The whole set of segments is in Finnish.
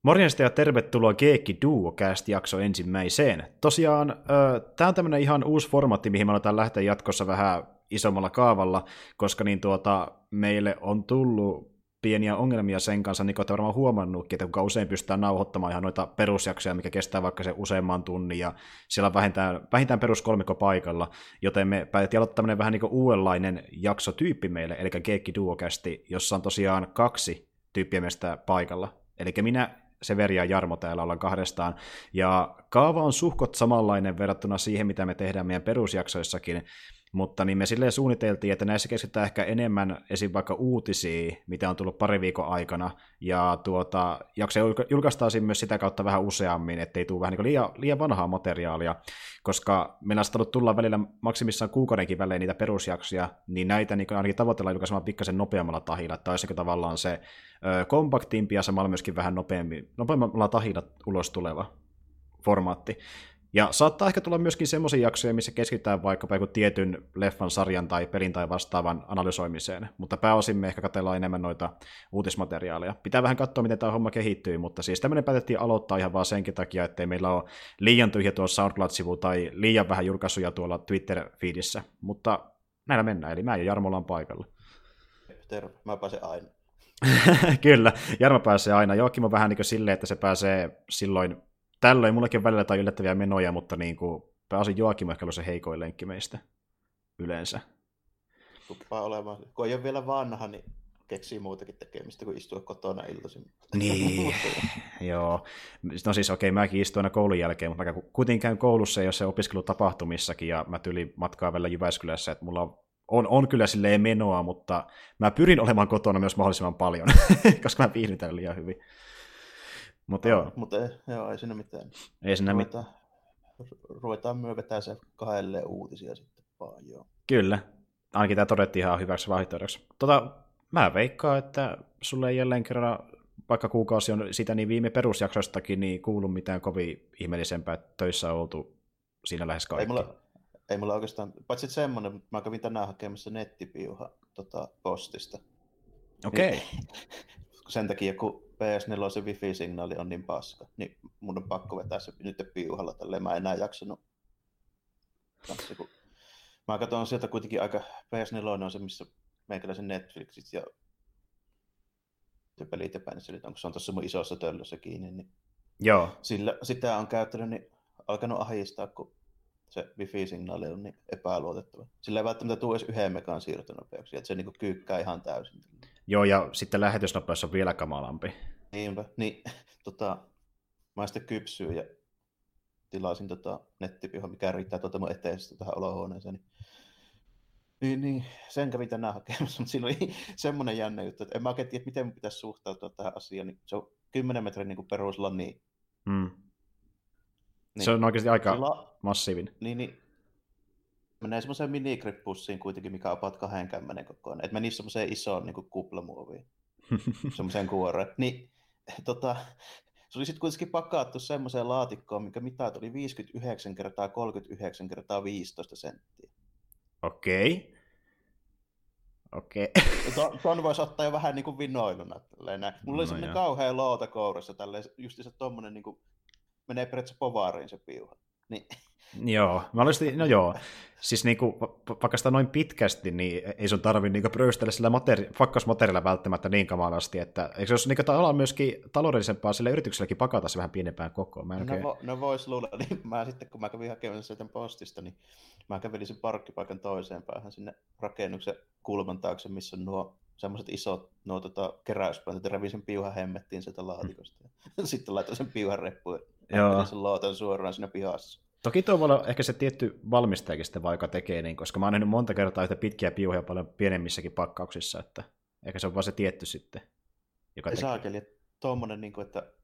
Morjesta ja tervetuloa Geekki Duocast-jakso ensimmäiseen. Tosiaan, tämä on tämmöinen ihan uusi formaatti, mihin me aletaan lähteä jatkossa vähän isommalla kaavalla, koska meille on tullut pieniä ongelmia sen kanssa, niin kuin olette varmaan huomannutkin, että kuinka usein pystytään nauhoittamaan ihan noita perusjaksoja, mikä kestää vaikka se useamman tunnin, ja siellä on vähintään peruskolmikko paikalla, joten me päätettiin aloittaa tämmöinen vähän niin kuin uudenlainen jaksotyyppi meille, eli Geekki Duocasti, jossa on tosiaan 2 tyyppiä meistä paikalla. Eli minä, Severi ja Jarmo täällä ollaan kahdestaan, ja kaava on suhkot samanlainen verrattuna siihen, mitä me tehdään meidän perusjaksoissakin, mutta niin me silleen suunniteltiin, että näissä keskitytään ehkä enemmän esim. Vaikka uutisia, mitä on tullut pari viikon aikana, ja jaksoja julkaistaan myös sitä kautta vähän useammin, ettei tule vähän niin liian vanhaa materiaalia, koska meillä on saanut tulla välillä maksimissaan kuukaudenkin välein niitä perusjaksoja, niin näitä niin ainakin tavoitellaan julkaisemaan pikkasen nopeammalla tahilla, että olisiko tavallaan se kompaktimpi ja samalla myöskin vähän nopeammalla tahilla ulos tuleva formaatti. Ja saattaa ehkä tulla myöskin semmoisia jaksoja, missä keskitytään vaikkapa joku tietyn leffan, sarjan tai pelin tai vastaavan analysoimiseen, mutta pääosin me ehkä katsellaan enemmän noita uutismateriaaleja. Pitää vähän katsoa, miten tämä homma kehittyy, mutta siis tämmöinen päätettiin aloittaa ihan vaan senkin takia, ettei meillä ole liian tyhjä tuolla SoundCloud-sivu tai liian vähän julkaisuja tuolla Twitter-feedissä, mutta näillä mennään, eli mä ja Jarmo ollaan paikalla. Terve, mä pääsen aina. Kyllä, Jarmo pääsee aina. Joakim on vähän niin kuin silleen, että se pääsee silloin tällöin. Mullakin on välillä jotain yllättäviä menoja, mutta niin kuin pääosin Joakim on ehkä ollut se heikoin lenkki meistä yleensä. Tuppaa olemaan. Kun ei ole vielä vanha, niin keksii muutakin tekemistä kuin istua kotona iltaisin. Niin, joo. No siis okei, mäkin istun aina koulun jälkeen, mutta mä kuitenkin käyn koulussa, jos se opiskelutapahtumissakin, ja mä tyylin matkaa välillä Jyväskylässä, että mulla on kyllä silleen menoa, mutta mä pyrin olemaan kotona myös mahdollisimman paljon, koska mä viihdyn täällä liian hyvin. Mutta joo. Mutta joo, ei siinä mitään. Ei siinä mitään. Ruvetaan myö vetää se 2 uutisia sitten vaan, joo. Kyllä. Ainakin tämä todettiin ihan hyväksi vaihtoehdoksi. Mä veikkaan, että sulle ei jälleen kerran, vaikka kuukausi on sitä niin viime perusjaksoistakin, niin kuulu mitään kovin ihmeellisempää, että töissä on oltu siinä lähes kaikki. Ei mulla oikeastaan, paitsi semmoinen, että mä kävin tänään hakemassa nettipiuha postista. Okei. Niin, sen takia, kun PS4 se wifi-signaali on niin paska, niin mun on pakko vetää se nyt piuhalla tälleen. Mä en enää jaksanut. Mä katson sieltä kuitenkin aika, PS4 on se, missä meikäläisen Netflixit ja pelit ja päinsellit, onko se on tuossa mun isossa töllössä kiinni, niin joo. Sitä on käyttänyt, niin alkanut ahistaa, kun se wifi-signaali on niin epäluotettava. Sillä ei välttämättä tule edes 1 megan siirtonopeuksia, että se niin kyykkää ihan täysin. Joo, ja sitten lähetysnopeus on vielä kamalampi. Niinpä. Niin, mä sitten kypsyin ja tilasin nettipiuha, mikä riittää mun eteistä tähän olohuoneeseen. Niin, sen kävin tänään hakemassa, mutta siinä oli semmoinen jännä juttu, että en mä oikein tiedä, miten mun pitäisi suhtautua tähän asiaan. Niin se on 10 metrin niin peruslani. Niin, se on oikeasti aika massiivinen. Niin, menee semmoiseen minigrip-pussiin kuitenkin, mikä on about 20 kokoinen. Että menisi semmoiseen isoon niin kuplamuoviin, semmoiseen kuoreen. Niin, se oli sitten kuitenkin pakattu semmoiseen laatikkoon, mikä mitat oli 59 x 39 x 15 senttiä. Okei. Ton voisi ottaa jo vähän niin kuin vinoiluna. Mulla oli semmoinen kauhea loota kourassa, justiinsa tommonen niin kuin menee periaatteessa povaariin se piuha. Niin. Joo, siis niinku, vaikka sitä noin pitkästi, niin ei sun tarvitse niinku pröystellä sillä pakkasmateriaalilla välttämättä niin kamalasti, että eikö se olisi niinku myöskin taloudellisempaa sille yritykselläkin pakata se vähän pienempään kokoon? No vois luulla, niin mä sitten kun mä kävin hakemassa sieltä postista, niin mä kävelin sen parkkipaikan toiseen päähän sinne rakennuksen kulman taakse, missä on nuo semmoiset isot keräyspäätöt, ja revin sen piuhan hemmettiin sieltä laatikosta. Sitten laitoin sen piuhan reppuun ja sen lootan suoraan siinä pihassa. Toki tuo voi olla ehkä se tietty valmistajakin sitten vaikka tekee niin, koska mä oon nähnyt monta kertaa yhtä pitkiä piuhoja paljon pienemmissäkin pakkauksissa, että ehkä se on vaan se tietty sitten, joka tekee. Saakeli, että tuommoinen, niin kuin, että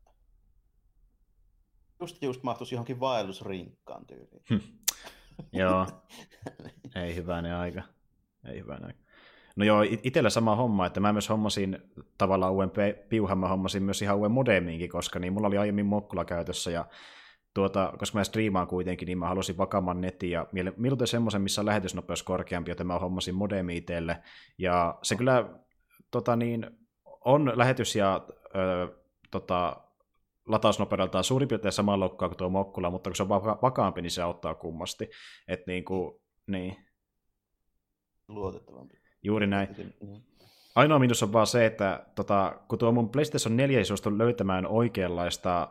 just mahtuisi johonkin vaellusrinkkaan tyyliin. Joo, ei hyvänen aika. No joo, itsellä sama homma, että mä myös hommasin tavallaan uuden piuhan, mä hommasin myös ihan uuden modemiinkin, koska niin mulla oli aiemmin Mokkula käytössä, ja koska mä striimaan kuitenkin, niin mä halusin vakaamman netin, ja mieluiten semmoisen, missä on lähetysnopeus korkeampi, joten mä hommasin modemi itselle, ja se kyllä on lähetys ja latausnopeudeltaan suurin piirtein samaa lokkaa kuin tuo Mokkula, mutta kun se on vakaampi, niin se auttaa kummasti. Et niin. Luotettavampi. Juuri näin. Ainoa miinus on vaan se, että kun tuo mun PlayStation 4 ei suostu löytämään oikeanlaista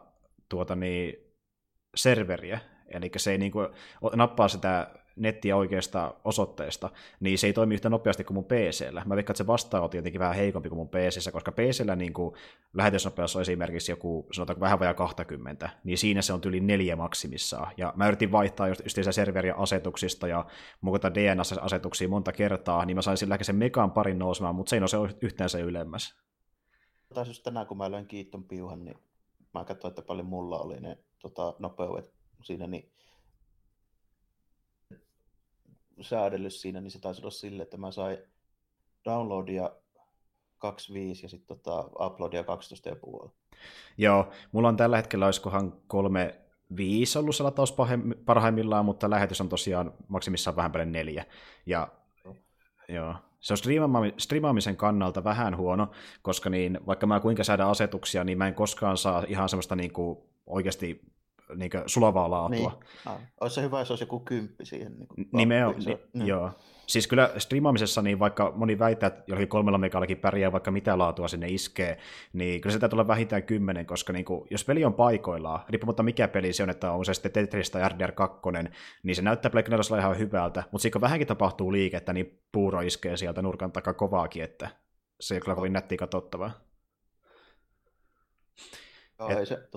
serveriä, eli se ei nappaa sitä nettiä oikeasta osoitteesta, niin se ei toimi yhtä nopeasti kuin mun PC:llä. Mä veikkaan, että se vastaanotto on jotenkin vähän heikompi kuin mun PC:ssä, koska PC:llä lähetysnopeus on esimerkiksi joku, sanotaanko vähän vajaa 20, niin siinä se on yli 4 maksimissaan. Ja mä yritin vaihtaa just serveriä asetuksista ja muokata DNS-asetuksia monta kertaa, niin mä sain sillä sen megan parin nousemaan, mutta se ei nouse yhtään se ylemmäs. Taas just tänään, kun mä löin kiiton piuhan, niin mä katsoin, että paljon mulla oli ne nopeudet siinä, niin säädellyt siinä, niin se taisi olla sille, että mä sain downloadia 2.5 ja sitten uploadia 12,5. Joo, mulla on tällä hetkellä olisikohan 3.5 ollut se lataus parhaimmillaan, mutta lähetys on tosiaan maksimissaan vähän päälle 4. Ja joo, se on striimaamisen kannalta vähän huono, koska vaikka mä kuinka säädän asetuksia, niin mä en koskaan saa ihan semmoista oikeasti sulavaa laatua. Niin. Olisi se hyvä, jos olisi joku 10 siihen. Joo. Siis kyllä striimaamisessa, niin vaikka moni väittää, että jollakin 3 megallakin pärjää vaikka mitä laatua sinne iskee, niin kyllä se täytyy olla vähintään 10, koska jos peli on paikoillaan, riippumatta mikä peli se on, että on se sitten Tetris tai RDR2, niin se näyttää Play 4 ihan hyvältä, mutta siinä kun vähänkin tapahtuu liikettä, niin puuro iskee sieltä nurkan takaa kovaakin, että se ei ole kyllä kovin nättiä katsottavaa. Joo, ei se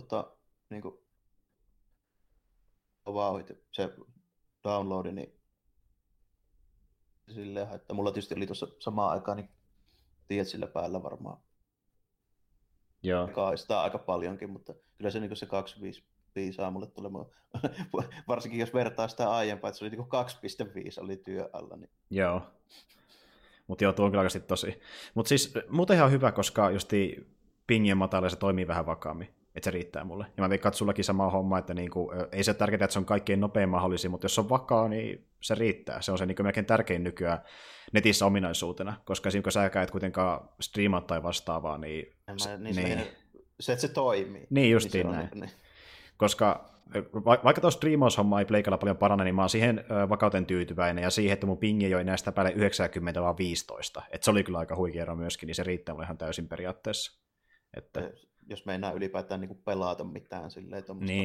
se downloadi, niin silleen, että mulla tietysti oli tuossa samaan aikaan, niin tiedät sillä päällä varmaan. Joo. Sitä aika paljonkin, mutta kyllä se, se 2.5 saa mulle tulemaan. Varsinkin jos vertaa sitä aiempaa, että se oli 2.5 oli työ alla. Niin. Joo. Mutta joo, tuo on kyllä oikeasti tosi. Mutta siis muuten ihan hyvä, koska justi pingien matala se toimii vähän vakaammin. Että se riittää mulle. Ja mä veikkaan, että sullakin sama homma, että ei se ole tärkeää, että se on kaikkein nopein mahdollisia, mutta jos se on vakaa, niin se riittää. Se on se melkein tärkein nykyään netissä ominaisuutena, koska esimerkiksi kun sä käyt kuitenkaan striimaa tai vastaavaa, niin se, että se toimii. Niin justiin niin näin. Niin. Koska vaikka tuo striimaushomma ei Pleikalla paljon parane, niin mä oon siihen vakauteen tyytyväinen ja siihen, että mun pingi ei ole enää sitä päälle 90 vaan 15. Että se oli kyllä aika huikea ero myöskin, niin se riittää mulle ihan täysin periaatteessa. Että jos meinaa ylipäätään pelata mitään silleen,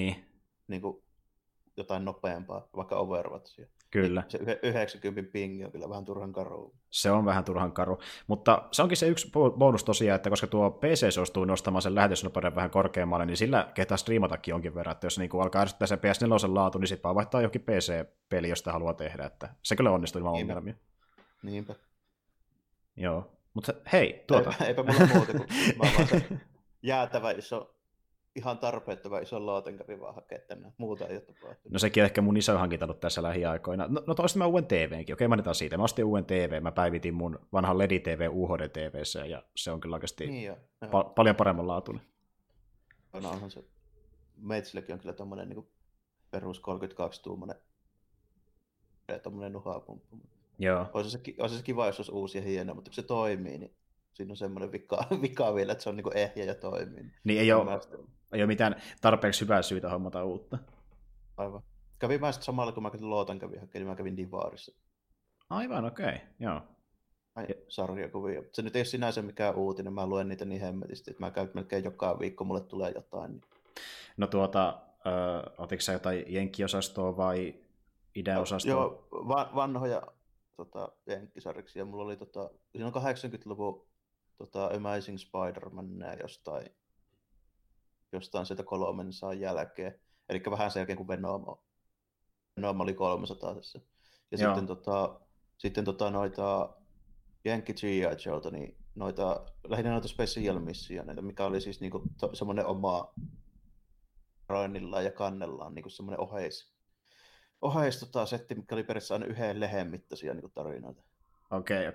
jotain nopeampaa, vaikka Overwatchia. Kyllä. Niin se 90 pingi on kyllä vähän turhan karu. Se on vähän turhan karu, mutta se onkin se yksi bonus tosiaan, että koska tuo PC suostuu nostamaan sen lähetysnopeuden vähän korkeammalle, niin sillä kehtaa striimatakin jonkin verran, että jos alkaa ärsyttää se PS4 laatu, niin sitten vaan vaihtaa johonkin PC-peli, josta haluaa tehdä, että se kyllä onnistuu ilman ongelmia. Niinpä. Joo, mutta hei, Eipä mulla muuta kuin vaan se jäätävä iso, ihan tarpeettava iso laatenkari vaan hakea tänne. Muuta ei ole tapahtunut. No sekin on ehkä mun iso hankinta ollut tässä lähiaikoina. No ostin mä uuden TVnkin. Okei, mainitaan siitä. Mä ostin uuden TV. Mä päivitin mun vanhan LED-TV UHD-TV:ssä ja se on kyllä oikeasti paljon paremman laatuinen. No onhan se. Meitsilläkin on kyllä tommonen niin perus 32-tuumainen tommonen nuhapumppu. Joo. Olisi se kiva, jos olisi uusi ja hieno, mutta kun se toimii, niin siinä on semmoinen vika vielä, että se on niin ehjä ja toimii. Niin ei ole mitään tarpeeksi hyvää syytä hommata uutta. Aivan. Kävin mä sitten samalla, kun mä kävin Lootan hakemaan, niin mä kävin Divarissa. Aivan, okei. Joo. Sarjakuvia. Se nyt ei ole sinänsä mikään uutinen, mä luen niitä niin hemmetisti, että mä käyn melkein joka viikko, mulle tulee jotain. Niin. No otitko sä jotain jenkkiosastoa vai ideaosastoa? Joo, vanhoja jenkkisarjiksia. Mulla oli siinä on 80-luvun Amazing Spider-Man jostain sieltä 300 jälkeen. Eli vähän sen jälkeen, kun Venom oli 300 tässä. Ja sitten noita Yankee G.I. Joelta, niin lähinnä noita Special Missioneita, mikä oli siis niinku semmoinen oma roinnillaan ja kannellaan niinku semmoinen oheis setti, mikä oli periaatteessa aina yhden lehen mittaisia niinku tarinoita. Okei.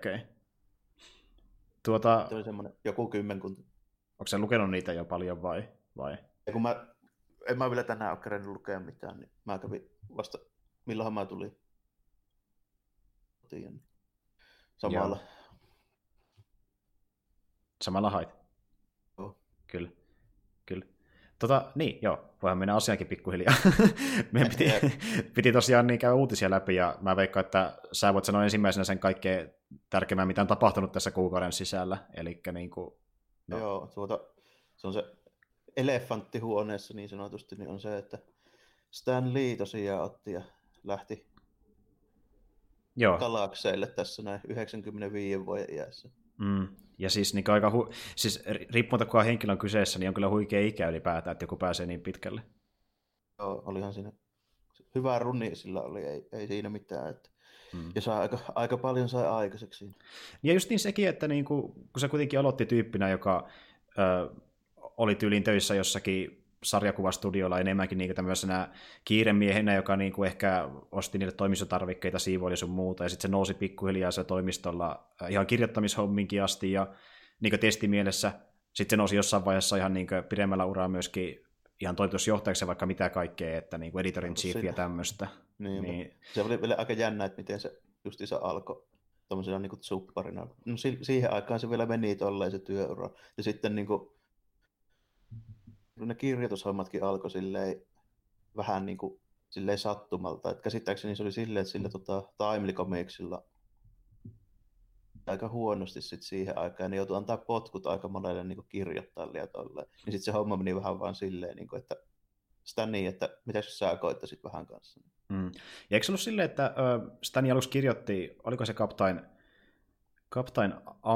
Se oli semmoinen joku kymmenkunta. Onko sä lukenut niitä jo paljon vai? Ja kun en mä vielä tänään ole kerennyt lukea mitään, niin mä kävin vasta, milloinhan mä tulin kotiin. Samalla. Joo. Samalla hait? Joo. Kyllä. Niin, joo, voihan mennä asiaankin pikkuhiljaa. Meidän piti tosiaan niin käydä uutisia läpi, ja mä veikkaan, että sä voit sanoa ensimmäisenä sen kaikkein tärkeimmän, mitä on tapahtunut tässä kuukauden sisällä. Elikkä niin kuin, no. Joo, se on se elefantti huoneessa niin sanotusti, niin on se, että Stan Lee tosiaan otti ja lähti galakseille tässä näin 95 vuoden iässä. Ja siis, niin aika siis riippumatta kuka henkilö on kyseessä, niin on kyllä huikea ikä ylipäätään, että joku pääsee niin pitkälle. Joo, olihan siinä hyvä runi sillä oli, ei siinä mitään. Että. Ja sai aika paljon sai aikaiseksi. Ja just niin sekin, että niin kun se kuitenkin aloitti tyyppinä, joka oli tyyliin töissä jossakin sarjakuvastudiolla enemmänkin niin tämmöisenä kiiremiehenä, joka niin kuin ehkä osti niille toimistotarvikkeita, siivoili sun muuta, ja sitten se nousi pikkuhiljaa se toimistolla ihan kirjoittamishomminkin asti, ja niin kuin testimielessä sitten se nousi jossain vaiheessa ihan niin kuin pidemmällä uraa myöskin ihan toimitusjohtajaksi vaikka mitä kaikkea, että niin kuin editorin chief ja tämmöistä. Niin. Se oli vielä aika jännä, että miten se justiinsa alkoi tuollaisena niin kuin supparina. No siihen aikaan se vielä meni tolleen se työura. Ja sitten niin kuin ne kirjoitushommatkin alkoi silleen vähän niin kuin silleen sattumalta. Et käsittääkseni se oli silleen, että sillä Timely Comicsilla aika huonosti sit siihen aikaan, ja ne joutui antaa potkut aika monelle niin kirjoittajalle ja tolleen. Niin sitten se homma meni vähän vaan silleen, niin kuin, että sitä niin, että mitäs sä koittaisit vähän kanssa. Ja eikö se ollut silleen, että Stani aluksi kirjoitti, oliko se Captain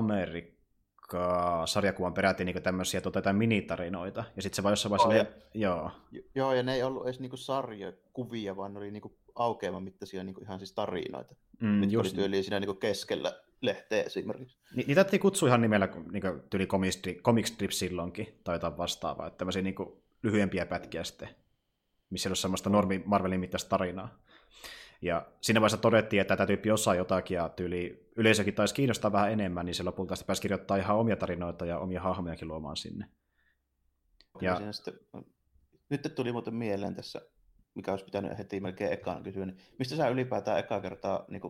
America-sarjakuvan peräti niin tämmöisiä minitarinoita, ja sitten se vaan jossain vaiheessa... Joo, ja ne ei ollut edes niinku sarjakuvia, vaan ne oli niinku aukeaman mittaisia niinku ihan siis tarinoita, mitkä oli tyyliin siinä niinku keskellä lehteä esimerkiksi. Niitä ei kutsu ihan nimellä niinku tyyli comic strip silloinkin, tai jotain vastaavaa, että tämmöisiä niinku lyhyempiä pätkiä sitten, missä ei ole semmoista normi Marvelin mittaista tarinaa. Ja siinä vaiheessa todettiin, että tämä tyyppi osaa jotakin, ja yleisökin taisi kiinnostaa vähän enemmän, niin se lopulta sitten pääsi kirjoittaa ihan omia tarinoita ja omia hahmojakin luomaan sinne. Ja nyt tuli muuten mieleen tässä, mikä olisi pitänyt heti melkein ekaan kysyä, niin mistä sä ylipäätään ekaa kertaa niin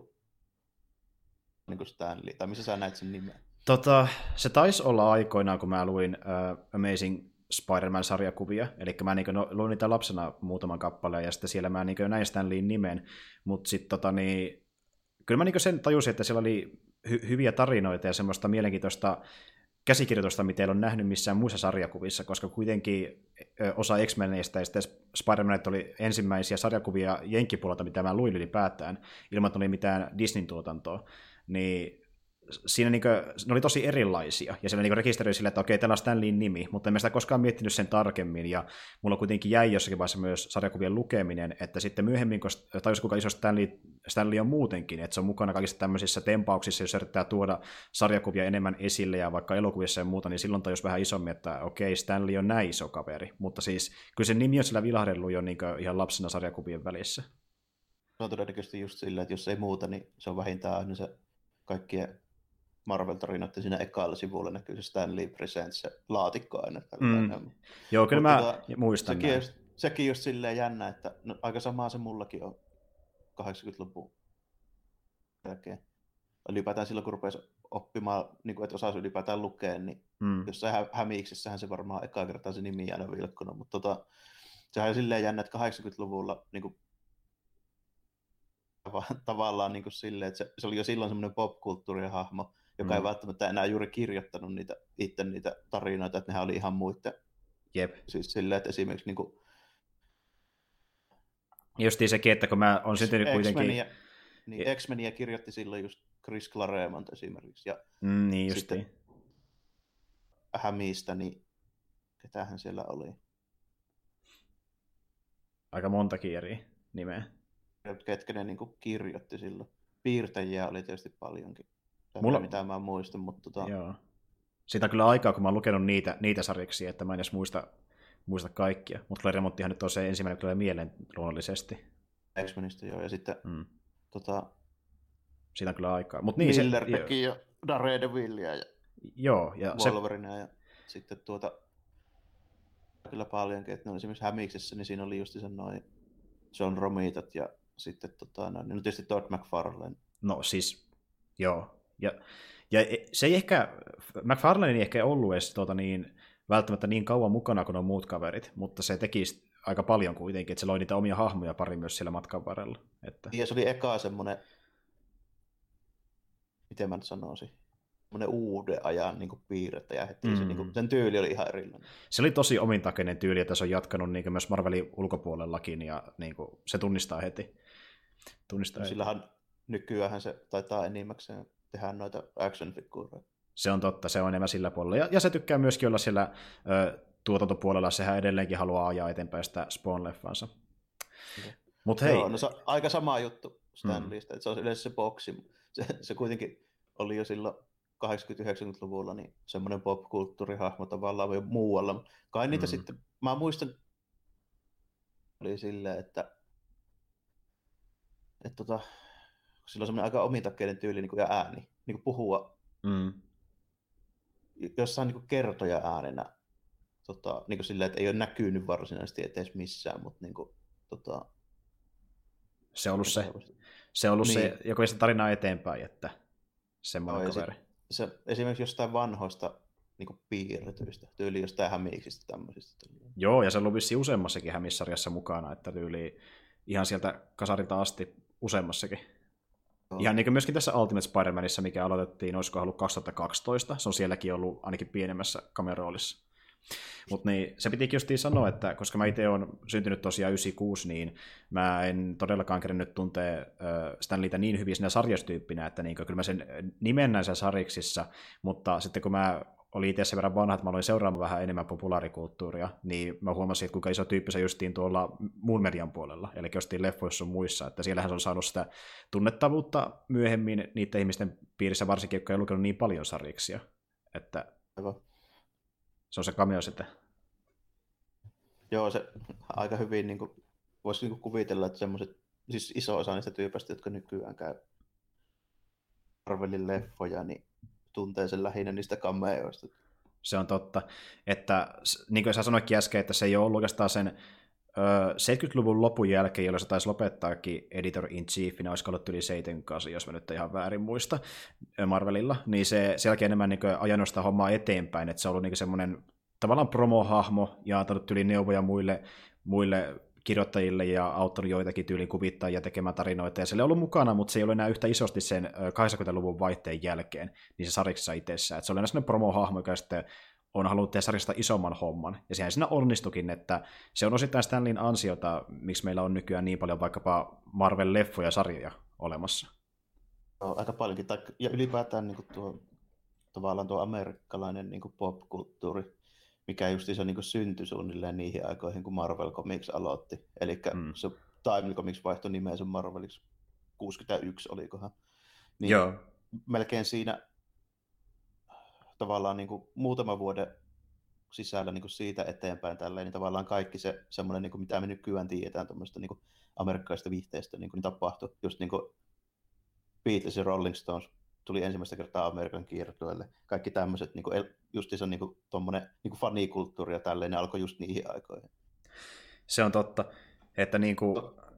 kuin Stanley, tai missä sä näit sen nimen? Se taisi olla aikoinaan, kun mä luin Amazing Spider-Man-sarjakuvia, eli mä luin niitä lapsena muutaman kappaleen, ja sitten siellä mä näin Stanleyin nimen, mutta sitten kyllä mä sen tajusin, että siellä oli hyviä tarinoita ja semmoista mielenkiintoista käsikirjoitusta, mitä ei ole nähnyt missään muissa sarjakuvissa, koska kuitenkin osa X-Meneistä ja sitten Spider-Manit oli ensimmäisiä sarjakuvia jenkkipuolelta, mitä mä luin ylipäätään, ilman että oli mitään Disney-tuotantoa, niin siinä ne oli tosi erilaisia, ja siellä rekisteröi sille, että okei, täällä on Stanleyin nimi, mutta en mä sitä koskaan miettinyt sen tarkemmin, ja mulla kuitenkin jäi jossakin vaiheessa myös sarjakuvien lukeminen, että sitten myöhemmin, kun tajusin, kuinka iso Stanley on muutenkin, että se on mukana kaikissa tämmöisissä tempauksissa, jos yrittää tuoda sarjakuvia enemmän esille, ja vaikka elokuvissa ja muuta, niin silloin tajus vähän isommin, että okei, Stanley on näin iso kaveri, mutta siis kyllä se nimi on sillä vilahdellut jo ihan lapsena sarjakuvien välissä. Se on todennäköisesti just sillä, että jos ei muuta, niin se on vähintään aina se kaikkien Marvel-tarinoiden siinä ekalla sivulla näkyy se Stanley Presents, se laatikko aina. Joo, kyllä mä muistan sekin just silleen jännä, että no, aika samaa se mullakin on 80-luvun jälkeen. Ylipäätään silloin, kun rupesi oppimaan, niin kuin, että osasi ylipäätään lukea, niin jossain hämiiksessähän se varmaan ekaa kertaa se nimi aina vilkkunut, mutta sehän on silleen jännä, että 80-luvulla niin kuin, tavallaan niin kuin silleen, että se oli jo silloin semmoinen popkulttuurihahmo, joka ei välttämättä enää juuri kirjoittanut niitä tarinoita, että nehän oli ihan muiden. Jep. Siis silleen, että esimerkiksi niin kuin justiin sekin, että kun mä oon syntynyt kuitenkin... X-Menia kirjoitti silloin just Chris Claremont esimerkiksi. Ja niin justiin. Sitten Hämistä, niin ketähän siellä oli? Aika montakin eri nimeä. Ketkä ne niin kuin kirjoitti silloin. Piirtäjiä oli tietysti paljonkin. Mitä mä muistan, mutta Joo. Siitä on kyllä aikaa, kun mä oon lukenut niitä sarjiksia, että mä en edes muista kaikkia. Mutta Claremonttihan nyt on se ensimmäinen, tulee mieleen luonnollisesti. X-Menistä joo, ja sitten siitä on kyllä aikaa. Millerpeckin ja Daredevillia ja Wolverinea ja sitten kyllä paljonkin, että ne oli esimerkiksi Hämiksessä, niin siinä oli just sen noin John Romitat ja sitten no tietysti Todd McFarlane. No siis, joo. Ja se ei ehkä, McFarlane ei ehkä ollut edes välttämättä niin kauan mukana kuin on muut kaverit, mutta se teki aika paljon kuitenkin, että se loi niitä omia hahmoja pari myös siellä matkan varrella. Että... Ja se oli eka semmoinen, miten mä nyt sanoisin, semmoinen uuden ajan niin piirrettä, ja heti se, niin kuin, sen tyyli oli ihan erilainen. Se oli tosi omintakeinen tyyli, että se on jatkanut niin myös Marvelin ulkopuolellakin, ja niin kuin, se tunnistaa heti. Sillähän nykyään se taitaa enimmäkseen tehdä noita action-figuureja. Se on totta, se on enemmän sillä puolella. Ja se tykkää myöskin olla siellä tuotantopuolella, sehän edelleenkin haluaa ajaa eteenpäin sitä Spawn-leffansa. Mut hei. Joo, no se on aika sama juttu Stan Leesta, että se on yleensä se boksi. Se kuitenkin oli jo silloin 80-90-luvulla niin semmoinen pop-kulttuurihahmo tavallaan jo muualla. Kai niitä sitten, mä muistan, oli silleen, että sillä on semmoinen aika omintakeinen tyyli niin kuin, ja ääni, niin kuin puhua jossain niin kuin kertoja äänenä, niin kuin silleen, että ei ole näkynyt varsinaisesti edes missään, mutta niin kuin, se on ollut niin. Se, joka se tarinaa eteenpäin, että semmoinen kaveri. Se, esimerkiksi jostain vanhoista niin kuin piirretyistä, tyyli jostain hämiiksistä tämmöisistä. Joo, ja se on ollut vissiin useammassakin hämissarjassa mukana, että tyyli ihan sieltä kasarilta asti useammassakin. Ihan niin kuin myöskin tässä Ultimate Spider-Manissa, mikä aloitettiin, olisiko ollut 2012, se on sielläkin ollut ainakin pienemmässä kameroolissa. Mutta niin, se pitikin justiin sanoa, että koska mä itse olen syntynyt tosiaan 96, niin mä en todellakaan kerennyt tuntea Stan Leetä niin hyvin siinä sarjastyyppinä, että niin, kyllä mä sen nimen näissä sarjiksissa, mutta sitten kun mä olin itse sen verran vanha, että mä aloin seuraamaan vähän enemmän populaarikulttuuria, niin mä huomasin, että kuinka iso tyyppi se justiin tuolla muun median puolella, eli justiin leffoissa on muissa, että siellähän se on saanut sitä tunnettavuutta myöhemmin niiden ihmisten piirissä, varsinkin, jotka ei lukenut niin paljon sarjiksia, että se on se cameo sitten. Joo, se aika hyvin niin kuin, voisi niin kuin kuvitella, että semmoiset, siis iso osa niistä tyypistä, jotka nykyään käy Marvelin leffoja, niin tuntee sen lähinnä niistä cameoista. Se on totta, että niin kuin sä sanoitkin äsken, että se ei ole ollut oikeastaan sen 70-luvun lopun jälkeen, jolloin se taisi lopettaakin editor-in-chiefinä, olisiko ollut yli 78, jos mä nyt ihan väärin muista Marvelilla, niin se selkeä enemmän niin ajanut sitä hommaa eteenpäin, että se on ollut niin semmoinen tavallaan promo-hahmo ja antanut yli neuvoja muille kirjoittajille ja auttanut joitakin tyylin kuvittajia tekemään tarinoita, ja se ei ollut mukana, mutta se ei ole enää yhtä isosti sen 80-luvun vaihteen jälkeen niin se sarjassa itsessään. Että se oli enää sellainen promo-hahmo, joka sitten on halunnut tehdä sarjasta isomman homman, ja sehän siinä onnistukin, että se on osittain Stan Leen ansiota, miksi meillä on nykyään niin paljon vaikkapa Marvel-leffoja sarjoja olemassa. No, aika paljonkin, ja ylipäätään niin kuin tavallaan tuo amerikkalainen niin kuin pop-kulttuuri, mikä justiinsa niin kuin syntyi suunnilleen niihin aikoihin, kun Marvel Comics aloitti. Eli se Time Comics vaihtoi nimensä Marveliksi 61, olikohan. Niin joo. Melkein siinä tavallaan niin kuin muutaman vuoden sisällä niin kuin siitä eteenpäin tälleen, niin tavallaan kaikki se semmoinen, niin kuin mitä me nykyään tiedetään tuommoista niin kuin amerikkalaisista viihteistä, niin kuin tapahtui. Just niin kuin Beatles ja Rolling Stones tuli ensimmäistä kertaa Amerikan kiertueelle. Kaikki tämmöiset, niin justiinsa niin tuommoinen niin fanikulttuuri ja tälleen, ne alkoi just niihin aikoihin. Se on totta, että niin kuin,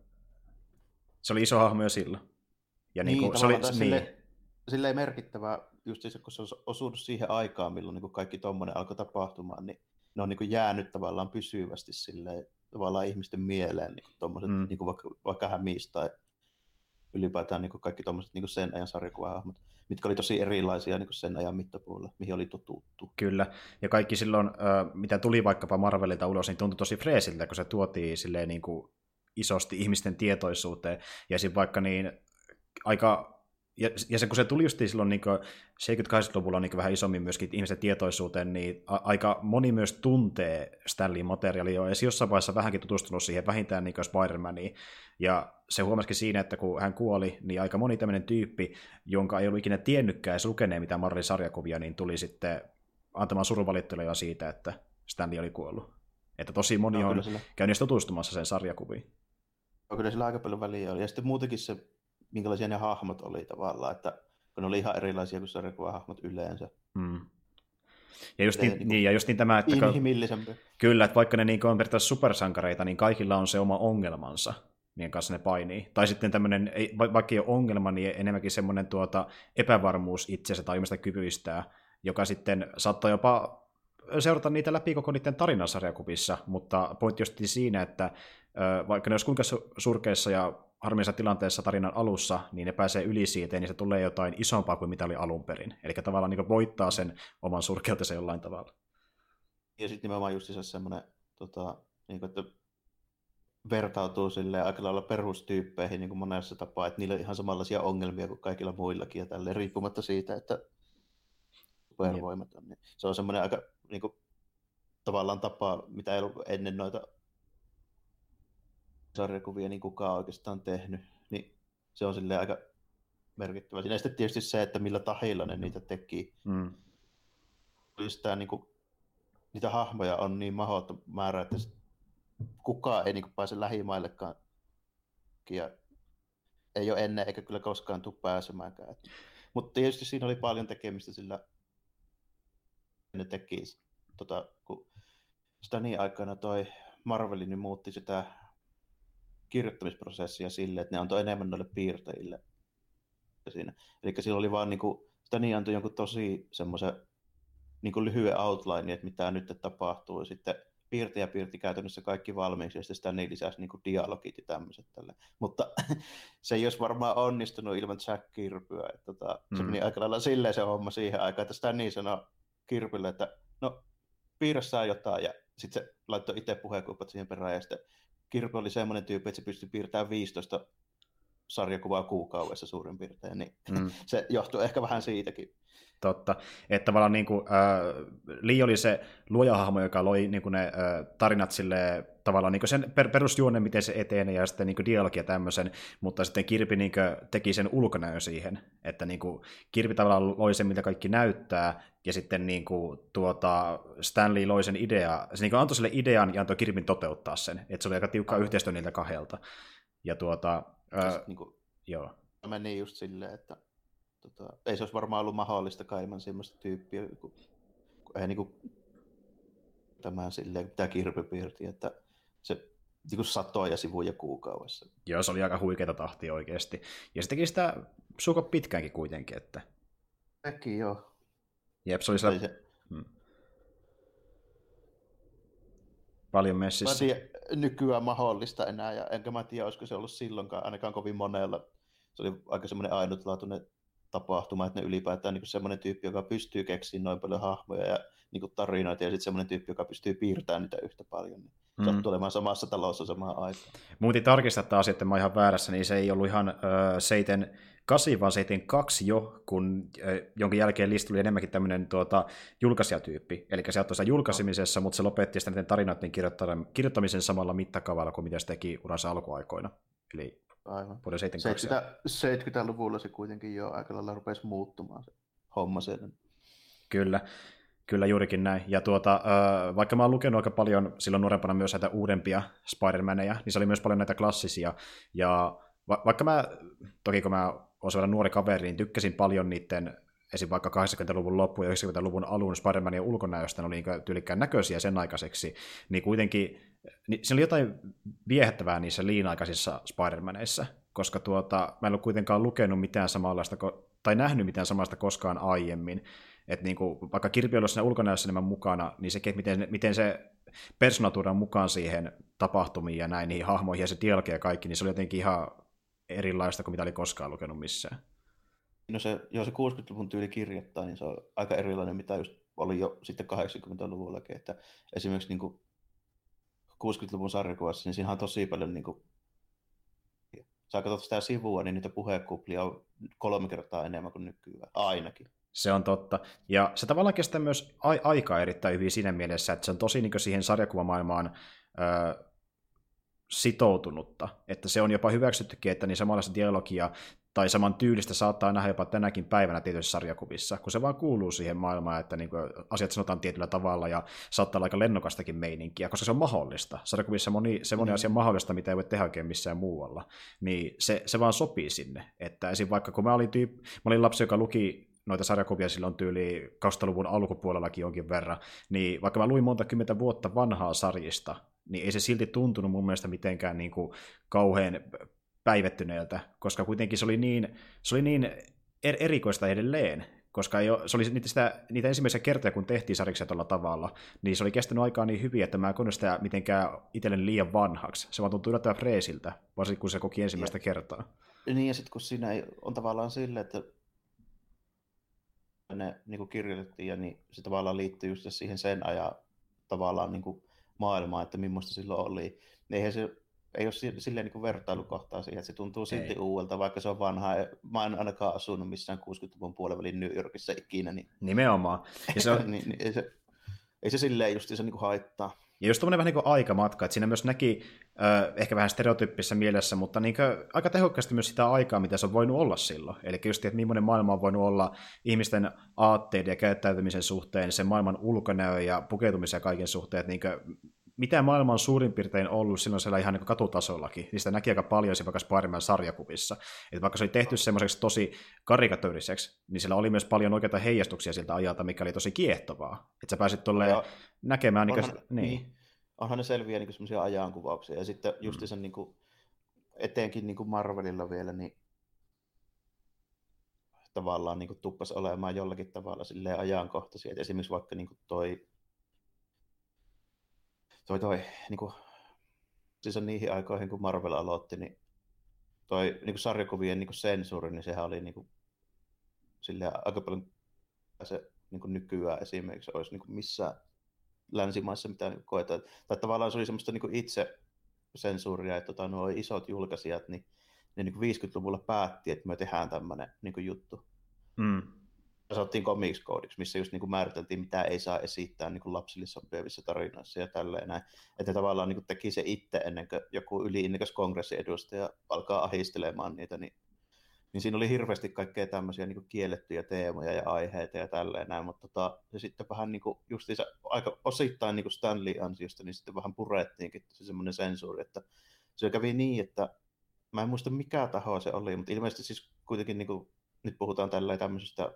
se oli iso hahmo jo silloin. Ja niin kuin, se oli silleen merkittävää, justiinsa kun se on osunut siihen aikaan, milloin niin kaikki tuommoinen alkoi tapahtumaan, niin ne on niin jäänyt tavallaan pysyvästi silleen, tavallaan ihmisten mieleen, niin tuommoiset niin vaikka Hämis tai ylipäätään niin kaikki tuommoiset niin sen ajan sarjakuvahahmot, mitkä oli tosi erilaisia niin sen ajan mittapuolella, mihin oli totuttu. Kyllä, ja kaikki silloin, mitä tuli vaikkapa Marvelilta ulos, niin tuntui tosi freesiltä, kun se tuotiin silleen niin kuin isosti ihmisten tietoisuuteen, ja sitten vaikka niin aika, ja se kun se tuli justiin silloin niin 70-80-luvulla niin vähän isommin myöskin ihmisten tietoisuuteen, niin aika moni myös tuntee Stan Leen materiaalia, ja jossain vaiheessa vähänkin tutustunut siihen vähintään niin Spider-Maniin, ja se huomasikin siinä, että kun hän kuoli, niin aika moni tämmöinen tyyppi, jonka ei ollut ikinä tiennytkään edes lukeneen mitään Marvelin sarjakuvia, niin tuli sitten antamaan surunvalitteluja siitä, että Stan Lee oli kuollut. Että tosi moni on käynyt tutustumassa sen sarjakuviin. Kyllä sillä aika paljon väliä oli. Ja sitten muutenkin se, minkälaisia ne hahmot oli tavallaan, että kun ne oli ihan erilaisia kuin sarjakuvahahmot yleensä. Ja justiin tämä, että kyllä, että vaikka ne niin on periaatteessa supersankareita, niin kaikilla on se oma ongelmansa, niin kanssa ne painii. Tai sitten tämmöinen, vaikka ei ole ongelma, niin enemmänkin semmoinen epävarmuus itsensä tai omista kyvyistään, joka sitten saattaa jopa seurata niitä läpi koko niiden tarinasarjakuvissa, mutta pointti just siinä, että vaikka ne olisi kuinka surkeissa ja harmissa tilanteessa tarinan alussa, niin ne pääsee yli siitä, niin se tulee jotain isompaa kuin mitä oli alun perin. Eli tavallaan niin voittaa sen oman surkeutensa jollain tavalla. Ja sitten nimenomaan just semmoinen, niin että vertautuu aika lailla perustyyppeihin niin kuin monessa tapaa, että niillä on ihan samanlaisia ongelmia kuin kaikilla muillakin, ja tälleen, riippumatta siitä, että supervoimat on. Niin se on semmoinen aika niin kuin, tavallaan tapa, mitä ei ollut ennen noita sarjakuvia niin kukaan oikeastaan tehnyt, niin se on silleen aika merkittävä. Siinä sitten tietysti se, että millä tahilla ne niitä teki. Sitä, niin kuin, niitä hahmoja on niin mahdoton määrä, että kukaan ei niin kuin, pääse lähimaillekaan. Ja ei ole ennen eikä kyllä koskaan tule pääsemäänkään. Mutta tietysti siinä oli paljon tekemistä, sillä ne teki, kun sitä niin aikana toi Marvelin niin muutti sitä kirjoittamisprosessia sille, että ne antoi enemmän noille piirtäjille siinä. Eli sillä oli vaan niinku, sitä niin antoi jonkun tosi semmoisen niinku lyhyen outline, että mitä nyt tapahtuu. Ja sitten piirtäjä piirti käytännössä kaikki valmiiksi, ja sitten sitä niin lisäsi niinku dialogit ja tämmöiset tälle. Mutta se ei olisi varmaan onnistunut ilman Jack Kirbyä. Se meni aika lailla silleen se homma siihen aikaan, että sitä niin sanoi Kirbylle, että no piirrä saa jotain, ja sitten se laittoi itse puheenkuipat siihen perään, ja sitten Kirby oli semmoinen tyyppi, että se pystyi piirtämään 15 sarjakuvaa kuukaudessa suurin piirtein, niin se johtuu ehkä vähän siitäkin. Totta, että tavallaan niin kuin, Lee oli se luojahahmo, joka loi niin kuin ne tarinat silleen, tavallaan niin kuin sen perusjuonne, miten se etenee, ja sitten niin kuin dialogia tämmöisen, mutta sitten Kirby niin kuin teki sen ulkonäön siihen, että niin kuin Kirby tavallaan loi sen, mitä kaikki näyttää, ja sitten niin kuin, Stan Lee loi sen idea, se niin kuin antoi sille idean ja antoi Kirbyn toteuttaa sen, että se oli aika tiukkaa yhteistyö niiltä kahdelta. Ja niin kuin, joo. Meni just silleen, että ei se olisi varmaan ollut mahdollista ilman semmoista tyyppiä, kun ei niin kuin, tämä silleen, mitä Kirby piirti, että se niin kuin satoja sivuja kuukaudessa. Joo, se oli aika huikeata tahtia oikeasti. Ja se teki sitä suuko pitkäänkin kuitenkin, että... Teki, joo. Jep, se oli se... Paljon messissä. Mä en tiedä nykyään mahdollista enää, ja enkä mä tiedä, olisiko se ollut silloinkaan, ainakaan kovin monella. Se oli aika semmoinen ainutlaatuinen tapahtuma, että ne ylipäätään niin semmoinen tyyppi, joka pystyy keksimään noin paljon hahmoja ja niin tarinoita, ja sitten semmoinen tyyppi, joka pystyy piirtämään niitä yhtä paljon. Niin sattuu olemaan samassa talossa samaan aikaan. Muutin tarkistaa taas, että mä oon ihan väärässä, niin se ei ollut ihan Seiten 8, vaan Seiten 2 jo, kun jonkin jälkeen lista tuli enemmänkin tämmöinen julkaisijatyyppi. Eli se auttoi sitä julkaisemisessa, mutta se lopetti sitten näiden tarinoiden kirjoittamisen samalla mittakaavalla kuin mitä se teki uransa alkuaikoina. Eli aivan. 70-luvulla se kuitenkin jo aika lailla rupesi muuttumaan se homma siellä. Kyllä juurikin näin. Ja vaikka mä oon lukenut aika paljon silloin nuorempana myös näitä uudempia Spider-Maneja, niin se oli myös paljon näitä klassisia. Ja vaikka toki kun mä oon sellainen nuori kaveri, niin tykkäsin paljon niiden esim. Vaikka 80-luvun loppu ja 90-luvun alun Spider-Manien ulkonäöstä, ne oli tyylikkään näköisiä sen aikaiseksi, niin kuitenkin siinä oli jotain viehättävää niissä liinaikaisissa Spider-Maneissa, koska mä en ole kuitenkaan lukenut mitään samanlaista, tai nähnyt mitään samanlaista koskaan aiemmin. Että niinku, vaikka Kirby on siinä ulkonäössä enemmän mukana, niin se, miten se persona tuodaan mukaan siihen tapahtumiin ja näin, niihin hahmoihin ja se dialogi ja kaikki, niin se oli jotenkin ihan erilaista kuin mitä oli koskaan lukenut missään. No se 60-luvun tyyli kirjoittaa, niin se on aika erilainen, mitä just oli jo sitten 80-luvullakin. Että esimerkiksi niin kuin 60-luvun sarjakuvassa, niin siinä on tosi paljon, niin kuin, sä katsot sitä sivua, niin niitä puheekuplia on 3 kertaa enemmän kuin nykyään, ainakin. Se on totta. Ja se tavallaan kestää myös aikaa erittäin hyvin siinä mielessä, että se on tosi niin siihen sarjakuvamaailmaan sitoutunutta. Että se on jopa hyväksyttykin, että niin samanlaista dialogia tai saman tyylistä saattaa nähdä jopa tänäkin päivänä tietyissä sarjakuvissa, kun se vaan kuuluu siihen maailmaan, että niin asiat sanotaan tietyllä tavalla ja saattaa olla aika lennokastakin meininkiä, koska se on mahdollista. Sarjakuvissa moni asia on mahdollista, mitä ei voi tehdä oikein missään muualla. Niin se vaan sopii sinne. Että esim. Vaikka kun mä olin lapsi, joka luki noita sarjakuvia silloin tyyli 2000-luvun alkupuolellakin jonkin verran, niin vaikka mä luin monta kymmentä vuotta vanhaa sarjista, niin ei se silti tuntunut mun mielestä mitenkään niin kuin kauhean päivettyneeltä, koska kuitenkin se oli niin erikoista edelleen, koska se oli niitä ensimmäisiä kertoja, kun tehtiin sarjiksia tuolla tavalla, niin se oli kestänyt aikaa niin hyvin, että mä en kokenut sitä mitenkään itselleni liian vanhaksi. Se vaan tuntui yllättävän freesiltä, varsinkin kun se koki ensimmäistä kertaa. Niin, ja sitten kun siinä on tavallaan silleen, että ne niin kuin kirjoitettiin, ja niin se tavallaan liittyy just siihen sen ajan tavallaan niin kuin maailmaan, että millaista silloin oli. Eihän se ei ole silleen niin kuin vertailukohtaa siihen, että se tuntuu silti uudelta, vaikka se on vanhaa. Mä en ainakaan asunut missään 60-luvun puolivälin New Yorkissa ikinä. Niin... Nimenomaan. Ja se on... niin, ei se silleen justiinsa niin kuin haittaa. Ja just tommoinen vähän niin kuin aikamatka, että siinä myös näki ehkä vähän stereotyyppisessä mielessä, mutta niin aika tehokkaasti myös sitä aikaa, mitä se on voinut olla silloin. Eli just, että millainen maailma on voinut olla ihmisten aatteiden ja käyttäytymisen suhteen, sen maailman ulkonäön ja pukeutumisen ja kaiken suhteen, että niin mitä maailma on suurin piirtein ollut silloin siellä ihan niin katutasollakin, niin sitä näki aika paljon vaikka Spider-Man sarjakuvissa. Että vaikka se oli tehty semmoiseksi tosi karikatyriseksi, niin siellä oli myös paljon oikeita heijastuksia siltä ajalta, mikä oli tosi kiehtovaa. Että sä pääsit tolleen näkemään... Onhan ne selviä niin semmoisia ajankuvauksia. Ja sitten justiinsa niin kuin, etenkin niin kuin Marvelilla vielä, niin tavallaan niin kuin tuppasi olemaan jollakin tavalla silleen ajankohtaisia. Et esimerkiksi vaikka niin kuin toi niin kuin, siis on niihin aikoihin, kun Marvel aloitti, niin toi niin kuin sarjakuvien niin kuin sensuuri, niin sehän oli niin kuin, silleen aika paljon se niin kuin nykyään esimerkiksi olisi niin kuin missään länsimaissa mitään niin koetaan. Tai tavallaan se oli semmoista niin kuin itse sensuuria, että nuo isot julkaisijat, niin ne niin kuin 50-luvulla päätti, että me tehdään tämmöinen niin kuin juttu. Sanottiin Comics Codeksi, missä just niin kuin määriteltiin, mitä ei saa esittää niin kuin lapsille sopivissa tarinoissa ja tälleen näin. Että ne tavallaan niin kuin teki se itse ennen kuin joku yli-innekäs kongressiedustaja alkaa ahistelemaan niitä, niin siinä oli hirveästi kaikkea tämmöisiä niin kuin kiellettyjä teemoja ja aiheita ja tälleen näin, mutta se sitten vähän niin kuin justiinsa aika osittain niin kuin Stan Lee ansiosta, niin sitten vähän purettiinkin se semmoinen sensuuri, että se kävi niin, että mä en muista mikä taho se oli, mutta ilmeisesti siis kuitenkin niin kuin, nyt puhutaan tälleen tämmöisestä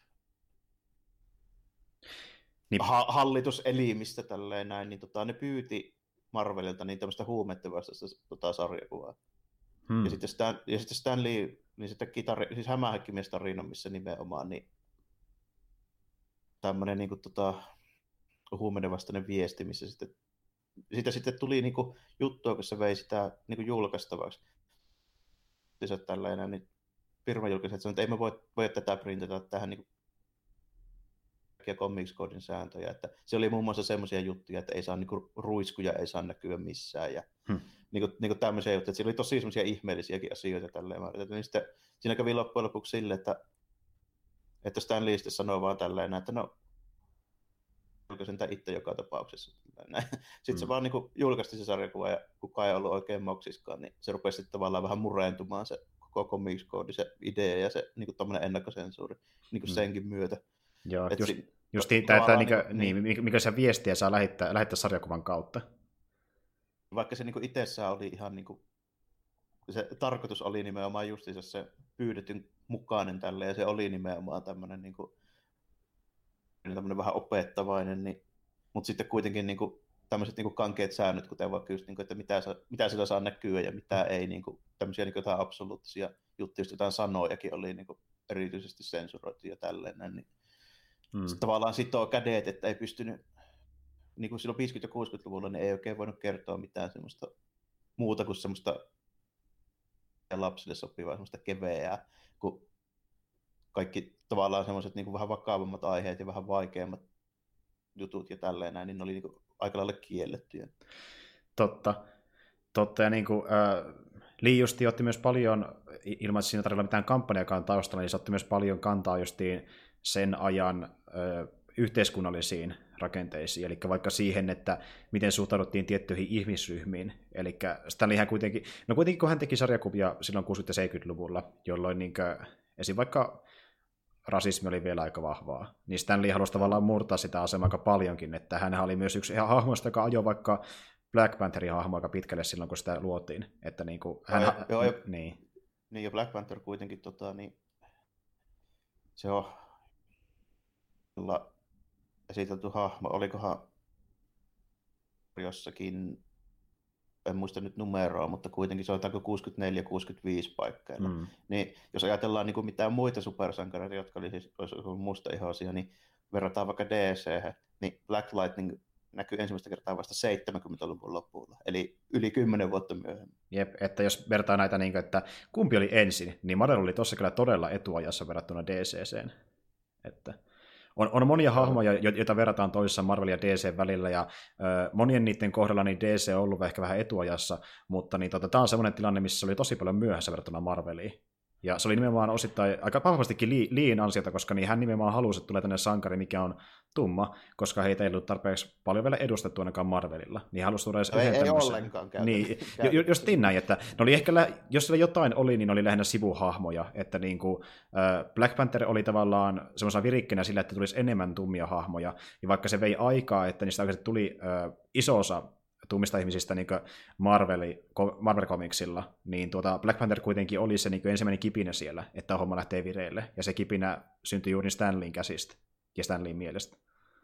hallituselimistä tälleen näin, niin ne pyyti Marvelilta niin tämmöistä huumeiden vastaista sarjakuvaa. Ja sitten Stan Lee, niin sitten siis Hämähäkkimies-tarina, missä nimenomaan niin tämmöinen niin kuin, huumeiden vastainen viesti, missä sitten tuli niin kuin, juttua, kun se vei sitä niin kuin julkaistavaksi. Tällainen, niin firma julkaisi, että ei me voi tätä printata tähän niin kuin, ja Comics Coden sääntöjä. Että se oli muun muassa semmoisia juttuja, että ei saa niin kuin, ruiskuja ei saa näkyä missään. Ja, niin kuin tämmöisiä juttuja. Että siinä oli tosi semmoisia ihmeellisiäkin asioita tälleen. Niin sitten siinä kävi loppujen lopuksi sille, että Stan Lee sitten sanoo vaan tälleen, että no, julkaisin tämän itse joka tapauksessa. Sitten se vaan niin kuin julkaisti se sarjakuva ja kukaan ei ollut oikein moksiskaan, niin se rupesi sitten tavallaan vähän mureentumaan se koko Comics Code, se idea ja se niin kuin tommoinen ennakkosensuuri niin kuin senkin myötä. Joo, just tämä, mikä se viestiä saa lähettää sarjakuvan kautta. Vaikka se niin itsessään oli ihan, niin kuin, se tarkoitus oli nimenomaan justiinsa se pyydetyn mukainen tälle, ja se oli nimenomaan tämmöinen niin kuin, vähän opettavainen, niin, mutta sitten kuitenkin niin kuin, tämmöiset niin kuin kankeat säännöt, kuten vaikka just, niin kuin, että mitä sillä saa näkyä ja mitä ei, niin kuin, tämmöisiä niin kuin, jotain absoluuttisia juttuja, just jotain sanojakin oli niin kuin, erityisesti sensuroitu ja tälleen, niin sitten tavallaan sitoo kädet, että ei pystynyt, niin kuin silloin 50- ja 60-luvulla, niin ei oikein voinut kertoa mitään semmoista muuta kuin semmoista lapsille sopivaa, semmoista keveää, kun kaikki tavallaan semmoiset niin kuin vähän vakavammat aiheet ja vähän vaikeammat jutut ja tälleen näin, niin ne oli niin kuin aika lailla kiellettyjä. Totta, ja niin kuin, Lee justi otti myös paljon, ilman että siinä tarvitse mitään kampanjakaan taustalla, niin se otti myös paljon kantaa justiin sen ajan yhteiskunnallisiin rakenteisiin, eli vaikka siihen, että miten suhtauduttiin tiettyihin ihmisryhmiin. Eli Stan Leehän kuitenkin kun hän teki sarjakuvia silloin 60-70-luvulla, jolloin niin kuin, esim. Vaikka rasismi oli vielä aika vahvaa, niin Stan Lee halusi tavallaan murtaa sitä asemaa aika paljonkin, että hän oli myös yksi ihan hahmoista, joka ajoi vaikka Black Pantherin hahmo aika pitkälle silloin, kun sitä luotiin. Että niin kuin, niin, ja Black Panther kuitenkin niin, se on esitelty hahmo, olikohan jossakin en muista nyt numeroa, mutta kuitenkin se on 64-65 paikkeilla. Niin jos ajatellaan niin kuin mitään muita supersankareita, jotka olisi ollut mustaihoisia, niin verrataan vaikka DC, niin Black Lightning näkyy ensimmäistä kertaa vasta 70-luvun lopulla, eli yli 10 vuotta myöhemmin. Jep, että jos vertaa näitä, niin kuin, että kumpi oli ensin, niin Marvel oli tuossa kyllä todella etuajassa verrattuna DC:seen. Että on monia hahmoja, joita verrataan toisessa Marvel ja DC välillä, ja monien niiden kohdalla niin DC on ollut ehkä vähän etuajassa, mutta niin, tämä on semmoinen tilanne, missä se oli tosi paljon myöhässä verrattuna Marveliin. Ja se oli nimenomaan osittain aika vahvastikin Leein ansiota, koska niin hän nimenomaan halusi, että tulee tänne sankari, mikä on tumma, koska heitä ei ollut tarpeeksi paljon vielä edustettu ainakaan Marvelilla. Niin halusi tuoda edes yhden ei ollenkaan niin, justiin näin, että ne oli ehkä, jos siellä jotain oli, niin ne oli lähinnä sivuhahmoja, että niin kuin, Black Panther oli tavallaan semmoisena virikkeenä sillä, että tulisi enemmän tummia hahmoja, ja vaikka se vei aikaa, että niistä oikeasti tuli iso osa tummista ihmisistä niin Marvel-komiksilla, niin Black Panther kuitenkin oli se niin ensimmäinen kipinä siellä, että homma lähtee vireille, ja se kipinä syntyi juuri Stan Leein käsistä ja Stan Leein mielestä.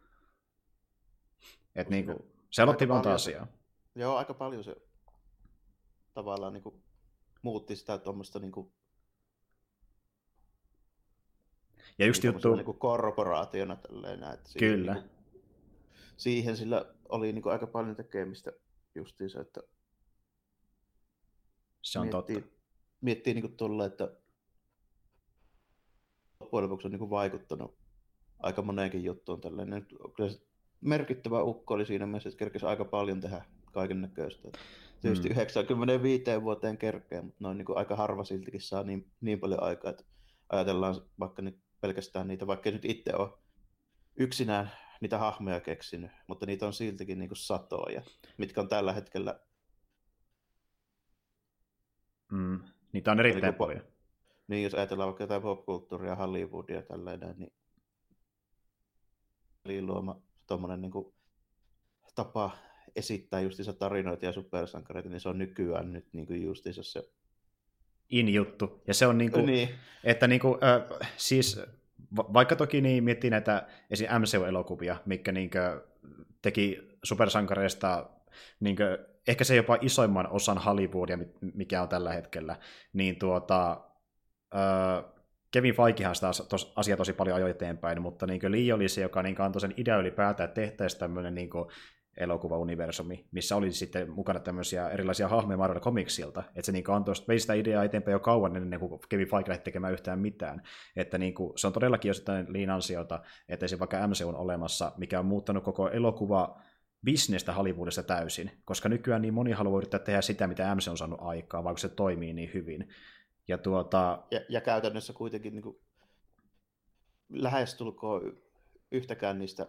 Että niin kuin, se aloitti monta asiaa. Joo, aika paljon se tavallaan niin kuin muutti sitä tuommoista niin kuin, ja yksi juttu niin kuin korporaationa tälleen näin. Kyllä. Niin kuin, siihen sillä oli niin kuin aika paljon tekemistä justiinsa, että se on miettii niin kuin tuolla, että loppujen lopuksi on niin kuin vaikuttanut aika moneenkin juttuun tällainen. Kyllä se merkittävä ukko oli siinä mielessä, että kerkesi aika paljon tehdä kaiken näköistä. Tietysti 95 vuoteen kerkeä, mutta noin niin kuin aika harva siltikin saa niin paljon aikaa, että ajatellaan vaikka nyt pelkästään niitä, vaikka nyt itse ole yksinään niitä hahmoja keksinyt, mutta niitä on siltikin niin kuin satoja, mitkä on tällä hetkellä. Niitä on erittäin paljon. Niin, jos ajatellaan vaikka jotain popkulttuuria, Hollywoodia ja tällainen, niin luoma tuommoinen niin kuin tapa esittää justiinsa tarinoita ja supersankareita, niin se on nykyään nyt niin kuin justiinsa se in-juttu. Ja se on niin kuin, niin. että niin kuin, siis vaikka toki niin miettii näitä esim. MCU-elokuvia, mitkä niin kuin teki supersankareista niin kuin, ehkä se jopa isoimman osan Hollywoodia, mikä on tällä hetkellä, niin Kevin Feigehan sitä asiaa tosi paljon ajoi eteenpäin, mutta niin Lee oli se, joka niin antoi sen idea ylipäätään, että tehtäisiin tämmöinen niin elokuva-universumi, missä oli sitten mukana tämmöisiä erilaisia hahmoja Marvel Comicsilta, että se niin vei sitä ideaa eteenpäin jo kauan ennen kuin Kevin Feige lähti tekemään yhtään mitään. Että niin kuin, se on todellakin jostain Leen ansiota, että se vaikka MCU on olemassa, mikä on muuttanut koko elokuva bisnestä Hollywoodista täysin, koska nykyään niin moni haluaa yrittää tehdä sitä, mitä MC on saanut aikaa, vaikka se toimii niin hyvin. Ja käytännössä kuitenkin niin kuin lähestulkoon yhtäkään niistä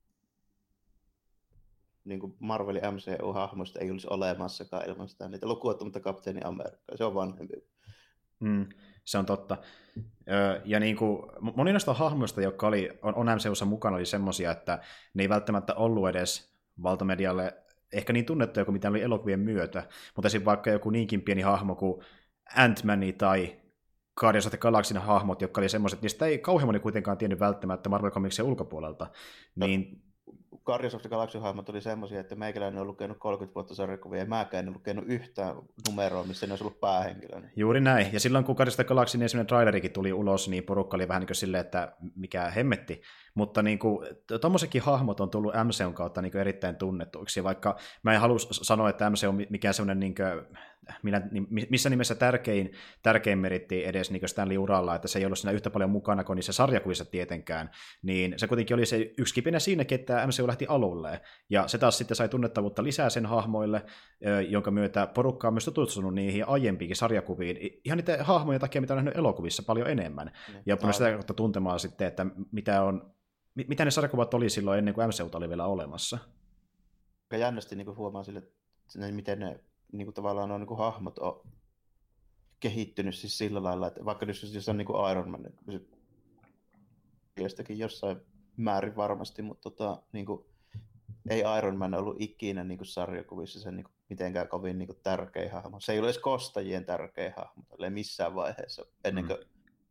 niin kuin Marvelin MCU-hahmoista ei olisi olemassakaan ilman sitä niitä lukuottamatta Kapteeni Amerikkaa. Se on vanhempi. Se on totta. Ja niin kuin, moni näistä hahmoista, jotka on MCUssa mukana, oli semmoisia, että ne ei välttämättä ollut edes valtamedialle ehkä niin tunnettuja kuin mitä oli elokuvien myötä, mutta esim. Vaikka joku niinkin pieni hahmo kuin Ant-Man tai Guardians of the Galaxyn hahmot, jotka oli semmoiset, niistä ei kauhean moni kuitenkaan tiennyt välttämättä Marvel Comicsin ulkopuolelta. Niin Guardians of the Galaxyn hahmot oli semmoisia, että meikäläinen on lukenut 30 vuotta sarjakuvia ja mäkään en lukenut yhtään numeroa, missä ne olisi ollut päähenkilönä. Juuri näin. Ja silloin kun Guardians of the Galaxyn ensimmäinen trailerikin tuli ulos, niin porukka oli vähän niin kuin silleen, että mikä hemmetti. Mutta niin tuommoisetkin hahmot on tullut MCUn kautta niin erittäin tunnettuiksi. Vaikka mä en halua sanoa, että MC on mikään semmoinen, niin missä nimessä tärkein meritti edes niin Stanley uralla, että se ei ollut siinä yhtä paljon mukana kuin niissä sarjakuvissa tietenkään, niin se kuitenkin oli se yksi kipinä siinäkin, että MCU lähti alulle. Ja se taas sitten sai tunnettavuutta lisää sen hahmoille, jonka myötä porukka on myös tutustunut niihin aiempiinkin sarjakuviin, ihan niitä hahmojen takia, mitä on nähnyt elokuvissa paljon enemmän. Ja on sitä kautta tuntemaan sitten, että mitä ne sarjakuvat oli silloin ennen kuin MCU oli vielä olemassa. Ja jännästi niin huomaa sille, miten ne niin kuin tavallaan on, niin kuin hahmot on kehittynyt siis sillä lailla, että vaikka jos on niin kuin Iron Man, mielestäkin jossain määrin varmasti, mutta niin kuin, ei Iron Man ollut ikinä niin kuin sarjakuvissa se niin kuin mitenkään kovin niin kuin tärkeä hahmo. Se ei ole edes kostajien tärkeä hahmo missään vaiheessa, ennen kuin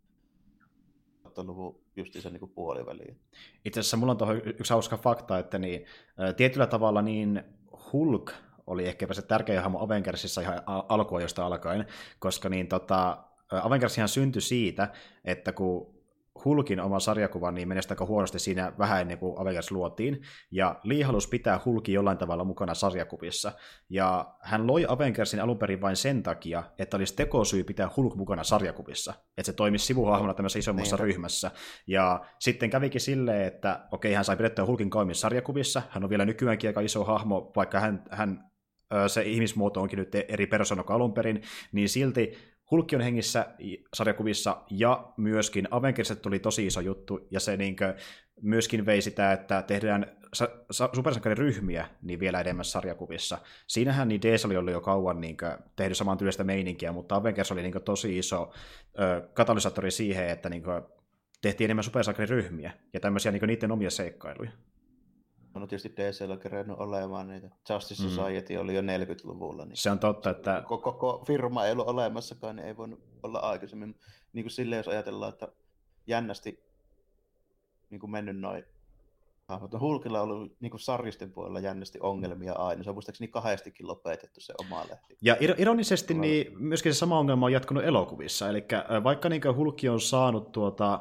luvun justiinsa niin kuin puoliväliin. Itse asiassa mulla on tuohon yksi hauska fakta, että niin, tietyllä tavalla niin Hulk oli ehkäpä se tärkeä hahmo Avengersissa ihan alkuajosta alkaen, koska niin Avengersihan syntyi siitä, että kun Hulkin oma sarjakuva niin menestyi aika huonosti siinä vähän ennen kuin Avengers luotiin, ja Lee halusi pitää Hulkin jollain tavalla mukana sarjakuvissa, ja hän loi Avengersin alun perin vain sen takia, että olisi tekosyy pitää Hulk mukana sarjakuvissa, että se toimisi sivuhahmona tämmöisessä isommassa ryhmässä, ja sitten kävikin silleen, että okei, hän sai pidettyä Hulkin kauemmin sarjakuvissa, hän on vielä nykyäänkin aika iso hahmo, vaikka se ihmismuoto onkin nyt eri persona kuin alun perin, niin silti Hulkki on hengissä sarjakuvissa, ja myöskin Avengerset tuli tosi iso juttu, ja se myöskin vei sitä, että tehdään supersankariryhmiä niin vielä enemmän sarjakuvissa. Siinähän niin DC oli ollut jo kauan tehnyt samantyylistä meininkiä, mutta Avengers oli tosi iso katalysaattori siihen, että tehtiin enemmän supersankariryhmiä, ja tämmöisiä niiden omia seikkailuja. No tietysti DC:llä kerennyt olemaan niitä. Justice Society oli jo 40-luvulla. Niin se on totta, että koko firma ei ollut olemassakaan, niin ei voinut olla aikaisemmin. Niin kuin silleen, jos ajatellaan, että jännästi niin kuin mennyt noin. Mutta Hulkilla on ollut niin kuin sarjisten puolella jännästi ongelmia aina. Se on muistaakseni 2 lopetettu se oma lehti. Ja ironisesti niin myöskin se sama ongelma on jatkunut elokuvissa. Eli vaikka Hulkki on saanut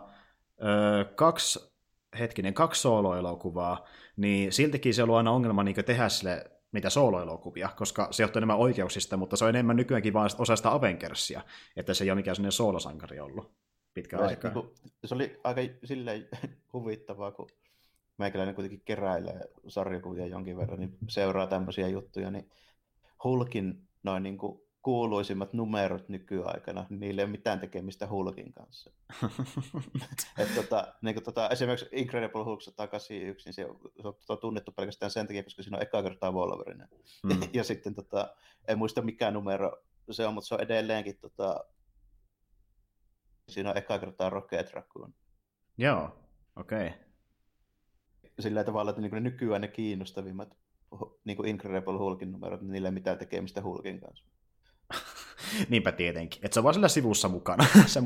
2 sooloelokuvaa, niin siltikin se on ollut aina ongelma tehdä sille niitä sooloelokuvia, koska se johtuu enemmän oikeuksista, mutta se on enemmän nykyäänkin vain osa sitä Avengersia, että se ei ole mikään sellainen soolosankari ollut pitkään aikaa. Se oli aika silleen huvittavaa, kun meikäläinen kuitenkin keräilee sarjakuvia jonkin verran, niin seuraa tämmöisiä juttuja, niin Hulkin noin niin kuin kuuluisimmat numerot nykyaikana, niin niillä ei ole mitään tekemistä Hulkin kanssa. Esimerkiksi Incredible Hulk 181, niin se on tunnettu pelkästään sen takia, koska siinä on eka kertaa Wolverine. Ja sitten en muista mikä numero se on, mutta se on edelleenkin siinä on eka kertaa Rocket Raccoon. Joo, okei. Okay. Sillä tavalla, että ne nykyään ne kiinnostavimmat niin Incredible Hulkin numerot, niin niillä ei mitään tekemistä Hulkin kanssa. Niinpä tietenkin. Että se on vaan sillä sivussa mukana.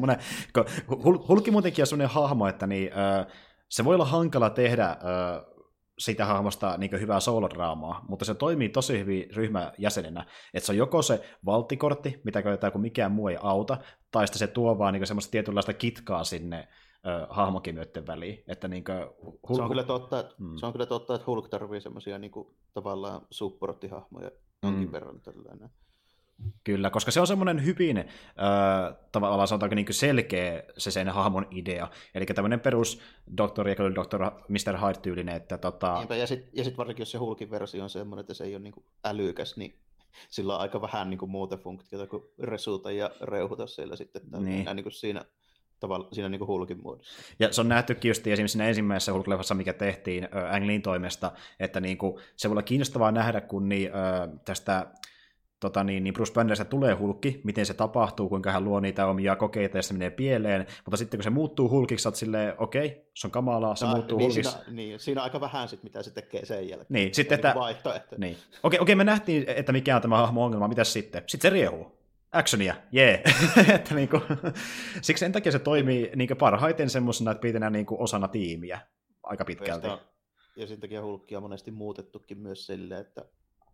Hulkki muutenkin on sellainen hahmo, että se voi olla hankala tehdä siitä hahmosta hyvää soolodraamaa, mutta se toimii tosi hyvin ryhmäjäsenenä. Että se on joko se valttikortti, mitä käytetään, kun mikään muu ei auta, tai sitten se tuo vaan semmoista tietynlaista kitkaa sinne hahmokemioiden väliin. Että se on kyllä totta, että Hulk tarvii semmoisia tavallaan supporttihahmoja jonkin verran tällainen. Kyllä, koska se on semmoinen hyvin tavallaan sanotaanko selkeä se sen hahmon idea. Eli tämmöinen perus Dr. Jekyll, Dr. Mr. Hyde-tyylinen. Että Ja sit varsinkin, jos se Hulkin versio on semmoinen, että se ei ole älykäs, niin sillä on aika vähän muuta funktiota kuin resuuta ja reuhuta siellä sitten niin. Siinä Hulkin muodossa. Ja se on nähtykin just esimerkiksi siinä ensimmäisessä Hulk-leffassa, mikä tehtiin Ang Leein toimesta, että se voi olla kiinnostavaa nähdä, kun tästä Bruce Bannerista tulee Hulkki, miten se tapahtuu, kuinka hän luo niitä omia kokeita ja se menee pieleen, mutta sitten kun se muuttuu Hulkiksi, sä oot silleen, okei, se on kamalaa, se muuttuu Hulkiksi. Siinä on aika vähän sit, mitä se tekee sen jälkeen. Niin, sitten, että niin. Okei, me nähtiin, että mikä on tämä hahmo-ongelma, mitäs sitten? Sitten se riehuu. Actionia, jee. Että siksi sen takia se toimii parhaiten semmoisena, että pitää osana tiimiä aika pitkälti. Ja sen takia Hulkia on monesti muutettukin myös silleen, että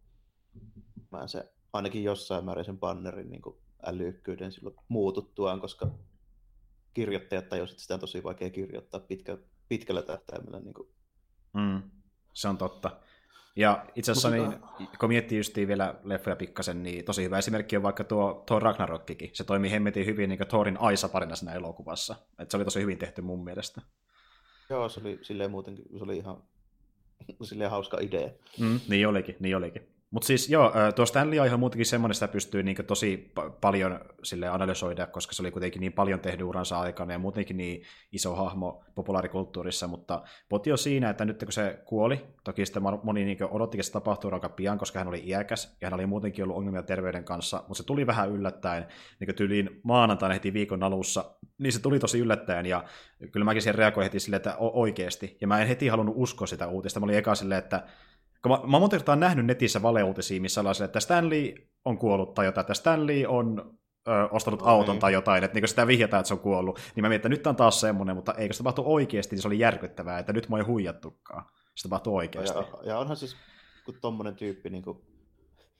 se ainakin jossain määrin sen bannerin älykkyyden silloin muututtuaan, koska kirjoittajat tajusivat, että sitä on tosi vaikea kirjoittaa pitkällä tähtäimellä. Se on totta. Ja itse asiassa, kun miettii justiin vielä leffoja pikkasen, niin tosi hyvä esimerkki on vaikka tuo Thor Ragnarokkikin. Se toimii hemmetin hyvin Thorin Aisa-parina siinä elokuvassa. Et se oli tosi hyvin tehty mun mielestä. Joo, se oli silleen muutenkin, se oli ihan silleen hauska idea. Niin olikin. Mutta siis joo, tuo Stan Lee on ihan muutenkin semmoinen, sitä pystyy tosi paljon analysoida, koska se oli kuitenkin niin paljon tehnyt uransa aikana ja muutenkin niin iso hahmo populaarikulttuurissa, mutta poti on siinä, että nyt kun se kuoli, toki sitä moni odottikin, että se tapahtuu aika pian, koska hän oli iäkäs ja hän oli muutenkin ollut ongelmia terveyden kanssa, mutta se tuli vähän yllättäen, tyyliin maanantaina heti viikon alussa, niin se tuli tosi yllättäen ja kyllä mäkin siihen reagoin heti silleen, että oikeasti, ja mä en heti halunnut uskoa sitä uutista, mä olin eka silleen, että kun mä monta kertaa nähnyt netissä valeuutisia, missä on että Stan Lee on kuollut tai jotain, että Stan Lee on ostanut auton tai jotain, että sitä vihjataan, että se on kuollut, niin mä mietin, että nyt on taas semmoinen, mutta eikö se tapahtu oikeasti, niin se oli järkyttävää, että nyt mä ei huijattukaan. Se tapahtui oikeasti. Ja onhan siis, kun tommonen tyyppi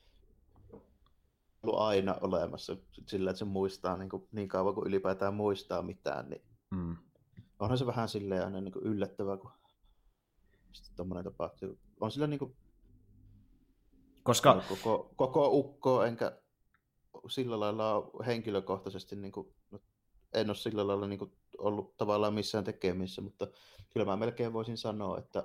aina olemassa sillä, että se muistaa niin kauan kuin ylipäätään muistaa mitään, niin onhan se vähän silleen aina niin kuin yllättävää, kun sitten tommoinen tapahtuu. On sillä niin kuin koska koko ukko, enkä sillä lailla henkilökohtaisesti, niin kuin, en ole sillä lailla niin kuin ollut tavallaan missään tekemissä, mutta kyllä mä melkein voisin sanoa, että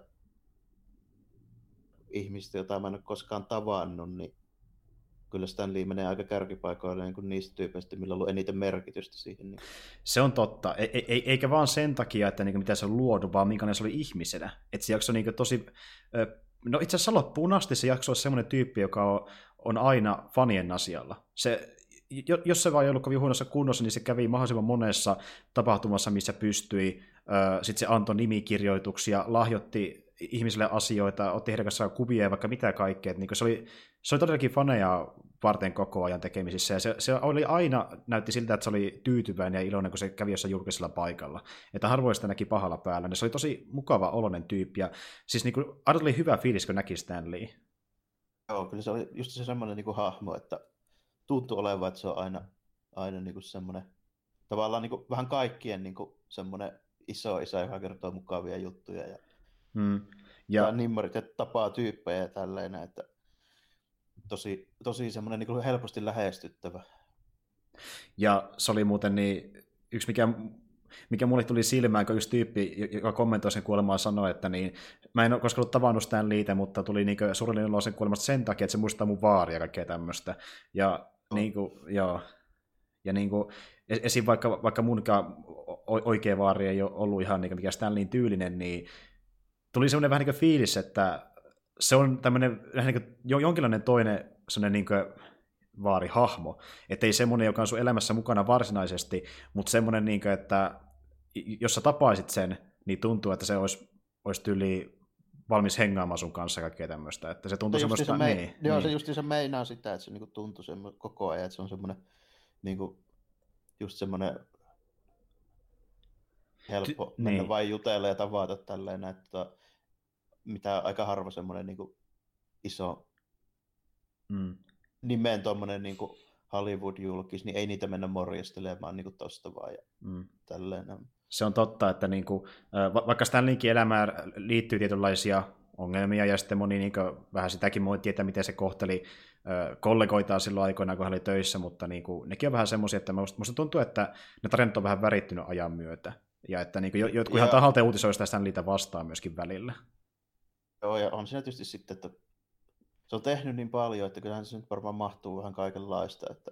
ihmistä, jota mä en ole koskaan tavannut, niin kyllä Stan Lee menee aika kärkipaikoille niin kuin niistä tyypeistä, millä on ollut eniten merkitystä siihen. Niin. Se on totta. Eikä vaan sen takia, että niin mitä se on luotu, vaan minkälainen se oli ihmisenä. Että se jakso niin tosi... No itse asiassa loppuun asti se jakso on semmoinen tyyppi, joka on aina fanien asialla. Jos se vaan ei ollut kovin huonossa kunnossa, niin se kävi mahdollisimman monessa tapahtumassa, missä pystyi. Sitten se antoi nimikirjoituksia, lahjoitti ihmisille asioita, otti heidän kanssaan kuvia ja vaikka mitä kaikkea. Niin se oli todellakin faneja varten koko ajan tekemisissä. Ja se oli aina, näytti siltä, että se oli tyytyväinen ja iloinen, kun se kävi jossain julkisella paikalla. Että harvoin sitä näki pahalla päällä. Se oli tosi mukava oloinen tyyppi. Ja siis niin kuin, aina tuli hyvä fiilis, kun näki Stan Lee. Joo, kyllä se oli just se semmoinen niin kuin hahmo, että tuntuu olevan, että se on aina niin kuin semmoinen, tavallaan niin kuin vähän kaikkien niin kuin semmoinen iso isä, joka kertoo mukavia juttuja. Ja nimmarit ja tapaa tyyppejä ja tälleen, että tosi semmoinen niin kuin helposti lähestyttävä. Ja se oli muuten niin, yksi mikä mulle tuli silmään, kun yksi tyyppi, joka kommentoi sen kuolemaa, sanoi, että niin, mä en ole koskaan ollut tavannut Stan Leetä, mutta tuli niin surullinen olo sen kuolemasta sen takia, että se muistaa mun vaaria ja kaikkea tämmöistä. Ja niin kuin, joo. Ja niin kuin, esim. Vaikka munkaan oikea vaari ei ole ollut ihan niin mikä Stan Leen tyylinen, niin tuli semmoinen vähän niin kuin fiilis, että se on tämmöinen vähän niin kuin jonkinlainen toinen semmoinen niin kuin vaarihahmo. Että ei semmoinen, joka on sun elämässä mukana varsinaisesti, mutta semmoinen, niin kuin, että jos sä tapaisit sen, niin tuntuu, että se olisi tyyli valmis hengaamaan sun kanssa kaikkea tämmöistä. Että se tuntuu semmoista... Se justiinsa meinaa sitä, että se niinku tuntuu koko ajan, että se on semmoinen niinku, just semmoinen helppo mennä vain jutella ja tavata tälleen, että mitä aika harva semmoinen niinku iso nimeen tuommoinen niinku Hollywood-julkis, niin ei niitä mennä morjestelemaan niinku tosta vaan ja tälleen. Se on totta, että niinku, vaikka Stan Leenkin elämään liittyy tietynlaisia ongelmia, ja sitten moni niinku, vähän sitäkin moittii, että miten se kohteli kollegoitaan silloin aikoinaan, kun hän oli töissä, mutta niinku, nekin on vähän semmoisia, että musta tuntuu, että ne tarinat on vähän värittynyt ajan myötä, ja että niinku, jotkut ihan tahalta uutisoi sitä Stan Leetä vastaan myöskin välillä. Joo, ja on siinä tietysti sitten, että se on tehnyt niin paljon, että kyllähän se nyt varmaan mahtuu vähän kaikenlaista, että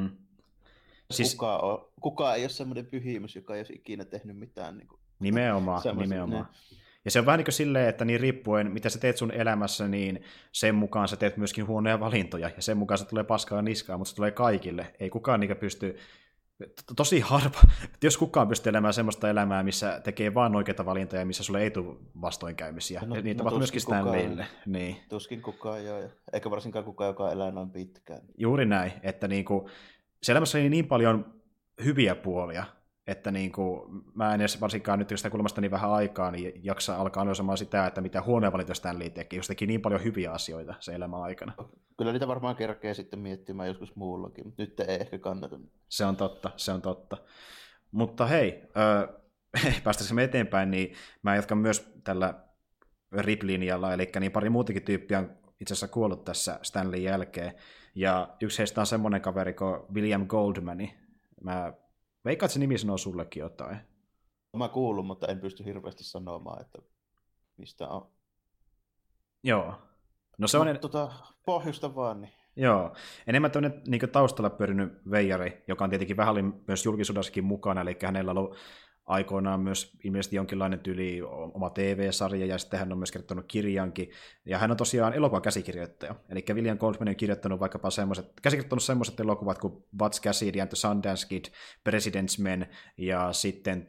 siis... kukaan ei ole semmoinen pyhimys, joka ei olisi ikinä tehnyt mitään. Niin kuin, nimenomaan. Ja se on vähän niin kuin silleen, että niin riippuen, mitä sä teet sun elämässä, niin sen mukaan sä teet myöskin huonoja valintoja, ja sen mukaan se tulee paskaa niskaa, mutta se tulee kaikille. Ei kukaan niin pysty, tosi harva, jos kukaan pystyy elämään semmoista elämää, missä tekee vaan oikeita valintoja, missä sulle ei tule vastoinkäymisiä. Niitä ovat myöskin Stan Leelle. Niin. Tuskin kukaan, joo. Eikä varsinkaan kukaan, joka elää noin pitkään. Juuri näin, että niinku, se elämässä oli niin paljon hyviä puolia, että niinku, mä en edes varsinkaan nyt, jos sitä kulmasta niin vähän aikaa, niin jaksa alkaa analysoimaan sitä, että mitä huonoja valintoja Stan Lee teki, jos teki niin paljon hyviä asioita se elämän aikana. Kyllä niitä varmaan kerkee sitten miettimään joskus muullakin, mutta nyt ei ehkä kannata. Se on totta. Mutta hei, päästäisimme eteenpäin, niin mä jatkan myös tällä RIP-linjalla, eli niin pari muutakin tyyppiä on itse asiassa kuollut tässä Stan Leen jälkeen, ja yksi heistä on semmoinen kaveri kuin William Goldman. Mä veikkaan, että se nimi sanoo sullekin jotain. Mä kuulun, mutta en pysty hirveästi sanomaan, että mistä on. Joo. No se on... pohjusta vaan. Niin. Joo. Enemmän tämmöinen niin taustalla pyörinyt veijari, joka on tietenkin vähän myös julkisuudessakin mukana, eli hänellä on ollut aikoinaan myös ilmeisesti jonkinlainen tyyli oma TV-sarja, ja sitten hän on myös kirjoittanut kirjankin, ja hän on tosiaan elokuvan käsikirjoittaja. Eli William Goldman on kirjoittanut vaikkapa semmoiset elokuvat kuin Butch Cassidy and the Sundance Kid, President's Men, ja sitten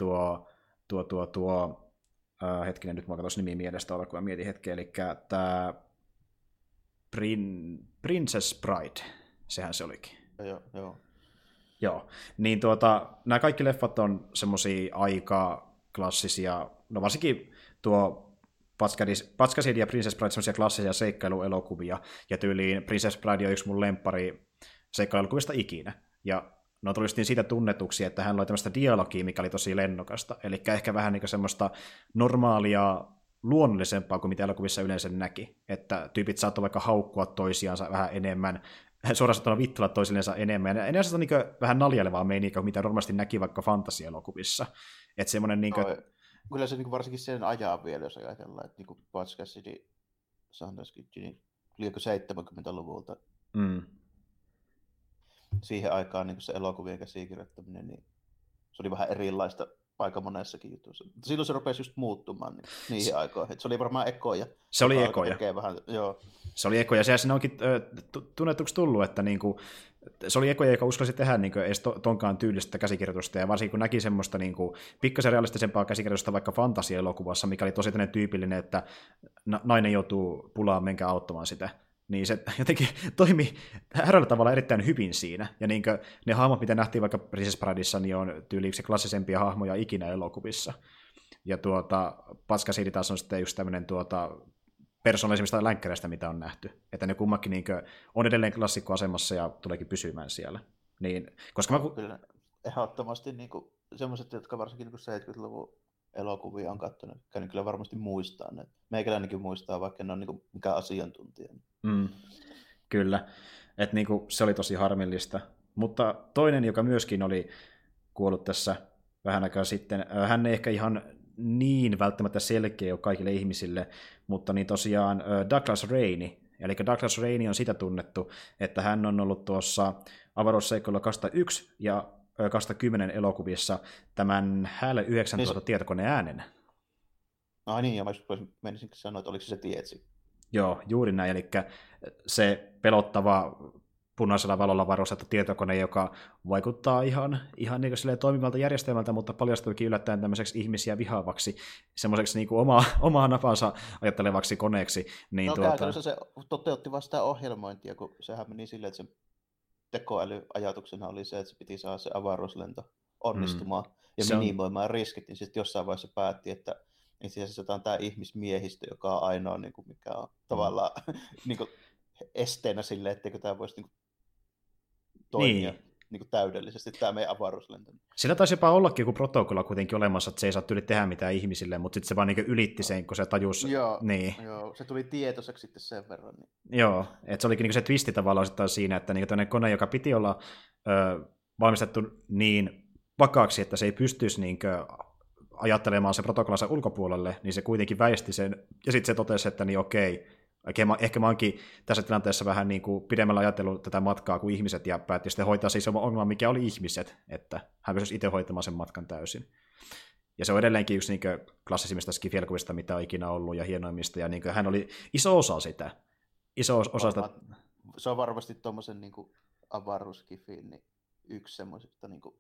hetkinen, nyt mulla katsoisi nimi mielestä alkuun, mietin hetken, eli tämä Princess Bride, sehän se olikin. Joo. Joo, niin nämä kaikki leffat on semmosia aika klassisia, no varsinkin tuo Butch Cassidy ja Princess Bride semmosia klassisia seikkailuelokuvia, ja tyyliin Princess Bride on yksi mun lemppari seikkailukuvista ikinä. Ja no tuli siitä tunnetuksi, että hän loi tämmöistä dialogia, mikä oli tosi lennokasta. Eli ehkä vähän niin semmoista normaalia, luonnollisempaa kuin mitä elokuvissa yleensä näki. Että tyypit saattoi vaikka haukkua toisiansa vähän enemmän, suorastaan vittella toisillensa enemmän. Ja enää se niin vähän naljailevaa meininkiä, mitä normaalisti näki vaikka fantasiaelokuvissa. Että semmoinen niin kuin... Kyllä se niin varsinkin sen ajan vielä, jos ajatellaan, että niin Butch Cassidy, Sundance Kid, niin liekö 70-luvulta. Siihen aikaan niin se elokuvien käsikirjoittaminen, niin se oli vähän erilaista aika monessakin jutussa. Silloin se rupesi just muuttumaan niihin aikoihin. Se oli varmaan ekoja. Se oli ekoja. Vähän, joo. Se oli ekoja. Se onkin tunnetuksi tullut, että niinku, se oli ekoja, joka uskalsi tehdä niinku, edes tonkaan tyylistä käsikirjoitusta. Ja varsinkin kun näki semmoista niinku, pikkasen realistisempaa käsikirjoitusta vaikka fantasiaelokuvassa, mikä oli tosi tyypillinen, että nainen joutuu pulaan, menkää auttamaan sitä. Niin se jotenkin toimi häröllä tavalla erittäin hyvin siinä. Ja niin ne hahmot, mitä nähtiin vaikka Princess Brideissa, niin on tyyliksi klassisempia hahmoja ikinä elokuvissa. Ja Butch Cassidy taas on sitten just tämmöinen persoonallisimmista länkkäreistä, mitä on nähty. Että ne kummakin niin on edelleen klassikkoasemassa ja tuleekin pysymään siellä. Niin, koska Kyllä ehdottomasti niin sellaiset, jotka varsinkin niin 70-luvun elokuvia on katsonut, niin kyllä varmasti muistaa ne. Meikäläinenkin muistaa, vaikka ne on niin mikään asiantuntija. Kyllä, että niin se oli tosi harmillista. Mutta toinen, joka myöskin oli kuollut tässä vähän aikaa sitten, hän ei ehkä ihan niin välttämättä selkeä ole kaikille ihmisille, mutta niin tosiaan Douglas Rainey. Eli Douglas Rainey on sitä tunnettu, että hän on ollut tuossa avaruusseikkailulla 2001 ja 2010 elokuvissa tämän HAL 9000 tietokoneäänen. Ai niin, ja mä menisin sanoa, että oliko se Tietsi. Joo, juuri näin, eli se pelottava punaisella valolla varustettu tietokone, joka vaikuttaa ihan niin kuin toimivalta järjestelmältä, mutta paljastuikin yllättäen tämmöiseksi ihmisiä vihaavaksi, semmoiseksi niin kuin omaa napansa ajattelevaksi koneeksi. Niin käytännössä se toteutti vasta ohjelmointia, kun sehän meni silleen, että sen tekoälyajatuksena oli se, että se piti saada se avaruuslento onnistumaan ja minimoimaan riskit, niin sitten jossain vaiheessa päätti, että itse asiassa tämä on tämä ihmismiehistö, joka on ainoa, niin kuin, mikä on tavallaan niin kuin esteenä sille, etteikö tämä voisi niin kuin toimia niin kuin täydellisesti, tämä meidän avaruuslento. Sillä taisi jopa ollakin joku protokolla kuitenkin olemassa, että se ei saa tehdä mitään ihmisille, mutta sitten se vaan niin ylitti sen, kun se tajusi. Joo, se tuli tietoiseksi sitten sen verran. Niin. Joo, että se olikin niin se twisti tavallaan osittain siinä, että niin tämmöinen kone, joka piti olla valmistettu niin vakaaksi, että se ei pystyisi niin ajattelemaan se protokollansa ulkopuolelle, niin se kuitenkin väisti sen, ja sitten se totesi, että niin okei, ehkä mä oonkin tässä tilanteessa vähän niin kuin pidemmällä ajatellut tätä matkaa kuin ihmiset, ja päätti sitten hoitaa siis ongelma, mikä oli ihmiset, että hän pystyisi itse hoitamaan sen matkan täysin. Ja se on edelleenkin yksi niin klassisimmista skifi-elokuvista, mitä on ikinä ollut, ja hienoimmista, ja niin hän oli iso osa sitä. Se on varmasti tuommoisen niin avaruuskifin niin yksi semmoisista niin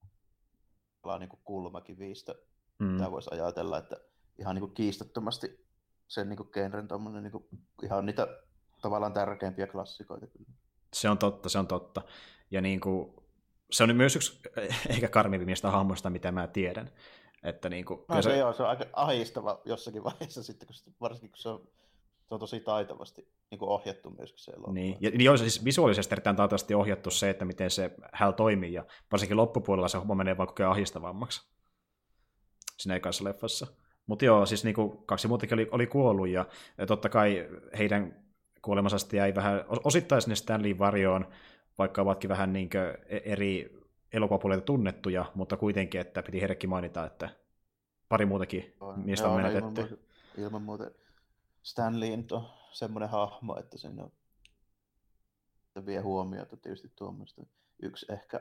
kulmakivistä. Tämä voisi ajatella, että ihan niin kuin kiistattomasti sen niin kuin genren tommoinen, niin kuin, ihan niitä tavallaan tärkeimpiä klassikoita. Se on totta. Ja niin kuin, se on myös yksi ehkä karmivimmista hahmoista, mitä mä tiedän. Että niin kuin, se on aika ahistava jossakin vaiheessa, sitten, varsinkin kun se on tosi taitavasti niin kuin ohjattu myöskin se elokuva. Niin, ja siis visuaalisesti erittäin taitavasti ohjattu se, että miten se HAL toimii, ja varsinkin loppupuolella se homma menee vaan kokea ahistavammaksi siinä ekassa leffassa. Mutta joo, siis niinku kaksi muutakin oli kuollut, ja totta kai heidän kuolemansa sitten jäi vähän osittain sinne Stanleyin varjoon, vaikka ovatkin vähän niinkö eri elokuvapuolelta tunnettuja, mutta kuitenkin, että piti heidätkin mainita, että pari muutakin miestä on menetetty. Ilman muuta Stanleyin on semmoinen hahmo, että sen on vie huomiota tietysti tuommoista. Yksi ehkä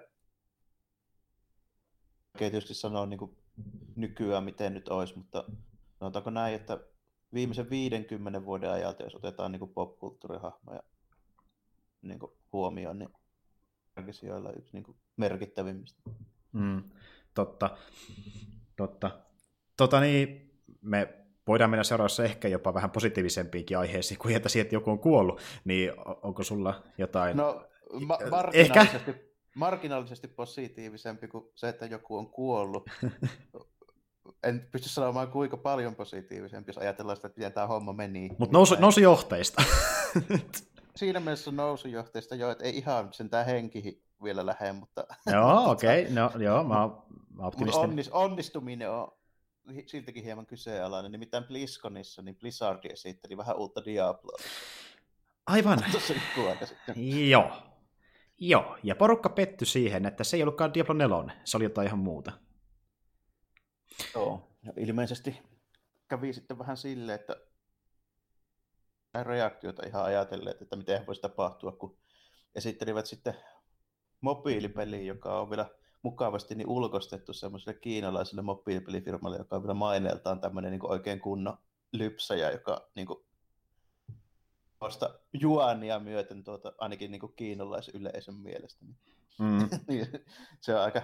tietysti sanoa niin kuin nykyään miten nyt olisi, mutta sanotaanko näin, että viimeisen 50 vuoden ajalta, jos otetaan niin kuin popkulttuurihahmoja niin kuin huomioon, niin Argesijoilla yksi niin kuin merkittävimmistä. Totta. Niin, me voidaan mennä seuraavassa ehkä jopa vähän positiivisempiinkin aiheisiin kuin että siihen, että joku on kuollut, niin onko sulla jotain? No, marginaalisesti positiivisempi kuin se, että joku on kuollut. En pysty sanomaan kuinka paljon positiivisempi, jos ajatellaan sitä, että miten tämä homma meni. Mutta nousi johtajista. siinä mielessä nousujohteista jo, että ei ihan sentään henki vielä lähde, mutta... Joo, okei. No, joo, mä oon optimistinen. Mutta onnistuminen on siltäkin hieman kyseenalainen. Nimittäin BlizzConissa niin Blizzard esitteli vähän uutta Diabloa. Aivan. Tuossa aika sitten. Joo, ja porukka pettyi siihen, että se ei ollutkaan Diablo 4, se oli jotain ihan muuta. Joo, ja ilmeisesti kävi sitten vähän silleen, että reaktiota ihan ajatelleet, että miten voisi tapahtua, kun esittelivät sitten mobiilipeliä, joka on vielä mukavasti niin ulkostettu semmoiselle kiinalaiselle mobiilipelifirmalle, joka on vielä maineeltaan tämmöinen niin oikein kunnon lypsäjä, joka niin kuin, vasta juania myöten ainakin niin kiinalaisyleisön mielestä. Niin, se on aika...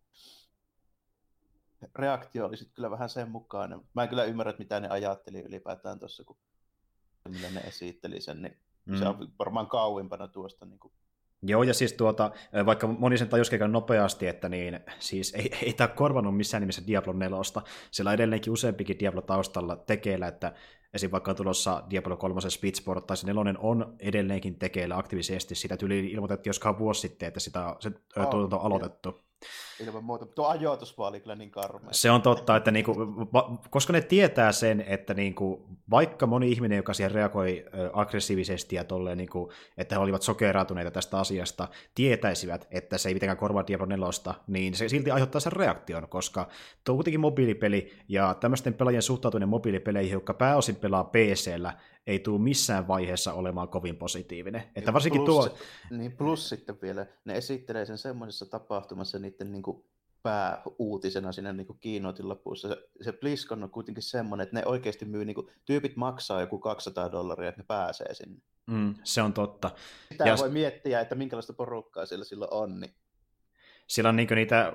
Reaktio oli sitten kyllä vähän sen mukainen. Mä en kyllä ymmärrä, että mitä ne ajatteli ylipäätään tuossa, kun millä ne esitteli sen, niin se on varmaan kauimpana tuosta. Niin kuin... Joo, ja siis vaikka moni sen tajusikin nopeasti, että niin, siis ei tämä korvannut missään nimessä Diablo 4. Siellä on edelleenkin useampikin Diablo taustalla tekeillä, että esim. Vaikka on tulossa Diablo 3 Speedsport, tai se 4 on edelleenkin tekeillä aktiivisesti. Sitä tyyli ilmoitettiin joskaan vuosi sitten, että se tuotanto on aloitettu. Ilman muuta, tuo ajoitus vaan oli kyllä niin karmea. Se on totta, että niinku, koska ne tietää sen, että niinku, vaikka moni ihminen, joka siihen reagoi aggressiivisesti ja tolleen, niinku, että he olivat sokeraatuneita tästä asiasta, tietäisivät, että se ei mitenkään korvaa Diablo 4, niin se silti aiheuttaa sen reaktion, koska tuo on kuitenkin mobiilipeli, ja tämmöisten pelaajien suhtautuminen mobiilipeleihin, jotka pääosin pelaa PC-llä, ei tule missään vaiheessa olemaan kovin positiivinen. Että varsinkin plus sitten vielä, ne esittelee sen semmoisessa tapahtumassa niiden niin kuin pääuutisena siinä niin kuin keynotein lopussa. Se BlizzCon on kuitenkin semmoinen, että ne oikeasti myy, niin kuin, tyypit maksaa joku $200, että ne pääsee sinne. Se on totta. Sitä voi miettiä, että minkälaista porukkaa siellä silloin on. Niin. Siellä on niitä,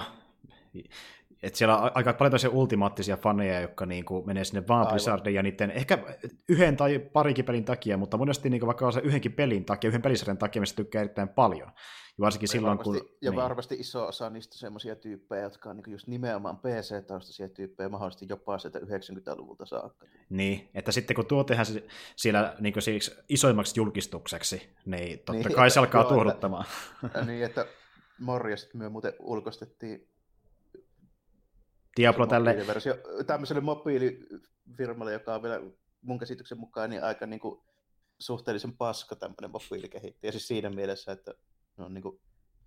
että siellä on aika paljon toisia ultimaattisia faneja, jotka niinku menee sinne vaan Blizzardin ja niiden ehkä yhden tai parikin pelin takia, mutta monesti niinku vaikka se yhdenkin pelin takia, yhden pelisarjan takia, mistä tykkää erittäin paljon. Ja varsinkin silloin, varmasti iso osa niistä semmoisia tyyppejä, jotka on niinku just nimenomaan PC-taustaisia tyyppejä, mahdollisesti jopa sieltä 90-luvulta saakka. Niin, että sitten kun tuo tehdään siellä niinku isoimmaksi julkistukseksi, niin totta kai se alkaa tuohduttamaan. Niin, että morjesta me muuten ulkostettiin Diablo tämmöiselle mobiilifirmalle, joka on vielä mun käsityksen mukaan niin aika niin kuin suhteellisen paska tämmöinen mobiilikehittäjä. Siis siinä mielessä, että ne on niin kuin,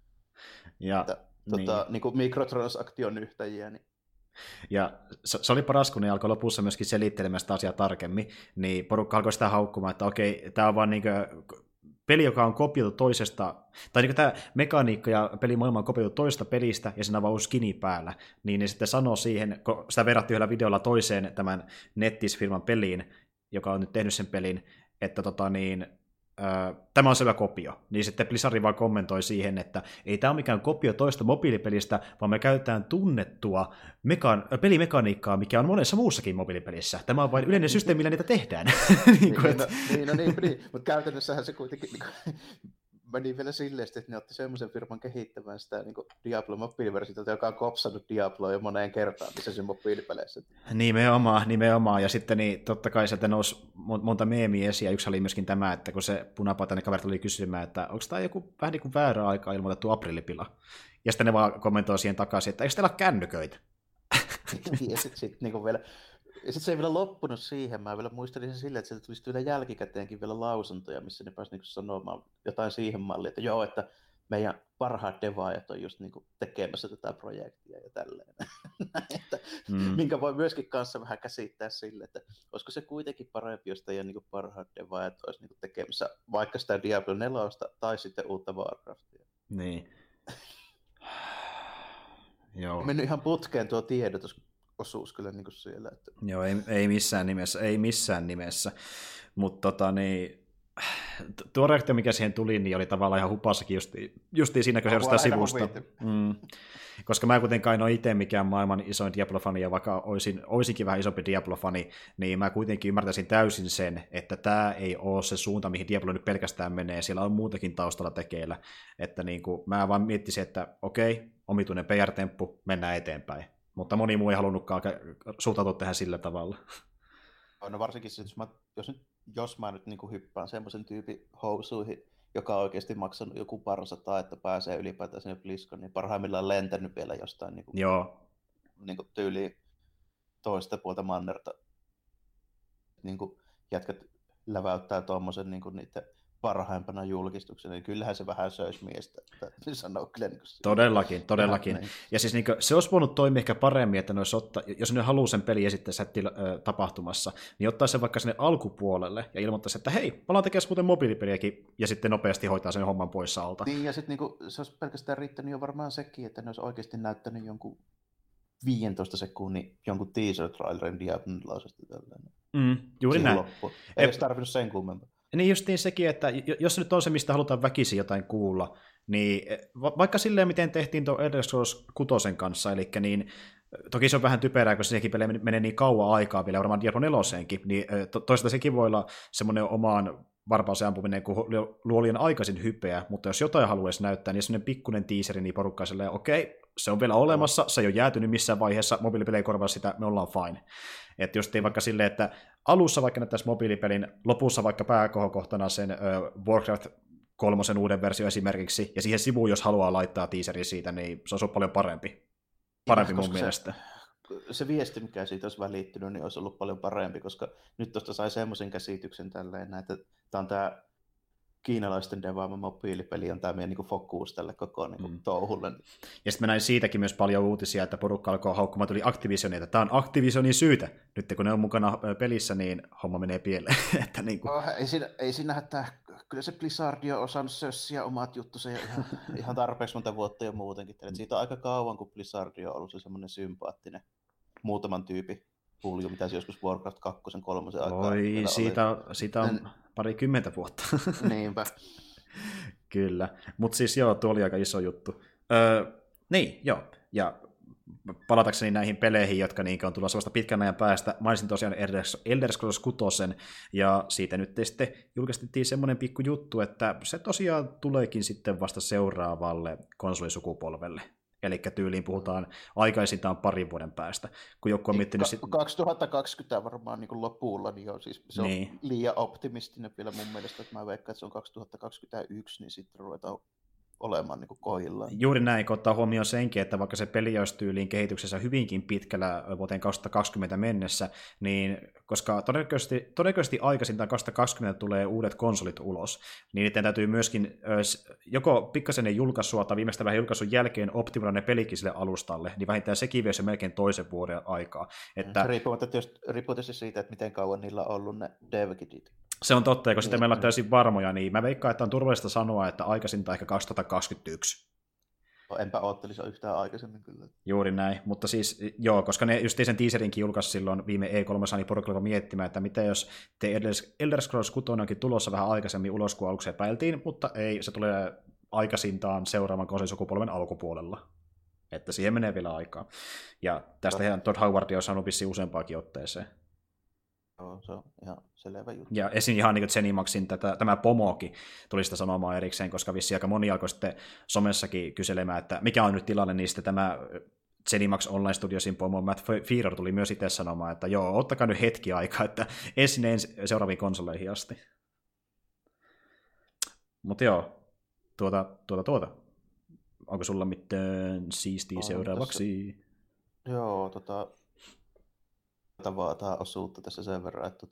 niin kuin mikrotransaction yhtäjiä. Niin. Ja se oli paras, kun ne alkoi lopussa myöskin selittelemään sitä asiaa tarkemmin, niin porukka alkoi sitä haukkumaan, että okei, tämä on vaan niin kuin peli, joka on kopioitu toisesta, tai niin tämä mekaniikka ja pelimaailma on kopioitu toisesta pelistä, ja siinä on vaan uusi skini päällä, niin ne sitten sanoo siihen, kun sitä verrattiin yhdellä videolla toiseen tämän NetEase-firman peliin, joka on nyt tehnyt sen pelin, että tämä on selvä kopio. Niin sitten Blizzard vaan kommentoi siihen, että ei tämä ole mikään kopio toista mobiilipelistä, vaan me käytetään tunnettua pelimekaniikkaa, mikä on monessa muussakin mobiilipelissä. Tämä on vain yleinen systeemi, millä niitä tehdään. niin, mutta käytännössähän se kuitenkin meni vielä silleen, että ne otti semmoisen firman kehittämään sitä niin Diablo-mobiiliversiota, joka on kopsannut Diabloa jo moneen kertaan, missä se mobiilipeleissä. Nimenomaan. Ja sitten niin, totta kai sieltä nousi monta meemiä esiin, ja yksi oli myöskin tämä, että kun se punapatainen kaveri tuli kysymään, että onko tämä joku vähän niin kuin väärä aika ilmoitettu aprillipila. Ja sitten ne vaan kommentoi siihen takaisin, että eikö teillä ole kännyköitä? Ja sitten niin vielä... Ja sitten se ei vielä loppunut siihen. Mä vielä muistelin sen silleen, että sieltä tulisi vielä jälkikäteenkin vielä lausuntoja, missä ne pääsivät sanomaan jotain siihen malliin, että joo, että meidän parhaat devaajat on just niinku tekemässä tätä projektia ja tälleen. Minkä voi myöskin kanssa vähän käsittää sille, että olisiko se kuitenkin parempi, jos teidän niinku parhaat devaajat olisi niinku tekemässä vaikka sitä Diablo 4 tai sitten uutta Warcraftia. Niin. Joo. Mennyt ihan putkeen tuo tiedotusosuus kyllä niin kuin siellä. Että... Joo, ei missään nimessä. Mutta tuo reaktio, mikä siihen tuli, niin oli tavallaan ihan hupassakin justiin siinä, kun seurasi sitä sivusta. Koska mä kuitenkaan en ole itse mikään maailman isoin Diablo-fani, ja vaikka olisinkin vähän isompi Diablo-fani, niin mä kuitenkin ymmärtäisin täysin sen, että tämä ei ole se suunta, mihin Diablo nyt pelkästään menee. Siellä on muutakin taustalla tekeillä. Että niin kuin, mä vaan miettisin, että okei, omituinen PR-temppu, mennään eteenpäin. Mutta moni muu ei halunnutkaan suhtautua tähän sillä tavalla. No varsinkin, jos nyt jos mä nyt niin kuin hyppään semmoisen tyypin housuihin, joka on oikeasti maksanut joku pari sataa, että pääsee ylipäätään sinne BlizzCon, niin parhaimmillaan lentänyt vielä jostain Joo. Niin kuin tyyliin toista puolta mannerta. Niin kuin jätkät läväyttää tuommoisen niin niiden parhaimpana julkistuksena, niin kyllähän se vähän söisi miestä, että sanoo kyllä. Niin Todellakin. Ja siis niin kuin, se olisi voinut toimia ehkä paremmin, että jos ne haluaa sen pelin esittää tapahtumassa, niin ottaisi sen vaikka sinne alkupuolelle ja ilmoittaisi, että hei, me ollaan tekemässä muuten mobiilipeliäkin, ja sitten nopeasti hoitaa sen homman pois alta. Niin, ja sitten niin se olisi pelkästään riittänyt jo varmaan sekin, että ne olisi oikeasti näyttänyt jonkun 15 sekunnin jonkun teaser-trailerin Diablo-lausesta tällainen. Juuri näin. Ei olisi tarvinnut sen kummempaa. Niin justiin sekin, että jos nyt on se, mistä halutaan väkisin jotain kuulla, niin vaikka silleen, miten tehtiin tuon Elder Scrolls 6 kanssa, eli niin, toki se on vähän typerää, kun sekin peli menee niin kauan aikaa vielä, varmaan Diablo 4:eenkin, niin toisaalta sekin voi olla semmoinen omaan varpaaseen ampuminen, kun luo liian aikaisin hypeä, mutta jos jotain haluaisi näyttää, niin semmoinen pikkuinen teaseri, niin porukka silleen, okei, se on vielä olemassa, se ei ole jäätynyt missään vaiheessa, mobiilipeli ei korvaa sitä, me ollaan fine. Että just vaikka silleen, että alussa vaikka näyttäisi mobiilipelin, lopussa vaikka pääkohokohtana sen Warcraft 3 uuden versio esimerkiksi, ja siihen sivuun, jos haluaa laittaa teaseria siitä, niin se on paljon parempi mun mielestä. Se viesti, mikä siitä olisi välittynyt, niin olisi ollut paljon parempi, koska nyt tuosta sai semmoisen käsityksen tälleen, että tämä on tämä kiinalaisten devaama mobiilipeli, on tämä meidän niin fokus tälle koko niin touhulle. Ja sitten mä näin siitäkin myös paljon uutisia, että porukka alkoi haukkumaan tuli Activisionia, että tämä on Activisionin syytä. Nyt kun ne on mukana pelissä, niin homma menee pieleen. Että niin kuin... ei siinä hätää. Kyllä se Blizzard on osannut sössiä omat juttuja ihan tarpeeksi monta vuotta jo muutenkin. Et siitä on aika kauan, kun Blizzard on ollut se semmoinen sympaattinen muutaman tyypin pulju, mitä se joskus Warcraft 2, 3 aikaa. Oi, siitä on parikymmentä vuotta. Niinpä. Kyllä, mutta siis joo, tuo oli aika iso juttu. Niin, joo, ja palatakseni näihin peleihin, jotka niin on tulossa vasta pitkän ajan päästä, mainitsin tosiaan Elder Scrolls 6, ja siitä nyt sitten julkaistettiin semmoinen pikku juttu, että se tosiaan tuleekin sitten vasta seuraavalle konsolisukupolvelle. Eli tyyliin puhutaan aikaisintaan parin vuoden päästä. Kun joku on miettinyt 2020 varmaan niin lopulla, niin siis se on liian optimistinen vielä mun mielestä, että mä veikkaan, että se on 2021, niin sitten ruvetaan olemaan niin kohdillaan. Juuri näin, kun ottaa huomioon senkin, että vaikka se peli olisi tyyliin kehityksessä hyvinkin pitkällä vuoteen 2020 mennessä, niin koska todennäköisesti aikaisintaan 2020 tulee uudet konsolit ulos, niin niiden täytyy myöskin joko pikkasen julkaisua tai viimeistä vähän julkaisun jälkeen optimoida ne pelikin sille alustalle, niin vähintään sekin vie se melkein toisen vuoden aikaa. Että... Riippumatta siitä, että miten kauan niillä on ollut ne dev-kitit. Se on totta, ja kun sitten meillä on täysin varmoja, niin mä veikkaan, että on turvallista sanoa, että aikaisintaan ehkä 2021. Enpä oottelisi yhtään aikaisemmin kyllä. Juuri näin, mutta siis joo, koska ne just sen teaserinkin julkaisi silloin viime E3, niin porukalla miettimään, että mitä jos Elder Scrolls 6 onkin tulossa vähän aikaisemmin ulos kuin aluksi epäiltiin, mutta ei, se tulee aikaisintaan seuraavan konsolisukupolven alkupuolella. Että siihen menee vielä aikaa. Ja tästä Todd Howard on saanut vissiin useampaakin otteeseen. Joo, se on ihan selvä juttu. Ja esim. Ihan niin kuin Zenimaxin tämä pomokin tuli sitä sanomaan erikseen, koska vissiin aika moni alkoi sitten somessakin kyselemään, että mikä on nyt tilanne, niin sitten tämä Zenimax Online Studiosin pomo Matt Firor tuli myös itse sanomaan, että joo, ottakaa nyt hetki aikaa, että sinne seuraaviin konsoleihin asti. Mutta joo, onko sulla mitään siistiä seuraavaksi? Tässä... Joo, tavataan osuutta tässä sen verran, että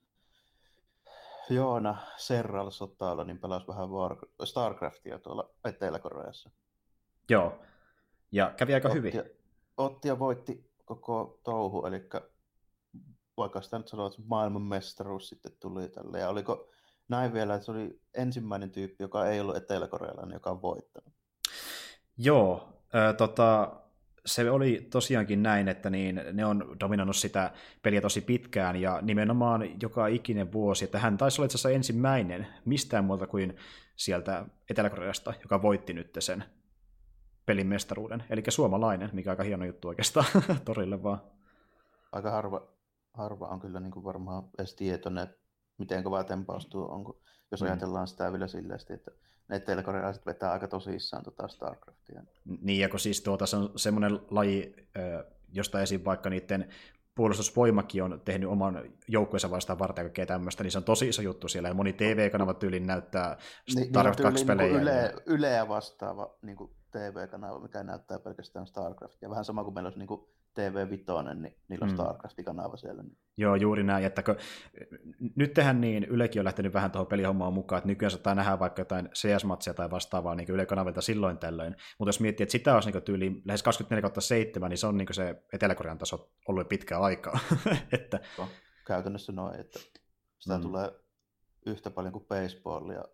Joona Serral Sotalla niin pelasi vähän StarCraftia tuolla Etelä-Koreassa. Joo, ja kävi aika hyvin. Otti ja voitti koko touhu, eli vaikka sitä nyt sanoa, että maailmanmestaruus sitten tuli tälle. Ja oliko näin vielä, että se oli ensimmäinen tyyppi, joka ei ollut etelä-korealainen, joka on voittanut? Joo, se oli tosiaankin näin, että niin, ne on dominoinut sitä peliä tosi pitkään ja nimenomaan joka ikinen vuosi, että hän taisi olla itse asiassa ensimmäinen mistään muuta kuin sieltä Etelä-Koreasta, joka voitti nyt sen pelin mestaruuden, eli suomalainen, mikä on aika hieno juttu oikeastaan torille vaan. Aika harva on kyllä niin kuin varmaan edes tietoinen, miten kova tempaus tuo on, jos ajatellaan sitä vielä silleen, että ne etelä-korealaiset vetää aika tosissaan StarCraftia. Niin, ja kun siis se on semmoinen laji, josta esim. Vaikka niiden puolustusvoimakin on tehnyt oman joukkueensa vastaan varten ja kaikkea tämmöistä, niin se on tosi iso juttu siellä, ja moni TV-kanava tyyliin näyttää StarCraft 2-pelejä. Niin Yleä vastaava niin TV-kanava, mikä näyttää pelkästään StarCraftia. Vähän sama kuin meillä olisi niin TV5, niin niillä on StarCraft-kanava siellä. Niin. Joo, juuri näin. Että nyt tehän niin Ylekin on lähtenyt vähän tuohon pelihommaan mukaan, että nykyään saattaa nähdä vaikka jotain CS-matsia tai vastaavaa niin Yle-kanavilta silloin tällöin. Mutta jos miettii, että sitä olisi niin tyyliin lähes 24/7, niin se on niin se Etelä-Korean taso ollut pitkään aikaa. että... no, käytännössä noin, että sitä tulee yhtä paljon kuin baseballia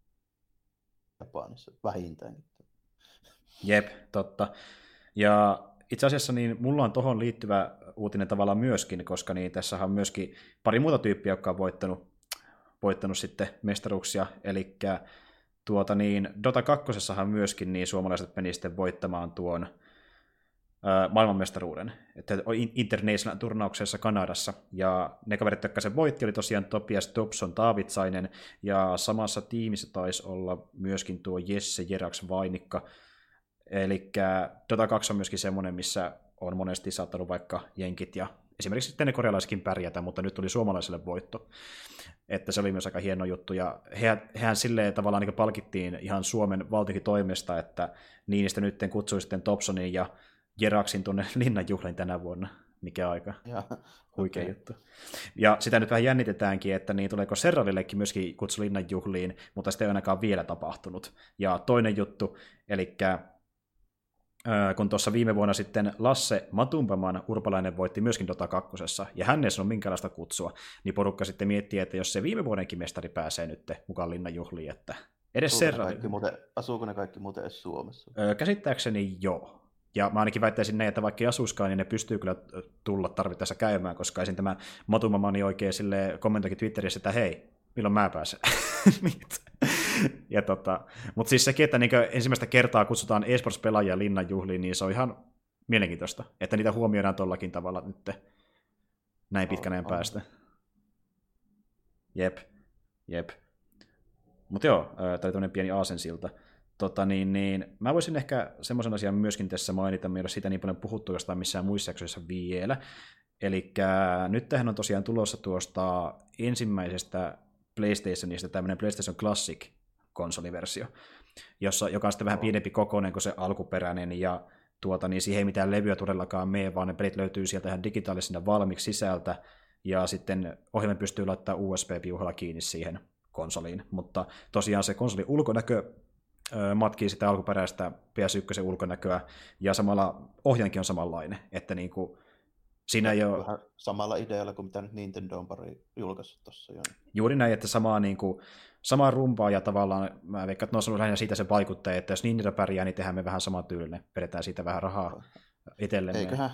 Japanissa, vähintäänkin. Jep, totta. Ja itse asiassa niin mulla on tohon liittyvä uutinen tavallaan myöskin, koska niin tässä on myöskin pari muuta tyyppiä, jotka on voittanut sitten mestaruuksia, eli Dota 2 myöskin niin suomalaiset meni sitten voittamaan tuon maailmanmestaruuden, että International-turnauksessa Kanadassa, ja ne kaverit, jotka se voitti, oli tosiaan Topias Dobson Taavitsainen, ja samassa tiimissä taisi olla myöskin tuo Jesse Jerax Vainikka, eli Dota 2 on myöskin semmoinen, missä on monesti saattanut vaikka jenkit ja esimerkiksi sitten ne korealaisikin pärjätä, mutta nyt tuli suomalaiselle voitto. Että se oli myös aika hieno juttu, ja hehän silleen tavallaan niin palkittiin ihan Suomen valtionkin toimesta, että Niinistö nyt kutsui sitten Thompsonin ja Jeraxin tuonne linnanjuhliin tänä vuonna, mikä aika huikea juttu. Ja sitä nyt vähän jännitetäänkin, että niin tuleeko Serralillekin myöskin kutsu linnanjuhliin, mutta sitä ei ainakaan vielä tapahtunut. Ja toinen juttu, eli kun tuossa viime vuonna sitten Lasse Matumbaman urpalainen voitti myöskin Dota 2, ja hän ei sanonut minkäänlaista kutsua, niin porukka sitten miettii, että jos se viime vuodenkin mestari pääsee nyt mukaan linnanjuhliin, että edes asuuko ne kaikki muuten edes Suomessa? Käsittääkseni joo. Ja mä ainakin väittäisin näin, että vaikka ei asuiskaan, niin ne pystyy kyllä tulla tarvittaessa käymään, koska esim. Tämä Matumamani oikein kommentoikin Twitterissä, että hei, milloin mä pääsen? Mutta siis sekin, että niinku ensimmäistä kertaa kutsutaan eSports-pelaajia linnanjuhliin, niin se on ihan mielenkiintoista, että niitä huomioidaan tollakin tavalla nyt näin pitkän ajan päästä. Jep. Mutta joo, tämä oli tämmöinen pieni aasensilta. Mä voisin ehkä semmoisen asian myöskin tässä mainita, me ei ole siitä niin paljon puhuttu jostain missään muissa jaksoissa vielä. Eli nyt tähän on tosiaan tulossa tuosta ensimmäisestä PlayStationista tämmöinen PlayStation Classic-konsoliversio, joka on sitten vähän pienempi kokoinen kuin se alkuperäinen, ja niin siihen ei mitään levyä todellakaan mene, vaan ne pelit löytyy sieltä ihan digitaalisena valmiiksi sisältä, ja sitten ohjelman pystyy laittamaan USB-piuhalla kiinni siihen konsoliin, mutta tosiaan se konsolin ulkonäkö matkii sitä alkuperäistä PS1 ulkonäköä, ja samalla ohjainkin on samanlainen, että niinku siinä ei ole... Vähän samalla idealla kuin mitä nyt Nintendo on pari julkaissut tuossa jo. Juuri näin, että samaa rumpaa, ja tavallaan mä veikkaan, että ne on sanonut lähinnä siitä se vaikuttaa, että jos Nintendo pärjää, niin tehdään me vähän saman tyylinen, vedetään siitä vähän rahaa itsellemme. Eiköhän.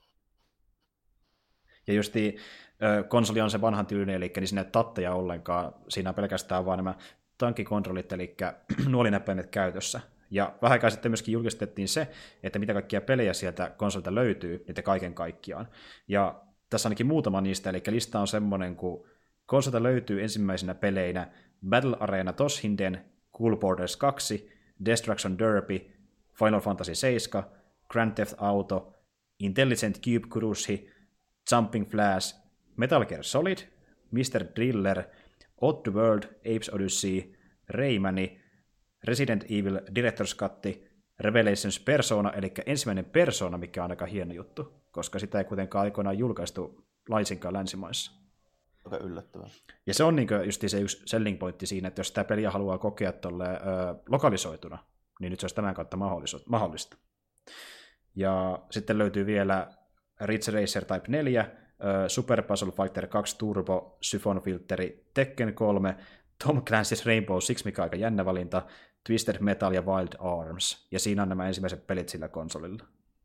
Ja justiin konsoli on se vanhan tyylinen, eli niin siinä ei tatteja ollenkaan, siinä on pelkästään vaan nämä tankkikontrollit, eli nuolinäppäimet käytössä. Ja vähän aikaa sitten myöskin julkistettiin se, että mitä kaikkia pelejä sieltä konsolilta löytyy, niitä kaiken kaikkiaan. Ja tässä ainakin muutama niistä, eli lista on semmoinen, kun konsolilta löytyy ensimmäisenä peleinä Battle Arena Toshinden, Cool Borders 2, Destruction Derby, Final Fantasy 7, Grand Theft Auto, Intelligent Cube Cruise, Jumping Flash, Metal Gear Solid, Mr. Driller, Odd World, Apes Odyssey, Raymani, Resident Evil Director's Cut, Revelations Persona, eli ensimmäinen Persona, mikä on aika hieno juttu, koska sitä ei kuitenkaan aikoinaan julkaistu laisinkaan länsimaissa. Aika yllättävää. Ja se on niin just se yksi selling pointti siinä, että jos sitä peliä haluaa kokea lokalisoituna, niin nyt se olisi tämän kautta mahdollista. Ja sitten löytyy vielä Ridge Racer Type 4, Super Puzzle Fighter 2 Turbo, Syphon Filteri, Tekken 3, Tom Clancy's Rainbow Six, mikä on aika jännä valinta, Twisted Metal ja Wild Arms. Ja siinä on nämä ensimmäiset pelit sillä konsolilla.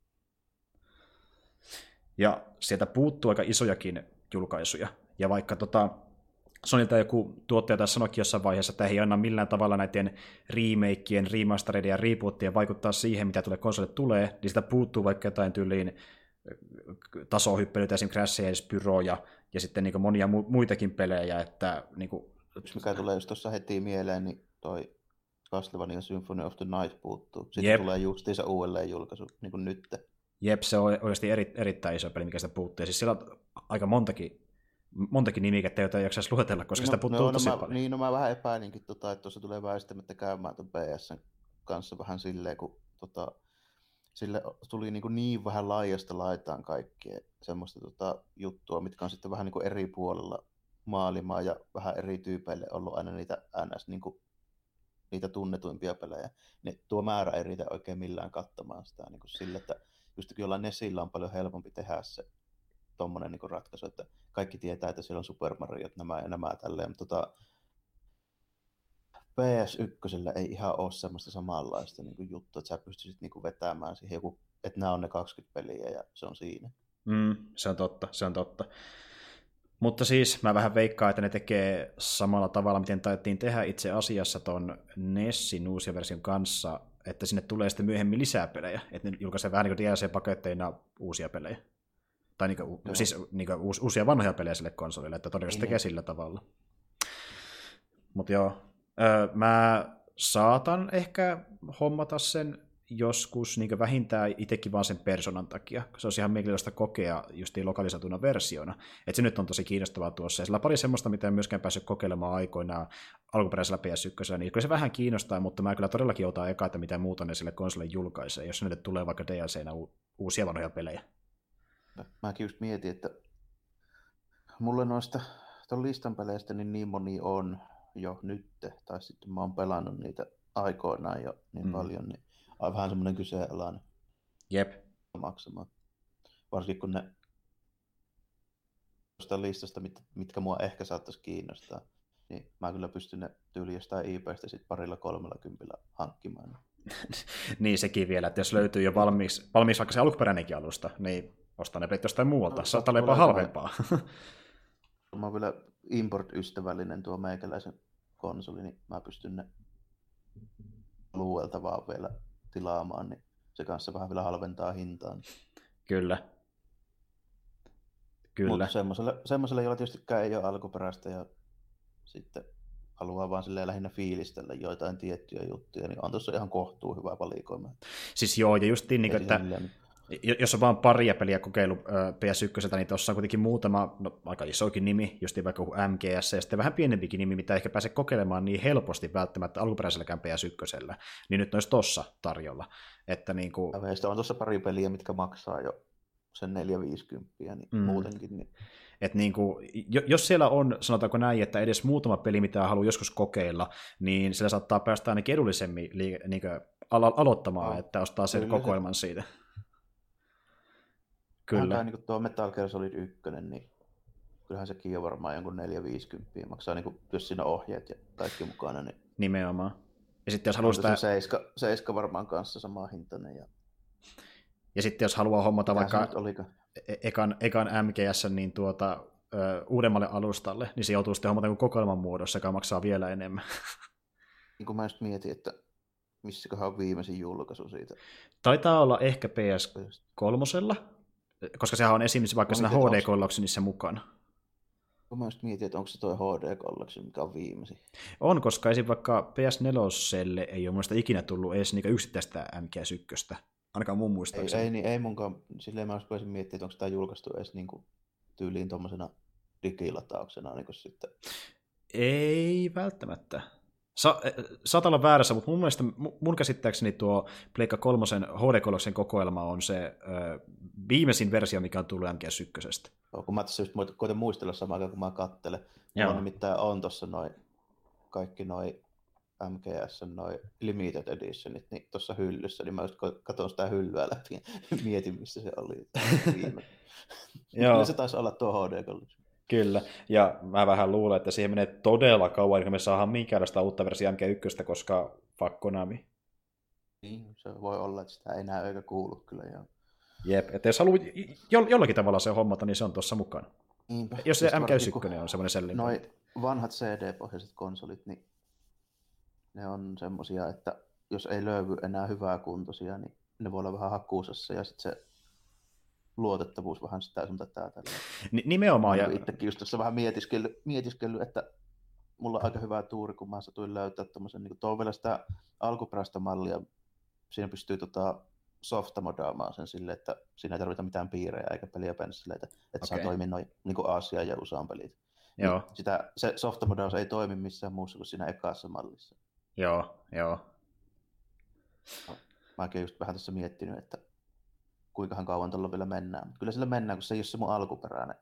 Ja sieltä puuttuu aika isojakin julkaisuja. Ja vaikka Sonylta joku tuottaja taas sanoikin jossain vaiheessa, että he ei anna millään tavalla näiden remakeien, remastereiden ja reboottien vaikuttaa siihen, mitä konsolille tulee, niin sitä puuttuu vaikka jotain tyyliin tasohyppelyitä, esimerkiksi Crash ja Spyroja, ja sitten niin monia muitakin pelejä, että niin kuin... Mikä tulee just tuossa heti mieleen, niin toi Castlevania Symphony of the Night puuttuu. Sitten tulee justiinsa uudelleen julkaisu, niin kuin nyt. Jep, se on oikeasti erittäin iso peli, mikä sitä puuttuu. Ja siis siellä on aika montakin nimikettä, joita ei jaksaisi luetella, koska sitä puuttuu tosi paljon. Niin, no mä vähän epäilinkin, että tuossa tulee väistämättä käymään tuon PS:n kanssa vähän silleen, kun sille tuli niin vähän laajasta laitaan kaikkea semmoista juttua, mitkä on sitten vähän niin kuin eri puolella maailmaa ja vähän eri tyypeille ollut aina niitä NS niin kuin niitä tunnetuimpia pelejä. Tuo määrä ei riitä oikein millään kattamaan sitä niin kuin sille, että just jollain Nesillä on paljon helpompi tehdä se tommonen niin kuin ratkaisu, että kaikki tietää, että siellä on Super Mario, nämä ja nämä tälleen, mutta PS1 ei ihan ole semmoista samanlaista niin kuin juttua, että sä pystyisit niin kuin vetämään siihen joku, että nämä on ne 20 peliä ja se on siinä. Se on totta. Mutta siis mä vähän veikkaan, että ne tekee samalla tavalla, miten taidettiin tehdä itse asiassa ton Nessin uusia version kanssa, että sinne tulee sitten myöhemmin lisää pelejä, että ne julkaisee vähän niin kuin DLC-paketteina uusia pelejä. Tai siis uusia vanhoja pelejä sille konsolille, että todennäköisesti tekee sillä tavalla. Mutta joo, mä saatan ehkä hommata sen joskus niin vähintään itsekin vaan sen persoonan takia, se olisi ihan mielenkiintoista kokea justiin lokalisoituna versiona. Että se nyt on tosi kiinnostavaa tuossa. Ja sillä on pari semmoista, mitä en myöskään päässyt kokeilemaan aikoinaan alkuperäisellä PS1, niin kyllä se vähän kiinnostaa, mutta mä kyllä todellakin otan eka, että mitä muuta ne sille konsolille julkaisee, jos ne tulee vaikka DLC:nä uusia vanhoja pelejä. Mäkin just mietin, että mulle noista ton listan peleistä niin moni on jo nyt, tai sitten mä oon pelannut niitä aikoinaan jo niin paljon, niin on vähän semmoinen kyseenalainen. Jep. Maksamaan. Varsinkin kun ne jostain listasta, mitkä mua ehkä saattaisi kiinnostaa, niin mä kyllä pystyn ne tyyli jostain eBaystä sit 2-30 hankkimaan. Niin sekin vielä, että jos löytyy jo valmiiksi vaikka se alkuperäinenkin alusta, niin ostaa ne pelit jostain muualta. Saattaa olla jopa halvempaa. Mä oon vielä import-ystävällinen tuo meikäläisen konsoli, niin mä pystyn ne luuelta vaan vielä tilaamaan, niin se kanssa vähän vielä halventaa hintaa. Kyllä. Mutta semmoiselle, jolla tietystikään ei ole alkuperäistä ja sitten haluaa vaan silleen lähinnä fiilistellä joitain tiettyjä juttuja, niin on tuossa ihan kohtuu hyvä valikoima. Siis joo, ja just niin, että jos on vaan paria peliä kokeilu PS1, niin tuossa on kuitenkin muutama, aika isokin nimi, just vaikka MGS, ja sitten vähän pienempikin nimi, mitä ehkä pääse kokeilemaan niin helposti välttämättä alkuperäiselläkään PS1, niin nyt ne olisi tossa tarjolla. Että niin kuin... Meistä on tuossa pari peliä, mitkä maksaa jo sen 450, niin muutenkin. Niin... Että niin kuin, jos siellä on, sanotaanko näin, että edes muutama peli, mitä haluaa joskus kokeilla, niin siellä saattaa päästä ainakin edullisemmin niin aloittamaan, että ostaa sen kokoelman siitä. Kyllä. Niin kuin tuo Metal Gear Solid 1, niin kyllähän sekin on varmaan jonkun 450 maksaa, niin kuin, jos siinä on ohjeet ja kaikki mukana. Niin... Nimenomaan. Ja sitten jos haluaa sitä... Seiska varmaan kanssa samaa hintainen. Ja sitten jos haluaa hommata vaikka ekan MGS niin uudemmalle alustalle, niin se joutuu sitten hommata kokoelman muodossa, joka maksaa vielä enemmän. Niin kuin mä just mietin, että missäköhän on viimeisin julkaisu siitä. Taitaa olla ehkä PS3, koska sehän on esimerkiksi vaikka siinä HD Collectionissa mukana. Kun mä just mietin, että onko se toi HD Collection, mikä on viimeisin. On, koska esim. Vaikka PS4 ei ole muista ikinä tullut edes niinku yksittäistä MGS1, ainakaan mun muistaakseni. Ei munkaan, silleen mä voisin miettiä, että onko tämä julkaistu edes niinku tyyliin tuommoisena digilatauksena niin sitten. Ei välttämättä. Saattaa olla väärässä, mutta mun käsittääkseni tuo Pleikka 3 HD Collection kokoelma on se viimeisin versio, mikä on tullut MGS1. Kun mä tässä just koitan muistella samaan aikaan, kun mä katselen. Mulla nimittäin on tuossa kaikki MGS, Limited Editionit, niin tuossa hyllyssä, niin mä just katson sitä hyllyä läpi ja mietin, missä se oli viime. Kyllä se taisi olla tuo HD Collection. Kyllä, ja mä vähän luulen, että siihen menee todella kauan, kun me saadaan minkäänlaista uutta versio MG1, koska fuck Konami. Niin, se voi olla, että sitä ei näy eikä kuulu kyllä. Ja... Jep, että jos haluaa jollakin tavalla se hommata, niin se on tuossa mukana. Niinpä. Jos se MG1 on semmoinen selling. Noi vanhat CD-pohjaiset konsolit, niin ne on semmosia, että jos ei löydy enää hyvää kuntoisia, niin ne voi olla vähän hakuusassa ja sitten se luotettavuus vähän sitä sun tätä. Nimenomaan. Ja... Itsekin just tässä vähän mietiskellyt, että mulla on aika hyvä tuuri, kun mä satuin löytää tommosen, niin tuo on vielä sitä alkuperäistä mallia. Siinä pystyy softamodaamaan sen silleen, että siinä ei tarvita mitään piirejä eikä peliä-pensseleitä, että saa Okei. toimia noin niin kuin Aasia ja USAn pelit. Joo. Niin se softamodaus ei toimi missään muussa kuin siinä ekassa mallissa. Joo. No, mäkin just vähän tässä miettinyt, että kuinkahan kauan tuolla vielä mennään. Mutta kyllä sillä mennään, kun se ei ole se mun alkuperäinen.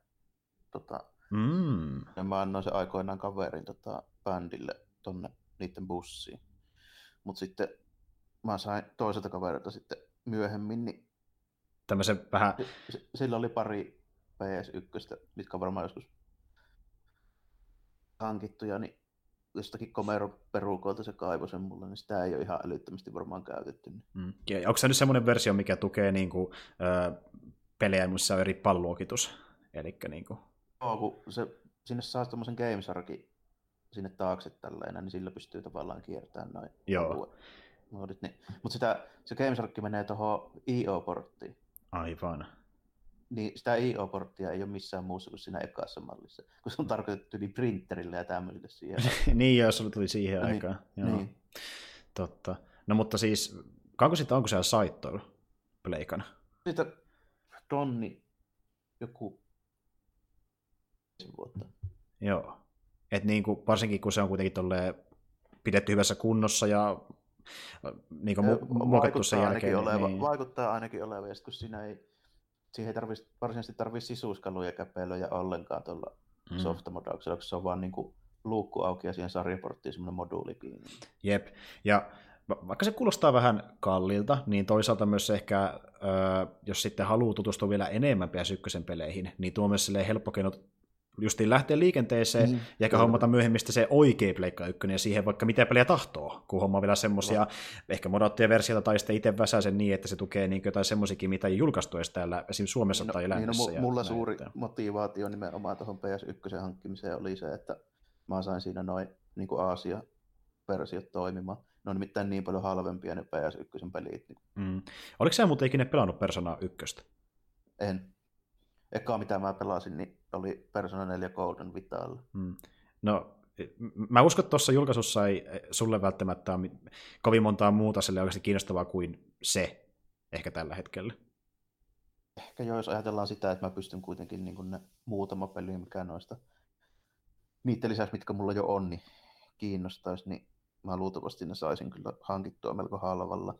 Ja mä annoin se aikoinaan kaverin bändille tonne niiden bussiin. Mutta sitten mä sain toiselta kaverilta sitten myöhemmin, niin tämmöisen vähän... Sillä oli pari PS1, mitkä on varmaan joskus hankittuja, niin jostakin Komero-perukolta se kaivoi sen mulle, niin sitä ei ole ihan älyttömästi varmaan käytetty. Ja onko se nyt semmoinen versio, mikä tukee niinku, pelejä, missä on eri palluokitus? Elikkä niinku... kun sinne saa tommosen GameSarkin sinne taakse tällainen, niin sillä pystyy tavallaan kiertämään noin alueet. Niin. Mutta se GameSarkki menee tuohon IO-porttiin. Aivan. Niin sitä IO-porttia ei ole missään muussa kuin siinä ekassa mallissa, kun se on tarkoitettu niin printerille ja tämmöisille siihen. Niin, jos sulla tuli siihen aikaan. Niin. Totta. No mutta siis, kauanko sitten onko siellä saittoilla pleikana? Siitä joku vuotta. Joo. Et niinku, varsinkin kun se on kuitenkin tolleen pidetty hyvässä kunnossa ja niinku muokattu sen jälkeen. Vaikuttaa ainakin olevan, ja kun siihen ei varsinaisesti tarvitse sisuskaluja eikä pölyjä ollenkaan tuolla softamodauksella, koska se on vaan niinku luukku auki ja siihen sarjaporttiin semmoinen moduuli kiinni. Jep, ja vaikka se kuulostaa vähän kalliilta, niin toisaalta myös ehkä, jos sitten haluaa tutustua vielä enemmän PS1 peleihin, niin tuo myös helppo keino justiin lähteä liikenteeseen ja ehkä hommata myöhemmin se oikea Pleikka 1 ja siihen vaikka mitä peliä tahtoo, kun hommaa vielä semmoisia ehkä modattuja versioita tai sitten itse väsää sen niin, että se tukee niin jotain semmoisiakin, mitä ei julkaistu edes täällä esimerkiksi Suomessa tai lännessä. Mulla suuri motivaatio nimenomaan tuohon PS1 hankkimiseen oli se, että mä sain siinä noin niin kuin Aasia-versiot toimimaan. Ne on nimittäin niin paljon halvempia ne PS1 pelit. Oliko sä muuten ikinä pelannut Persona 1? En. Eka mitä mä pelasin, niin oli Persona 4 Golden Vitalla. No, mä uskon, että tuossa julkaisussa ei sulle välttämättä ole kovin montaa muuta sille oikeasti kiinnostavaa kuin se, ehkä tällä hetkellä. Ehkä jos ajatellaan sitä, että mä pystyn kuitenkin niin ne muutama peli, mikä noista niiden lisäksi, mitkä mulla jo on, niin kiinnostaisi, niin mä luultavasti ne saisin kyllä hankittua melko halvalla.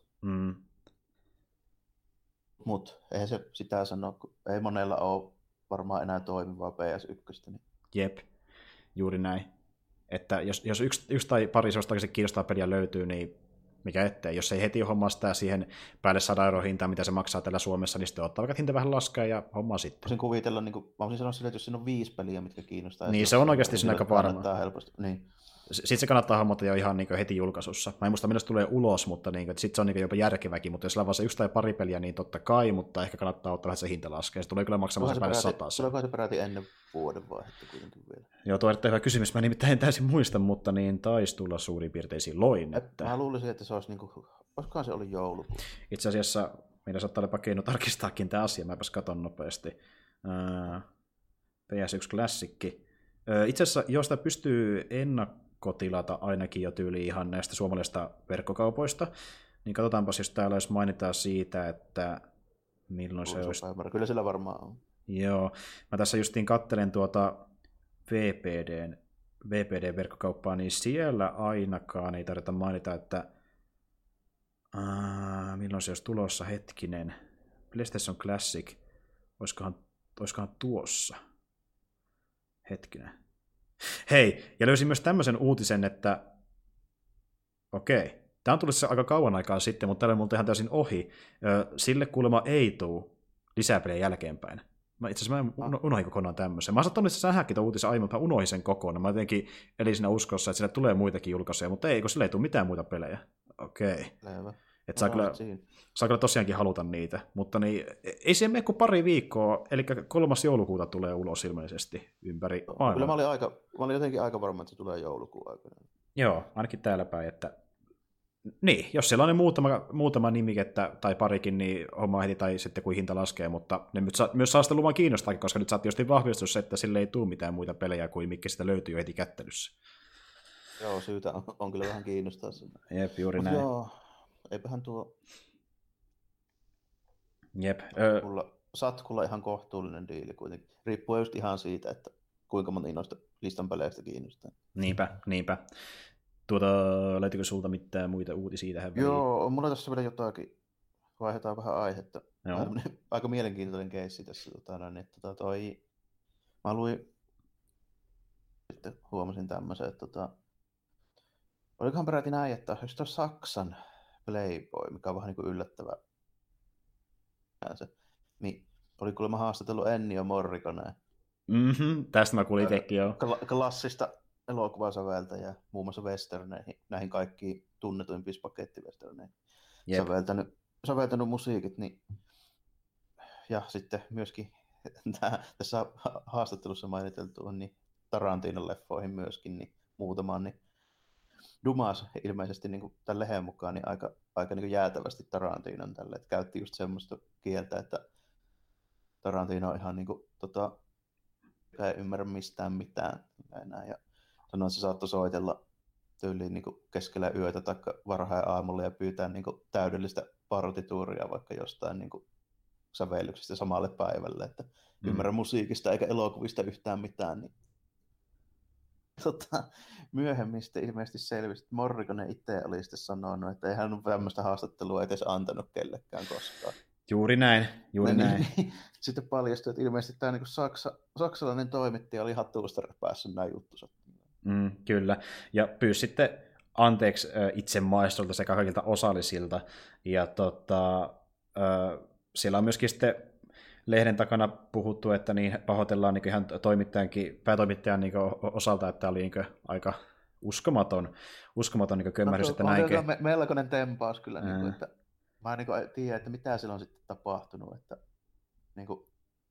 Mutta eihän se sitä sano, kun ei monella ole varmaan enää toimivaa PS1. Niin. Jep, juuri näin. Että jos yksi tai pari sellaista kiinnostaa peliä löytyy, niin mikä ettei. Jos ei heti hommaa sitä siihen päälle 100 € hintaa, mitä se maksaa täällä Suomessa, niin sitten ottaa vaikka hinta vähän laskea ja hommaa sitten. Voisin kuvitella, niin kuin, mä voisin sanoa sille, että jos siinä on 5 peliä, mitkä kiinnostaa. Niin se on oikeasti siinä aika varma. Helposti. Niin. Sitten se kannattaa hommata jo ihan niin heti julkaisussa. Mä en muista, milloin se tulee ulos, mutta niin, sitten se on niin jopa järkeväkin. Mutta jos on vaan se 1 tai pari peliä, niin totta kai, mutta ehkä kannattaa ottaa vähän se hinta laskea. Se tulee kyllä maksamaan se päälle 100. Tuleeko se peräti ennen vuoden vaihetta kuitenkin vielä? Joo, tuo on erittäin hyvä kysymys. Mä nimittäin en täysin muista, mutta niin taisi tulla suurin piirtein silloin. Että... Mä luulisin, että se olisi niin kuin... Olisikohan se oli joulukuu? Itse asiassa meidän saattaa olla keino tarkistaakin tämä asia. Mäpäs katon nopeasti. PS1 Classic. Itse asiassa, jos sitä pystyy ennakkotilata ainakin jo tyyliin ihan näistä suomalaisista verkkokaupoista, niin katsotaanpas, jos täällä jos mainitaan siitä, että milloin se olisi. Kyllä sillä varmaan on. Joo. Mä tässä justiin katselen tuota VPD-verkkokauppaa, niin siellä ainakaan ei tarvita mainita, että milloin se olisi tulossa, hetkinen. PlayStation Classic, olisikohan tuossa? Hetkinen. Hei, ja löysin myös tämmöisen uutisen, että okei, tämä on tullut se aika kauan aikaa sitten, mutta tällä on multa ihan täysin ohi. Sille kuulemma ei tule lisäpelejä jälkeenpäin. Itse asiassa mä unohdin kokonaan tämmöisen. Mä oon saattanut itse asiassa nähdäkin tuon uutisen aiemmin, mä unohdin sen kokonaan. Mä jotenkin elin siinä uskossa, että sille tulee muitakin julkaisuja, mutta ei, kun sille ei tule mitään muita pelejä. Okei. Että saa kyllä tosiaankin haluta niitä, mutta niin, ei siihen mene kuin pari viikkoa, eli 3. joulukuuta tulee ulos ilmeisesti ympäri maailmaa. Kyllä mä olin jotenkin aika varma, että se tulee joulukuun aikana. Joo, ainakin täällä päin, että niin, jos siellä on muutama nimikettä tai parikin, niin homma heti tai sitten kun hinta laskee, mutta ne myös saa sitä luvan kiinnostaakin, koska nyt saatiin justiin vahvistus, että sille ei tule mitään muita pelejä kuin mitkä sitä löytyy jo heti kättelyssä. Joo, syytä on kyllä vähän kiinnostaa sen. Jep, juuri näin. Joo, eipähän tuo Jep. Mulla Satkulla ihan kohtuullinen diili kuitenkin. Riippuu just ihan siitä, että kuinka moni noista listan peleistä kiinnostaa. Niinpä. Löytyykö sulta mitään muita uutisia tähän väliin? Joo, mulla tässä vielä jotakin. Vaihdetaan vähän aihetta. Joo. Aika mielenkiintoinen keissi tässä. Mä luin, sitten huomasin tämmöisen, että olikohan peräti näin, että jos tuo Saksan Playboy, mikä on vähän niin kuin yllättävä, niin oli kuulemma haastatellut Ennio Morriconea. Tästä mä kuulin itsekin, joo. Klassista elokuvasäveltäjää, muun muassa westerneihin, näihin kaikkiin tunnetuimpiin pakettivesterneihin säveltänyt musiikit, niin ja sitten myöskin tässä haastattelussa mainiteltu on niin Tarantinon leffoihin myöskin niin muutamaan, niin dumas ilmeisesti niin kuin tämän lehden mukaan niin aika niin kuin jäätävästi Tarantinon tälle, että käytti just semmoista kieltä, että Tarantino on ihan niin kuin, ei ymmärrä mistään mitään enää, ja sanoi, että se saattoi soitella tyyliin niin kuin keskellä yötä tai varhain aamulla ja pyytää niin kuin täydellistä partituuria vaikka jostain niin kuin sävellyksistä samalle päivälle, että ymmärrä musiikista eikä elokuvista yhtään mitään. Niin myöhemmin sitten ilmeisesti selvisi, että Morricone itse oli sitten sanonut, että ei hän ole tämmöistä haastattelua edes antanut kellekään koskaan. Juuri näin. Sitten paljastui, että ilmeisesti tämä niin saksalainen toimittaja oli hatusta repäässä nämä juttunsa. Kyllä, ja pyysi sitten anteeksi itse maestolta sekä kaikilta osallisilta, ja siellä on myöskin sitten lehden takana puhuttu, että niin pahoitellaan niin ihan päätoimittajan niin osalta, että oli niin aika uskomaton niin kömmähdys, että näinkö. On melkoinen tempaus kyllä, niin kuin, että mä en tiedä, että mitä siellä on sitten tapahtunut, että niin kuin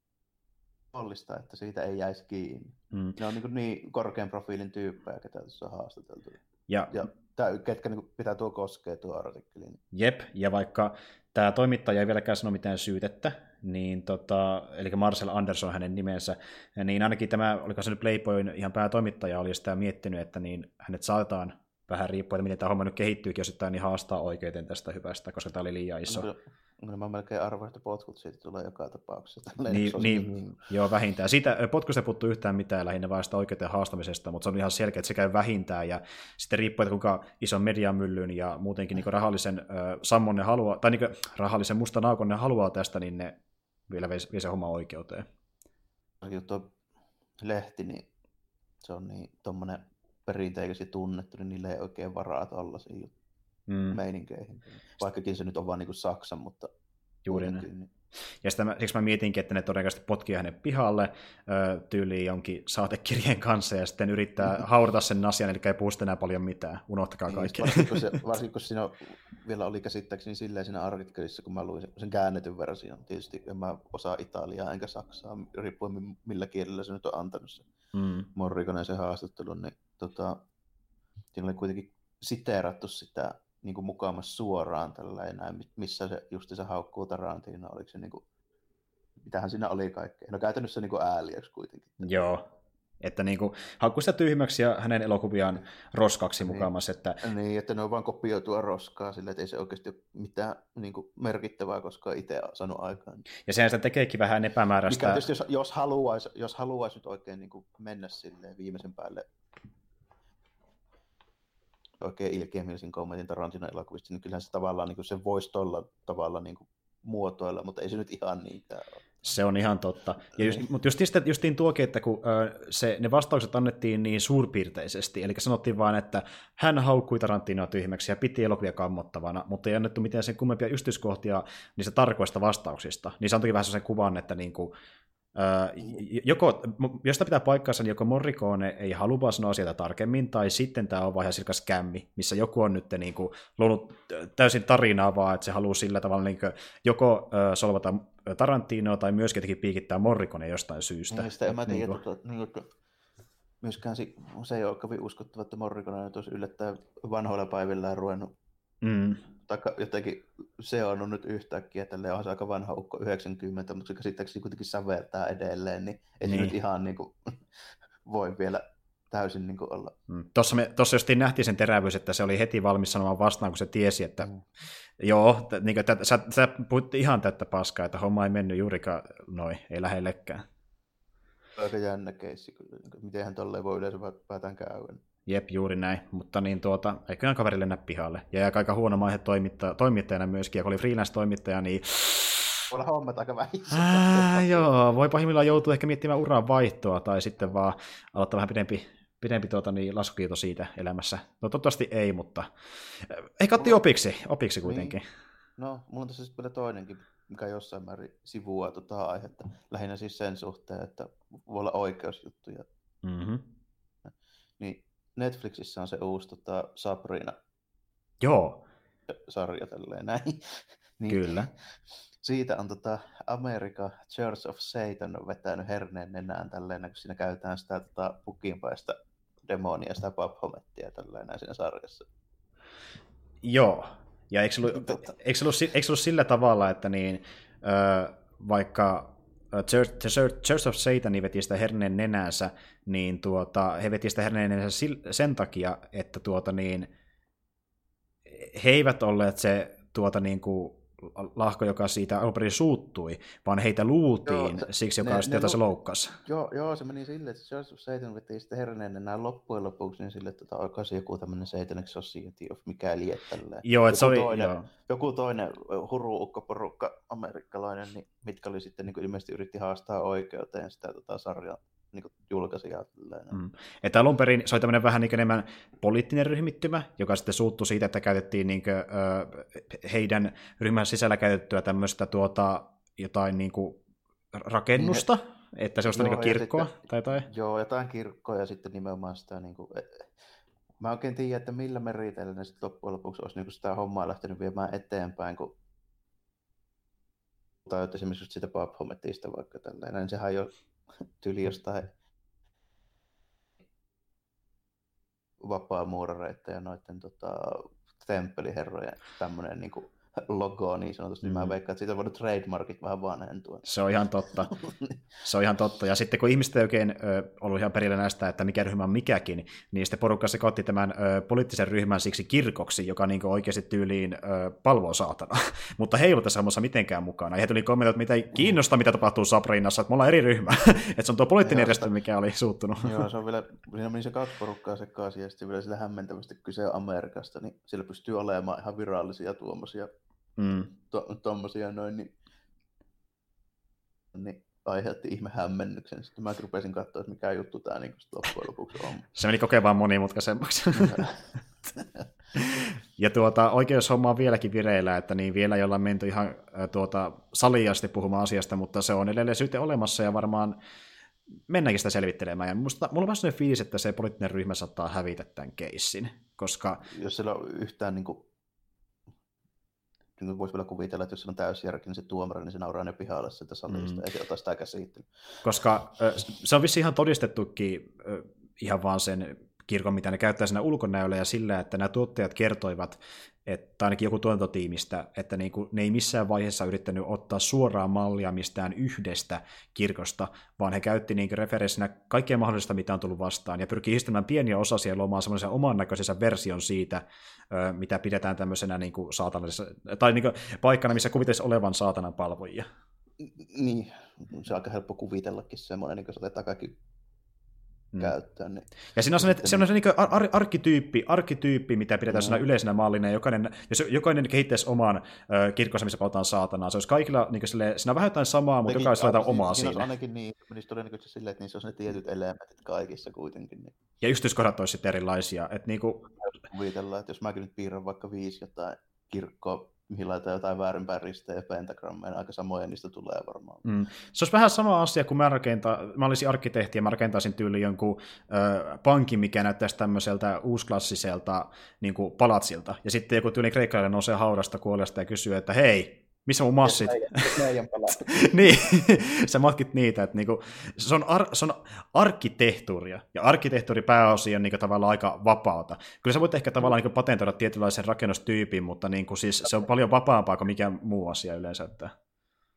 hollista, että siitä ei jäisi kiinni. Ne on niin korkean profiilin tyyppejä, ketä tässä on haastateltu. Ja ketkä niin pitää tuo koskea tuo artikkeliin. Jep, ja vaikka tämä toimittaja ei vieläkään sano mitään syytettä, niin eli Marcel Anderson hänen nimensä, niin ainakin tämä, oliko se nyt Playboyn ihan päätoimittaja, oli sitä miettinyt, että niin hänet saataan vähän riippuen, että miten tämä homma nyt kehittyykin osittain, niin haastaa oikeuteen tästä hyvästä, koska tämä oli liian iso. Mä melkein arvoin, että potkut siitä tulee joka tapauksessa. Joo, vähintään. Siitä potkusta ei puuttu yhtään mitään lähinnä vaan sitä oikeuteen haastamisesta, mutta se on ihan selkeä, että se käy vähintään, ja sitten riippuu, että kuinka ison mediamyllyn ja muutenkin niin rahallisen sammonne haluaa, tai niin rahallisen mustan aukon ne haluaa tästä, niin ne vielä vie se homma oikeuteen. Tuo lehti, niin se on niin tommonen perinteikäs ja tunnettu, niin niille ei oikein varaa tollaisiin meininkeihin. Vaikkakin se nyt on vaan niin kuin Saksan, mutta juuri näin. Niin. Ja siksi mä mietinkin, että ne todennäköisesti potkii hänen pihalle tyyliin jonkin saatekirjeen kanssa ja sitten yrittää haudata sen asian, eli ei puhu enää paljon mitään. Unohtakaa kaikki. Varsinkin kun siinä vielä oli käsittääkseni silleen siinä artikkelissa, kun mä luin sen käännetyn version. Tietysti en mä osaa italiaa enkä saksaa, riippuen millä kielellä se nyt on antanut se Morriconen se haastattelu. Niin, siinä oli kuitenkin siteerattu sitä niin kuin mukaamassa suoraan tällainen, missä se justi se haukkuu Tarantino, oliko se niin kuin, mitähän siinä oli kaikkea. No käytännössä niin kuin ääliöksi kuitenkin. Joo, että niin kuin haukkuu sitä tyhmäksi ja hänen elokuviaan roskaksi mukaamassa. Että niin, että ne on vaan kopioitua roskaa sillä, että ei se oikeasti ole mitään niin kuin merkittävää, koska itse saanut aikaan. Ja sehän sitä tekeekin vähän epämääräistä. Mikä tietysti, jos haluaisi nyt oikein niin kuin mennä silleen viimeisen päälle oikein ilkeämielisin kommentin Tarantinon elokuvista, niin kyllähän se tavallaan niin kuin se voisi tuolla tavalla niin kuin muotoilla, mutta ei se nyt ihan niinkään ole. Se on ihan totta. Ja mutta justiin tuokin, että kun ne vastaukset annettiin niin suurpiirteisesti, eli sanottiin vain, että hän haukkui Tarantinoa tyhmäksi ja piti elokuvia kammottavana, mutta ei annettu mitään sen kummempia yksityiskohtia niistä tarkoista vastauksista. Niin se antoikin vähän sellaisen kuvan, että niin kuin, jos tämä pitää paikkaansa, niin joko Morricone ei halua sanoa asioita tarkemmin, tai sitten tämä on vaan ihan silkka skämmi, missä joku on nyt niin kuin luonut täysin tarinaa vaan, että se haluaa sillä tavalla niin kuin joko solvata Tarantinoa tai myöskin jotenkin piikittää Morricone jostain syystä. Niin, sitä en mä tiedä, että myöskään se ei ole kovin uskottava, että Morricone nyt olisi yllättäen vanhoilla päivillään ruvennut taikka jotenkin se on nyt yhtäkkiä, että on se aika vanha ukko 90, mutta se käsittääkseni kuitenkin säveltää edelleen, niin ei se nyt ihan niin kuin voi vielä täysin niin kuin olla. Tuossa justiin nähtiin sen terävyys, että se oli heti valmis sanomaan vastaan, kun se tiesi, että joo, niin kuin, että sä puhuit ihan täyttä paskaa, että homma ei mennyt juurikaan noin, ei lähellekään. Aika jännä keissi kyllä. Mitenhän tolleen voi yleensä päätään käydä. Jep, juuri näin, mutta niin eiköhän kaveri lennä pihalle. Ja aika huono maihe toimittajana myöskin, ja kun oli freelance-toimittaja, niin Olla hommat aika vähissä. Joo, voi pahimmillaan joutua ehkä miettimään uran vaihtoa, tai sitten vaan aloittaa vähän pidempi laskukiito siitä elämässä. No toivottavasti ei, mutta ehkä otti opiksi kuitenkin. Niin. No, mulla on tässä sitten vielä toinenkin, mikä jossain määrin sivuaa aihetta. Lähinnä siis sen suhteen, että voi olla oikeusjuttuja. Mm-hmm. Niin Netflixissä on se uusi Sabrina. Joo. Sarja tälleen näin. Niin, kyllä. Siitä on American Church of Satan on vetänyt herneen nenään tälleen, kun siinä käytetään sitä pukinpäistä demonia, sitä Baphomettia tälleen näin siinä sarjassa. Joo. Ja eikö se ollut sillä tavalla, että vaikka Church of Satan veti sitä herneen nenänsä, niin he veti sitä herneen nenänsä sen takia, että he eivät olleet se lahko, joka siitä alunperin suuttui, vaan heitä luultiin siksi, jota se loukkasi. Joo, se meni silleen, että Church of Satan veti sitten herneen nenään loppujen lopuksi, niin silleen, että oikaisi joku tämmöinen Satanic Society of mikäli, Joo, että se oli joku toinen huru-ukkoporukka amerikkalainen, niin, mitkä oli sitten niin ilmeisesti yritti haastaa oikeuteen sitä sarjaa niin julkaisijaa. Että alun perin se oli tämmöinen vähän enemmän poliittinen ryhmittymä, joka sitten suuttui siitä, että käytettiin heidän ryhmän sisällä käytettyä tämmöistä jotain rakennusta, että se on kirkkoa sitten, tai jotain. Joo, jotain kirkkoa ja sitten nimenomaan sitä mä oikein tiedän, että millä meriteillä ne sitten loppujen lopuksi olisi sitä hommaa lähtenyt viemään eteenpäin, kun tai esimerkiksi sitä Baphometista vaikka tällainen, sehän ei ole tyyli jostain vapaamuurareita ja noiden temppeliherrojen tämmöinen niinku logo niin sanotusti. Mä veikkaan, että siitä on voinut trademarkit vähän vanhentua. Se on ihan totta. Se on ihan totta. Ja sitten kun ihmiset ei oikein ollut ihan perillä näistä, että mikä ryhmä on mikäkin, niin sitten porukka sekoitti tämän poliittisen ryhmän siksi kirkoksi, joka oikeasti tyyliin palvoo saatana. Mutta he ei ollut tässä hommassa mitenkään mukana. Ja he tuli kommentoida, että mitä ei kiinnosta, mitä tapahtuu Sabrinassa, että me ollaan eri ryhmä. Että se on tuo poliittinen järjestö, mikä oli suuttunut. Joo, se on vielä, siinä meni se 2 porukkaa sekaisin, ja sitten vielä sillä hämmentävästi kyse Amerikasta, niin siellä pystyy olemaan ihan virallisia tuommoisia tommosia noin, niin aiheutti ihme hämmennyksen. Sitten mä rupesin katsoa, että mikä juttu tää niin loppujen lopuksi on. Se meni kokevaan monimutkaisemmaksi. Ja oikeushomma on vieläkin vireillä, että niin vielä ei olla menty ihan saliasti puhumaan asiasta, mutta se on edelleen syyte olemassa ja varmaan mennäänkin sitä selvittelemään. Ja mulla on vähän sellainen fiilis, että se poliittinen ryhmä saattaa hävitä tämän keissin, koska jos siellä on yhtään niin voisi vielä kuvitella, että jos on täysjärki, niin se tuomari, niin se nauraa ne pihalle sieltä salista, eikä ota sitä käsittelyä. Koska se on vissiin ihan todistettukin ihan vaan sen kirkon, mitä ne käyttää siinä ulkonäöllä ja sillä, että nämä tuottajat kertoivat, että ainakin joku tuotantotiimistä, että ne ei missään vaiheessa yrittänyt ottaa suoraan mallia mistään yhdestä kirkosta, vaan he käytti referenssinä kaikkea mahdollista, mitä on tullut vastaan, ja pyrkii histämään pieniä osasia luomaan semmoisen oman näköisensä version siitä, mitä pidetään tämmöisenä saatanallisena, tai paikkana, missä kuvitelisi olevan saatanan palvojia. Niin, se on aika helppo kuvitellakin semmoinen, kun se otetaan kaikki käyttöön. Niin. Ja siinä on se arkkityyppi, mitä pidetään yleisenä mallina, ja jokainen kehittäisi oman kirkkonsa, missä palataan saatanaa. Se olisi kaikilla, siinä on vähän jotain samaa, mutta jokaisella jotain omaa siinä. Siinä ainakin niin, menisi todennäköisesti silleen, että niissä on ne tietyt elementit kaikissa kuitenkin. Niin. Ja yksityiskohdat olisi sitten erilaisia. Kuvitellaan, että jos mäkin nyt piirrän vaikka 5 jotain kirkkoa, mihin laitetaan jotain väärinpäin ristejä ja pentagrammeja, aika samoja niistä tulee varmaan. Se olisi vähän sama asia, kun mä olisin arkkitehti ja mä rakentaisin tyyliin jonkun pankin, mikä näyttäisi tämmöiseltä uusklassiselta palatsilta. Ja sitten joku tyyliin kreikkalainen nousee haudasta kuolesta ja kysyy, että hei, missä mun massit? Niin, sä matkit niitä. Että se on arkkitehtuuria, ja arkkitehtuuri pääosin on tavallaan aika vapaata. Kyllä sä voit ehkä tavallaan patentoida tietynlaisen rakennustyypin, mutta siis se on paljon vapaampaa kuin mikään muu asia yleensä. Että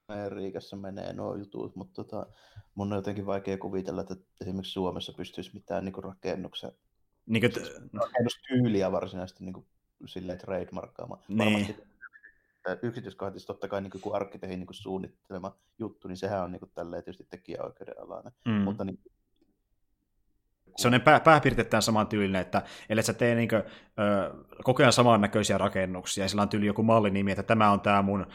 Amerikassa menee nuo jutut, mutta mun on jotenkin vaikea kuvitella, että esimerkiksi Suomessa pystyisi mitään niin Niin, kuin, rakennustyyliä varsinaisesti niin kuin, silleen trademarkkaamaan. niin. Varmasti yksityiskohtaisesti totta kai niin kuin arkkitehdin niin kuin suunnittelema juttu, niin sehän on niin kuin, tälleen tietysti tekijäoikeuden alainen. Mutta niin, se on pääpiirteittäin saman tyylinen, että ellei sä tee niin kuin, koko ajan samannäköisiä rakennuksia, ja sillä on tyyli joku mallinimi, että tämä on tämä mun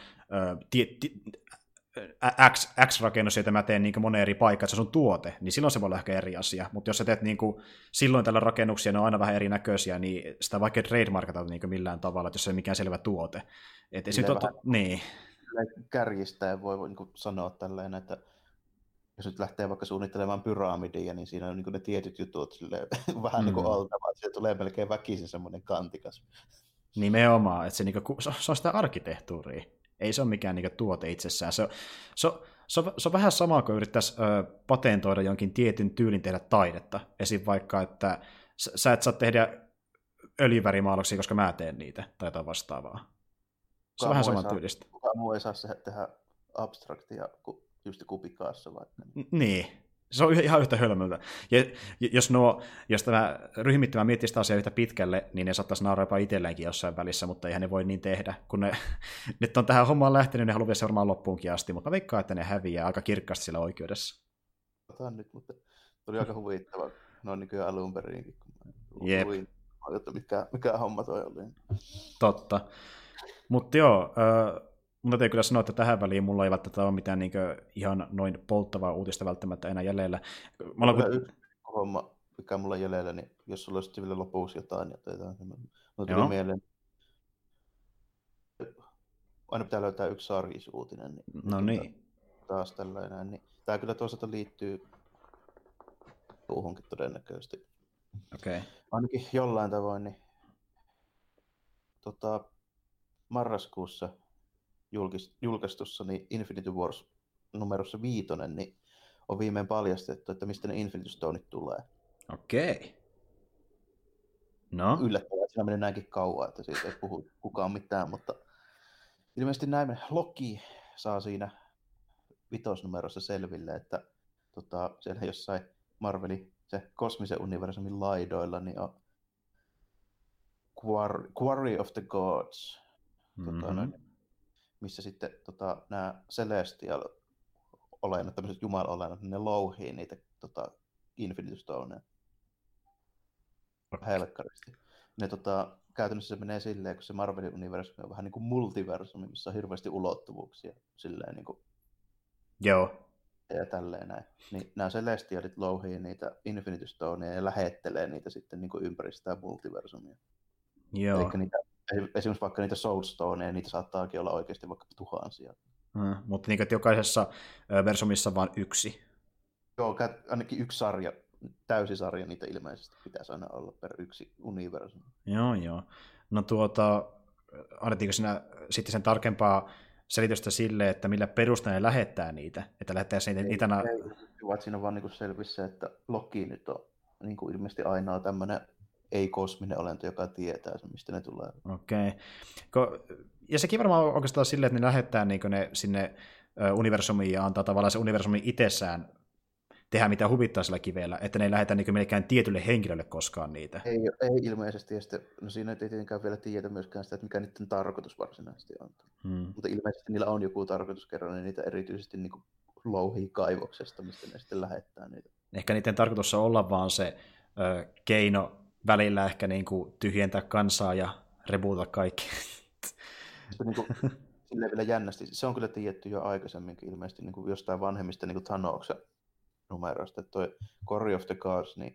X-rakennus, jota mä teen niin moneen eri paikkaan, että se on sun tuote, niin silloin se voi olla ehkä eri asia. Mutta jos sä teet niin kuin, silloin tällä rakennuksia, ne on aina vähän erinäköisiä, niin sitä vaikea trademarkata niin millään tavalla, että jos se ei ole mikään selvä tuote. Niin. Kärjistäen voi niin kuin sanoa tälleen, että jos nyt lähtee vaikka suunnittelemaan pyramidia, niin siinä on niin kuin ne tietyt jutut silleen, vähän niin kuin oltava, että se tulee melkein väkisin semmoinen kantikas. Nimenomaan, että se on sitä arkkitehtuuria. Ei se ole mikään niin kuin tuote itsessään. Se on vähän sama kuin yrittäisi patentoida jonkin tietyn tyylin tehdä taidetta. Esim. Vaikka, että sä et saa tehdä öljyvärimaaloksia, koska mä teen niitä, tai jotain vastaavaa. Se on vähän saman tyylistä. Kukaan muu ei saa tehdä abstraktia just Picassa vaikka. Niin. Se on ihan yhtä hölmöltä. Ja jos tämä ryhmittymä miettii sitä asiaa yhtä pitkälle, niin ne saattaisi nauraa jopa itselleenkin jossain välissä, mutta eihän ne voi niin tehdä. Kun ne nyt on tähän hommaan lähtenyt, ne haluaa se varmaan loppuunkin asti, mutta veikkaan, että ne häviää aika kirkkaasti siellä oikeudessa. Otan nyt, mutta tuli aika huvittava noin nykyään alun perinkin. Jep. Mikä homma toi oli. Totta. Mutta joo, mun täytyy kyllä sanoa, että tähän väliin mulla ei välttämättä ole mitään ihan noin polttavaa uutista välttämättä enää jäljellä. Yksi homma, mikä mulla on jäljellä, niin jos sulla olisi vielä lopuksi jotain, niin otetaan semmoinen. Mulla tuli mieleen, aina pitää löytää yksi sarjisuutinen. Niin. Taas tällainen. Niin tämä kyllä toisaalta liittyy tuuhunkin todennäköisesti. Okay. Ainakin jollain tavoin, niin marraskuussa julkaistussa niin Infinity Wars numerossa 5, niin on viimein paljastettu, että mistä ne Infinity Stoneit tulee. Okei. No? Yllättävää, että siinä meni näinkin kauan, että siitä ei puhu kukaan mitään, mutta ilmeisesti näin Loki saa siinä 5. numerossa selville, että siellä jossain Marvelin se kosmisen universumin laidoilla niin on Quarry of the Gods, missä sitten nämä Celestial olennot, tämmöiset jumalolennot, ne louhii niitä Infinity Stoneja. Helkkaristi. Ne käytännössä se menee silleen, kun se Marvelin universumi on vähän niin kuin multiversumi, missä on hirveästi ulottuvuuksia silleen niin kuin joo. Ja tälleen näin. Niin nämä Celestialit louhii niitä Infinity Stoneja ja lähettelee niitä sitten niin kuin ympäri sitä multiversumia. Joo. Eli esimerkiksi vaikka niitä Soul Stoneja, niitä saattaakin olla oikeasti vaikka tuhansia. Mutta niin, että jokaisessa versumissa vain yksi. Joo, ainakin yksi sarja, täysisarja niitä ilmeisesti pitäisi aina olla per yksi universumi. Joo. No annettiinko siinä sitten sen tarkempaa selitystä sille, että millä perusteella ne lähettää niitä? Että lähettää niitä Ei, siinä vaan niin selvisi se, että Loki nyt on niin kuin ilmeisesti ainoa tämmöinen ei-kosminen olento, joka tietää sen, mistä ne tulee. Okei. Ja sekin varmaan on oikeastaan silleen, että ne lähettää niin ne sinne universumiin ja antaa tavallaan se universumi itsessään tehdä mitä huvittaa sillä kivellä, että ne ei lähetä niin millekään tietylle henkilölle koskaan niitä. Ei ilmeisesti, ja sitten, no siinä ei tietenkään vielä tiedä myöskään sitä, että mikä niiden tarkoitus varsinaisesti on. Mutta ilmeisesti niillä on joku tarkoitus kerran, niin niitä erityisesti niin kuin louhii kaivoksesta, mistä ne sitten lähettää niitä. Ehkä niiden tarkoitus on olla vaan se keino välillä ehkä niin kuin tyhjentää kansaa ja rebuuta kaikki. Niin kuin, silleen vielä jännästi. Se on kyllä tiedetty jo aikaisemminkin ilmeisesti niin kuin jostain vanhemmista niin kuin Thanoksen numeroista, että toi Quarry of the Gods niin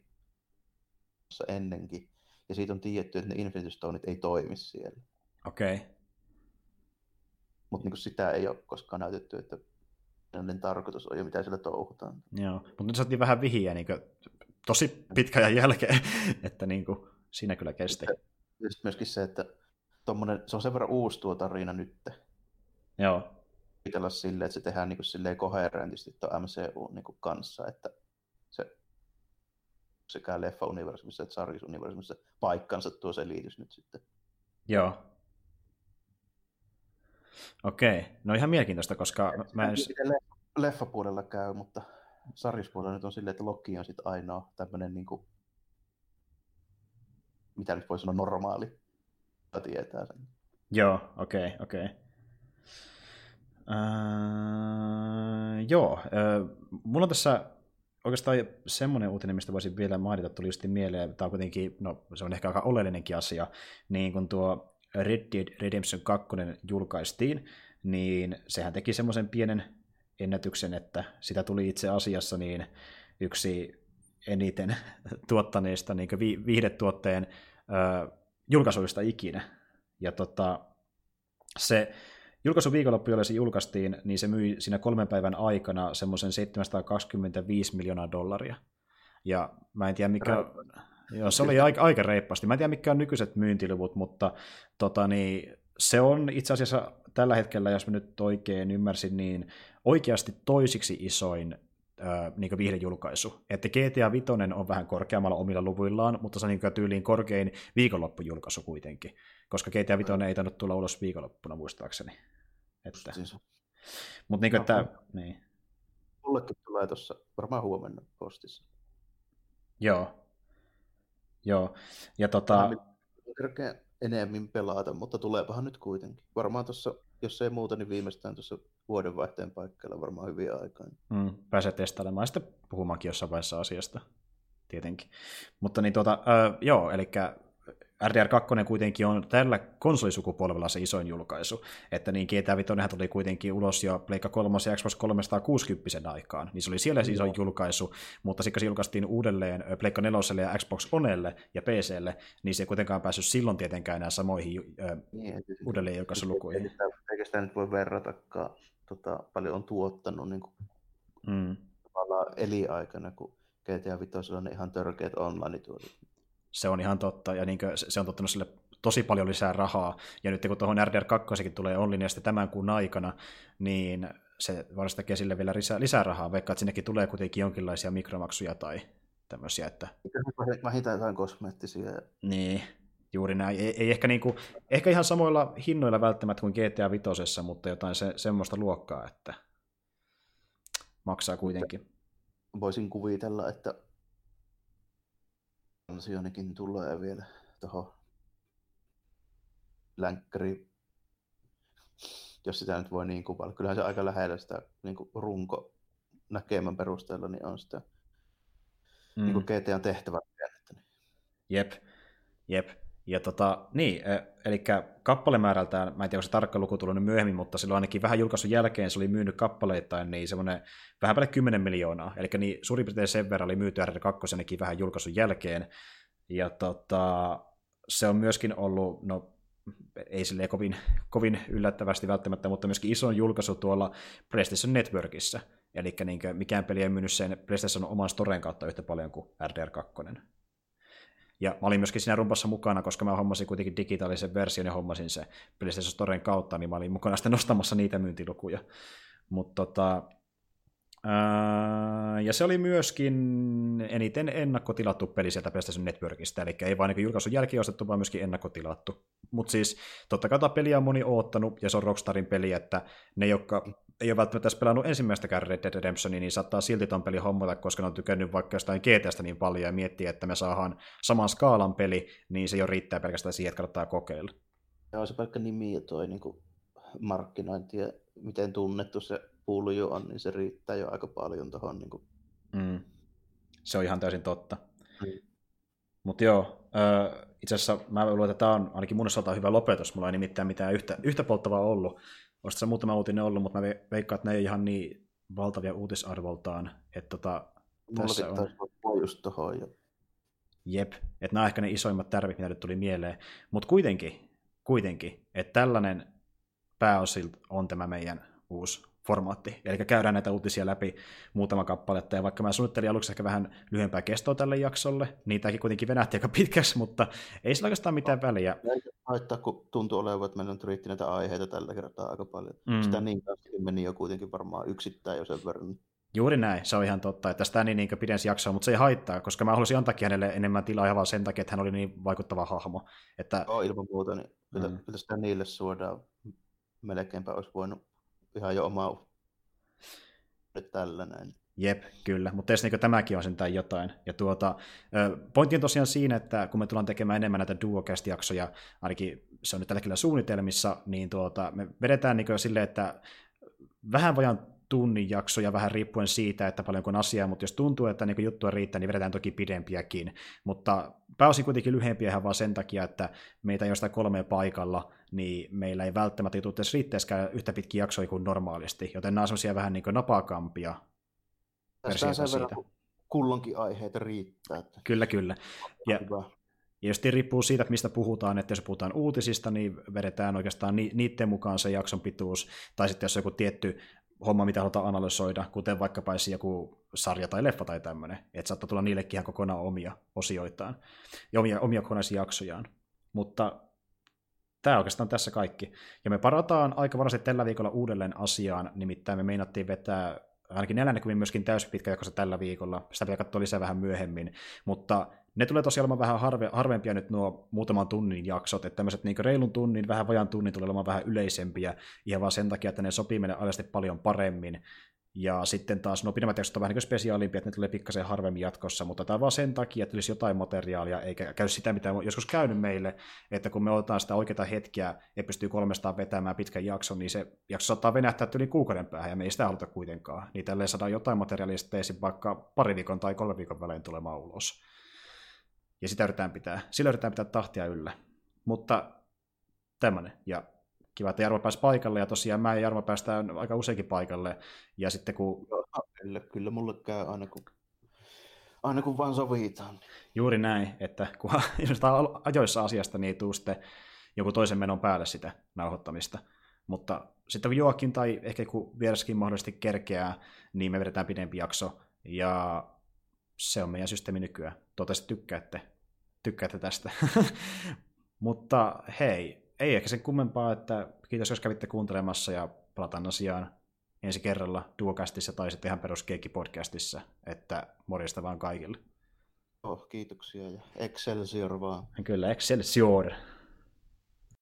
ennenkin, ja siitä on tiedetty, että ne Infinity Stoneit ei toimi siellä. Okei. Mutta niin sitä ei ole koskaan näytetty, että niiden tarkoitus on ja mitä siellä touhutaan. Joo, mutta nyt saatiin vähän vihiä niin kuin, tosi pitkän ajan jälkeen, että niin kuin, siinä kyllä kesti. Ja sitten myöskin se, että se on sen verran uusi tuo tarina nyt. Joo. Pitää silleen, että se tehdään niin kuin koherentisti tuon MCU niin kuin kanssa, että se sekä leffa-universumissa että sarjisuniversumissa paikkansa tuo selitys nyt sitten. Joo. Okei, no ihan mielenkiintoista, koska mä en... Miten leffapuolella käy, mutta sarjispuolella nyt on silleen, että Loki on sitten ainoa tämmöinen, niin kuin, mitä nyt voi sanoa, normaali, joka tietää sen. Joo, okei. Joo, mulla on tässä oikeastaan semmoinen uutinen, mistä voisin vielä mainita, tuli just mieleen, tämä on kuitenkin, no se on ehkä aika oleellinenkin asia, niin kun tuo Red Dead Redemption 2 julkaistiin, niin sehän teki semmoisen pienen ennätyksen, että sitä tuli itse asiassa niin yksi eniten tuottaneista niin viihdetuotteen julkaisuista ikinä. Ja se julkaisuviikonloppu, jolle se julkaistiin, niin se myi siinä 3 päivän aikana semmoisen $725 miljoonaa. Ja mä en tiedä mikä... Joo, se oli aika reippaasti. Mä en tiedä mikä on nykyiset myyntiluvut, mutta se on itse asiassa tällä hetkellä, jos mä nyt oikein ymmärsin, niin oikeasti toisiksi isoin niin viihdejulkaisu. Että GTA 5 on vähän korkeammalla omilla luvuillaan, mutta se on niin tyyliin korkein viikonloppujulkaisu kuitenkin, koska GTA 5 ei tainnut tulla ulos viikonloppuna muistaakseni. Mutta niin kuin, että... Niin. Mullekin tulee tuossa varmaan huomenna postissa. Joo. Ja kerkeä enemmän pelata, mutta tuleepahan nyt kuitenkin. Varmaan tuossa, jos ei muuta, niin viimeistään tuossa vuodenvaihteen paikkeilla varmaan hyviä aikaa. Pääsee testailemaan ja sitten puhumaankin jossain vaiheessa asiasta, tietenkin. Mutta niin joo, eli RDR2 kuitenkin on tällä konsolisukupolvella se isoin julkaisu, että niin GTA 5 tuli kuitenkin ulos jo Pleikka 3 ja Xbox 360 aikaan, niin se oli siellä se isoin julkaisu, mutta sitten se julkaistiin uudelleen Pleikka 4 ja Xbox Onelle ja PClle, niin se ei kuitenkaan päässyt silloin tietenkään enää samoihin uudelleen julkaisulukuihin. Eikä sitä nyt voi verratakaan, paljon on tuottanut niin kuin, tavallaan eliaikana, kun GTA 5 on ihan törkeät online-tuotot. Se on ihan totta, ja niin se on tottunut sille tosi paljon lisää rahaa, ja nyt kun tuohon RDR2 tulee online sitten tämän kuun aikana, niin se varmasti tekee sille vielä lisää rahaa, vaikka että sinnekin tulee kuitenkin jonkinlaisia mikromaksuja tai tämmöisiä, että... Vähintään jotain kosmeettisia. Niin, juuri näin. Ei ehkä, ehkä ihan samoilla hinnoilla välttämättä kuin GTA 5, mutta jotain semmoista luokkaa, että maksaa kuitenkin. Voisin kuvitella, että kansionikin tulee vielä tuohon länkkäriin, jos sitä nyt voi niin kuvailla. Kyllähän se aika lähellä sitä niin runko näkemän perusteella, niin on sitä niin GTAn tehtävä. Jep. Ja eli kappalemäärältään, mä en tiedä, onko se tarkka luku tullut myöhemmin, mutta silloin ainakin vähän julkaisun jälkeen se oli myynyt kappaleittain niin semmoinen vähän päälle 10 miljoonaa. Eli niin suurin piirtein sen verran oli myyty RD2 ainakin vähän julkaisun jälkeen. Ja se on myöskin ollut, no ei silleen kovin yllättävästi välttämättä, mutta myöskin isoin julkaisu tuolla PlayStation Networkissa. Eli niin mikään peli ei myynyt sen PlayStation oman storen kautta yhtä paljon kuin RDR2. Ja mä olin myöskin siinä rumpassa mukana, koska mä hommasin kuitenkin digitaalisen version ja hommasin se PlayStation Storen kautta, niin mä olin mukana sitten nostamassa niitä myyntilukuja. Ja se oli myöskin eniten ennakkotilattu peli sieltä PlayStation Networkista, eli ei vain niin julkaisun jälkeen ostettu, vaan myöskin ennakkotilattu. Mutta siis totta kai peliä on moni oottanut, ja se on Rockstarin peli, että ne, jotka ei ole välttämättä edes pelannut ensimmäistäkään Red Dead Redemptionia, niin saattaa silti ton peli hommata, koska ne on tykännyt vaikka jostain GTAsta niin paljon, ja miettiä, että me saadaan saman skaalan peli, niin se jo riittää pelkästään siihen, että kannattaa kokeilla. Joo, se pelkkä nimi ja toi niin markkinointi ja miten tunnettu se pulju on, niin se riittää jo aika paljon tuohon. Niin se on ihan täysin totta. Mutta joo, itse asiassa mä luulen, että tämä on ainakin mun osalta hyvä lopetus. Mulla ei nimittäin mitään yhtä polttavaa ollut. Olisi tässä muutama uutinen ollut, mutta mä veikkaan, että ne ei ihan niin valtavia uutisarvoltaan. Että tässä on... Mulla just tohon jo. Jep, että nämä on ehkä ne isoimmat tärvit, mitä nyt tuli mieleen. Mutta kuitenkin, että tällainen pääosilta on tämä meidän uusi formaatti. Eli käydään näitä uutisia läpi muutama kappaletta, ja vaikka mä suunnittelin aluksi ehkä vähän lyhyempää kestoa tälle jaksolle, niin tämäkin kuitenkin venähti aika pitkäksi, mutta ei sillä oikeastaan mitään väliä. Haittaa, kun tuntuu olevan, että meillä on riitti näitä aiheita tällä kertaa aika paljon. Sitä niin kanssa meni jo kuitenkin varmaan yksittäin jo sen verran. Juuri näin, se on ihan totta, että sitä niin pidensi jaksoa, mutta se ei haittaa, koska mä halusin antaakin hänelle enemmän tilaa ihan vaan sen takia, että hän oli niin vaikuttava hahmo. Että... Ilman muuta, niin kyllä sitä niille suodaan melkeinpä olisi voinut ihan jo omaa nyt tällä näin. Jep, kyllä, mutta jos niin tämäkin on sentään jotain. Ja pointti on tosiaan siinä, että kun me tullaan tekemään enemmän näitä Duocast-jaksoja, ainakin se on nyt tällä hetkellä suunnitelmissa, niin me vedetään niin silleen, että vähän vajaan tunnin jaksoja, vähän riippuen siitä, että paljonko on asiaa, mutta jos tuntuu, että niin juttua riittää, niin vedetään toki pidempiäkin. Mutta pääosin kuitenkin lyhyempiä ihan vaan sen takia, että meitä ei ole sitä 3 paikalla, niin meillä ei välttämättä jutut edes riittäisikään yhtä pitkiä jaksoja kuin normaalisti, joten nämä on sellaisia vähän niin napakampia. Tässä on sen verran, kulloinkin aiheita riittää. Että... Kyllä. Ja jos riippuu siitä, että mistä puhutaan, että jos puhutaan uutisista, niin vedetään oikeastaan niiden mukaan se jakson pituus, tai sitten jos on joku tietty homma, mitä halutaan analysoida, kuten vaikkapa joku sarja tai leffa tai tämmöinen, että saattaa tulla niillekin ihan kokonaan omia osioitaan ja omia kokonaisjaksojaan. Mutta tämä oikeastaan tässä kaikki. Ja me parataan aika varmasti tällä viikolla uudelleen asiaan, nimittäin me meinattiin vetää ainakin 4 myöskin täyspitkä jakso tällä viikolla, sitä pitää katsoa lisää vähän myöhemmin, mutta ne tulee tosiaan olemaan vähän harvempia nyt nuo muutaman tunnin jaksot, että tämmöiset niin reilun tunnin, vähän vajan tunnin tulee olemaan vähän yleisempiä, ihan vaan sen takia, että ne sopii meille aidosti paljon paremmin. Ja sitten taas nuo pidemmät jaksot on vähän niin kuin spesiaalimpia, että ne tulee pikkasen harvemmin jatkossa, mutta tämä on vaan sen takia, että olisi jotain materiaalia, eikä käy sitä, mitä on joskus käynyt meille, että kun me otetaan sitä oikeaa hetkeä ja pystyy 300 vetämään pitkän jakson, niin se jakso saattaa venähtää yli kuukauden päähän, ja me ei sitä haluta kuitenkaan. Niin tälleen saadaan jotain materiaalia sitten vaikka 2 viikon tai 3 viikon välein tulemaan ulos. Ja sillä yritetään pitää tahtia yllä. Mutta tämmöinen, ja kiva, että Jarmo pääsi paikalle, ja tosiaan mä ja Jarmo päästään aika useinkin paikalle, ja sitten kun... Kyllä mulle käy aina kun vaan sovitaan. Juuri näin, että kun ajoissa asiasta, niin ei tule sitten joku toisen menon päälle sitä nauhoittamista. Mutta sitten kun Joakin tai ehkä joku vieraskin mahdollisesti kerkeää, niin me vedetään pidempi jakso, ja se on meidän systeemi nykyään. Toivottavasti tykkäätte tästä. Mutta hei, ei ehkä sen kummempaa, että kiitos, jos kävitte kuuntelemassa ja palataan asiaan ensi kerralla Duocastissa tai sitten ihan perus Keikki-podcastissa, että morjesta vaan kaikille. Kiitoksia ja Excelsior vaan. Kyllä, Excelsior.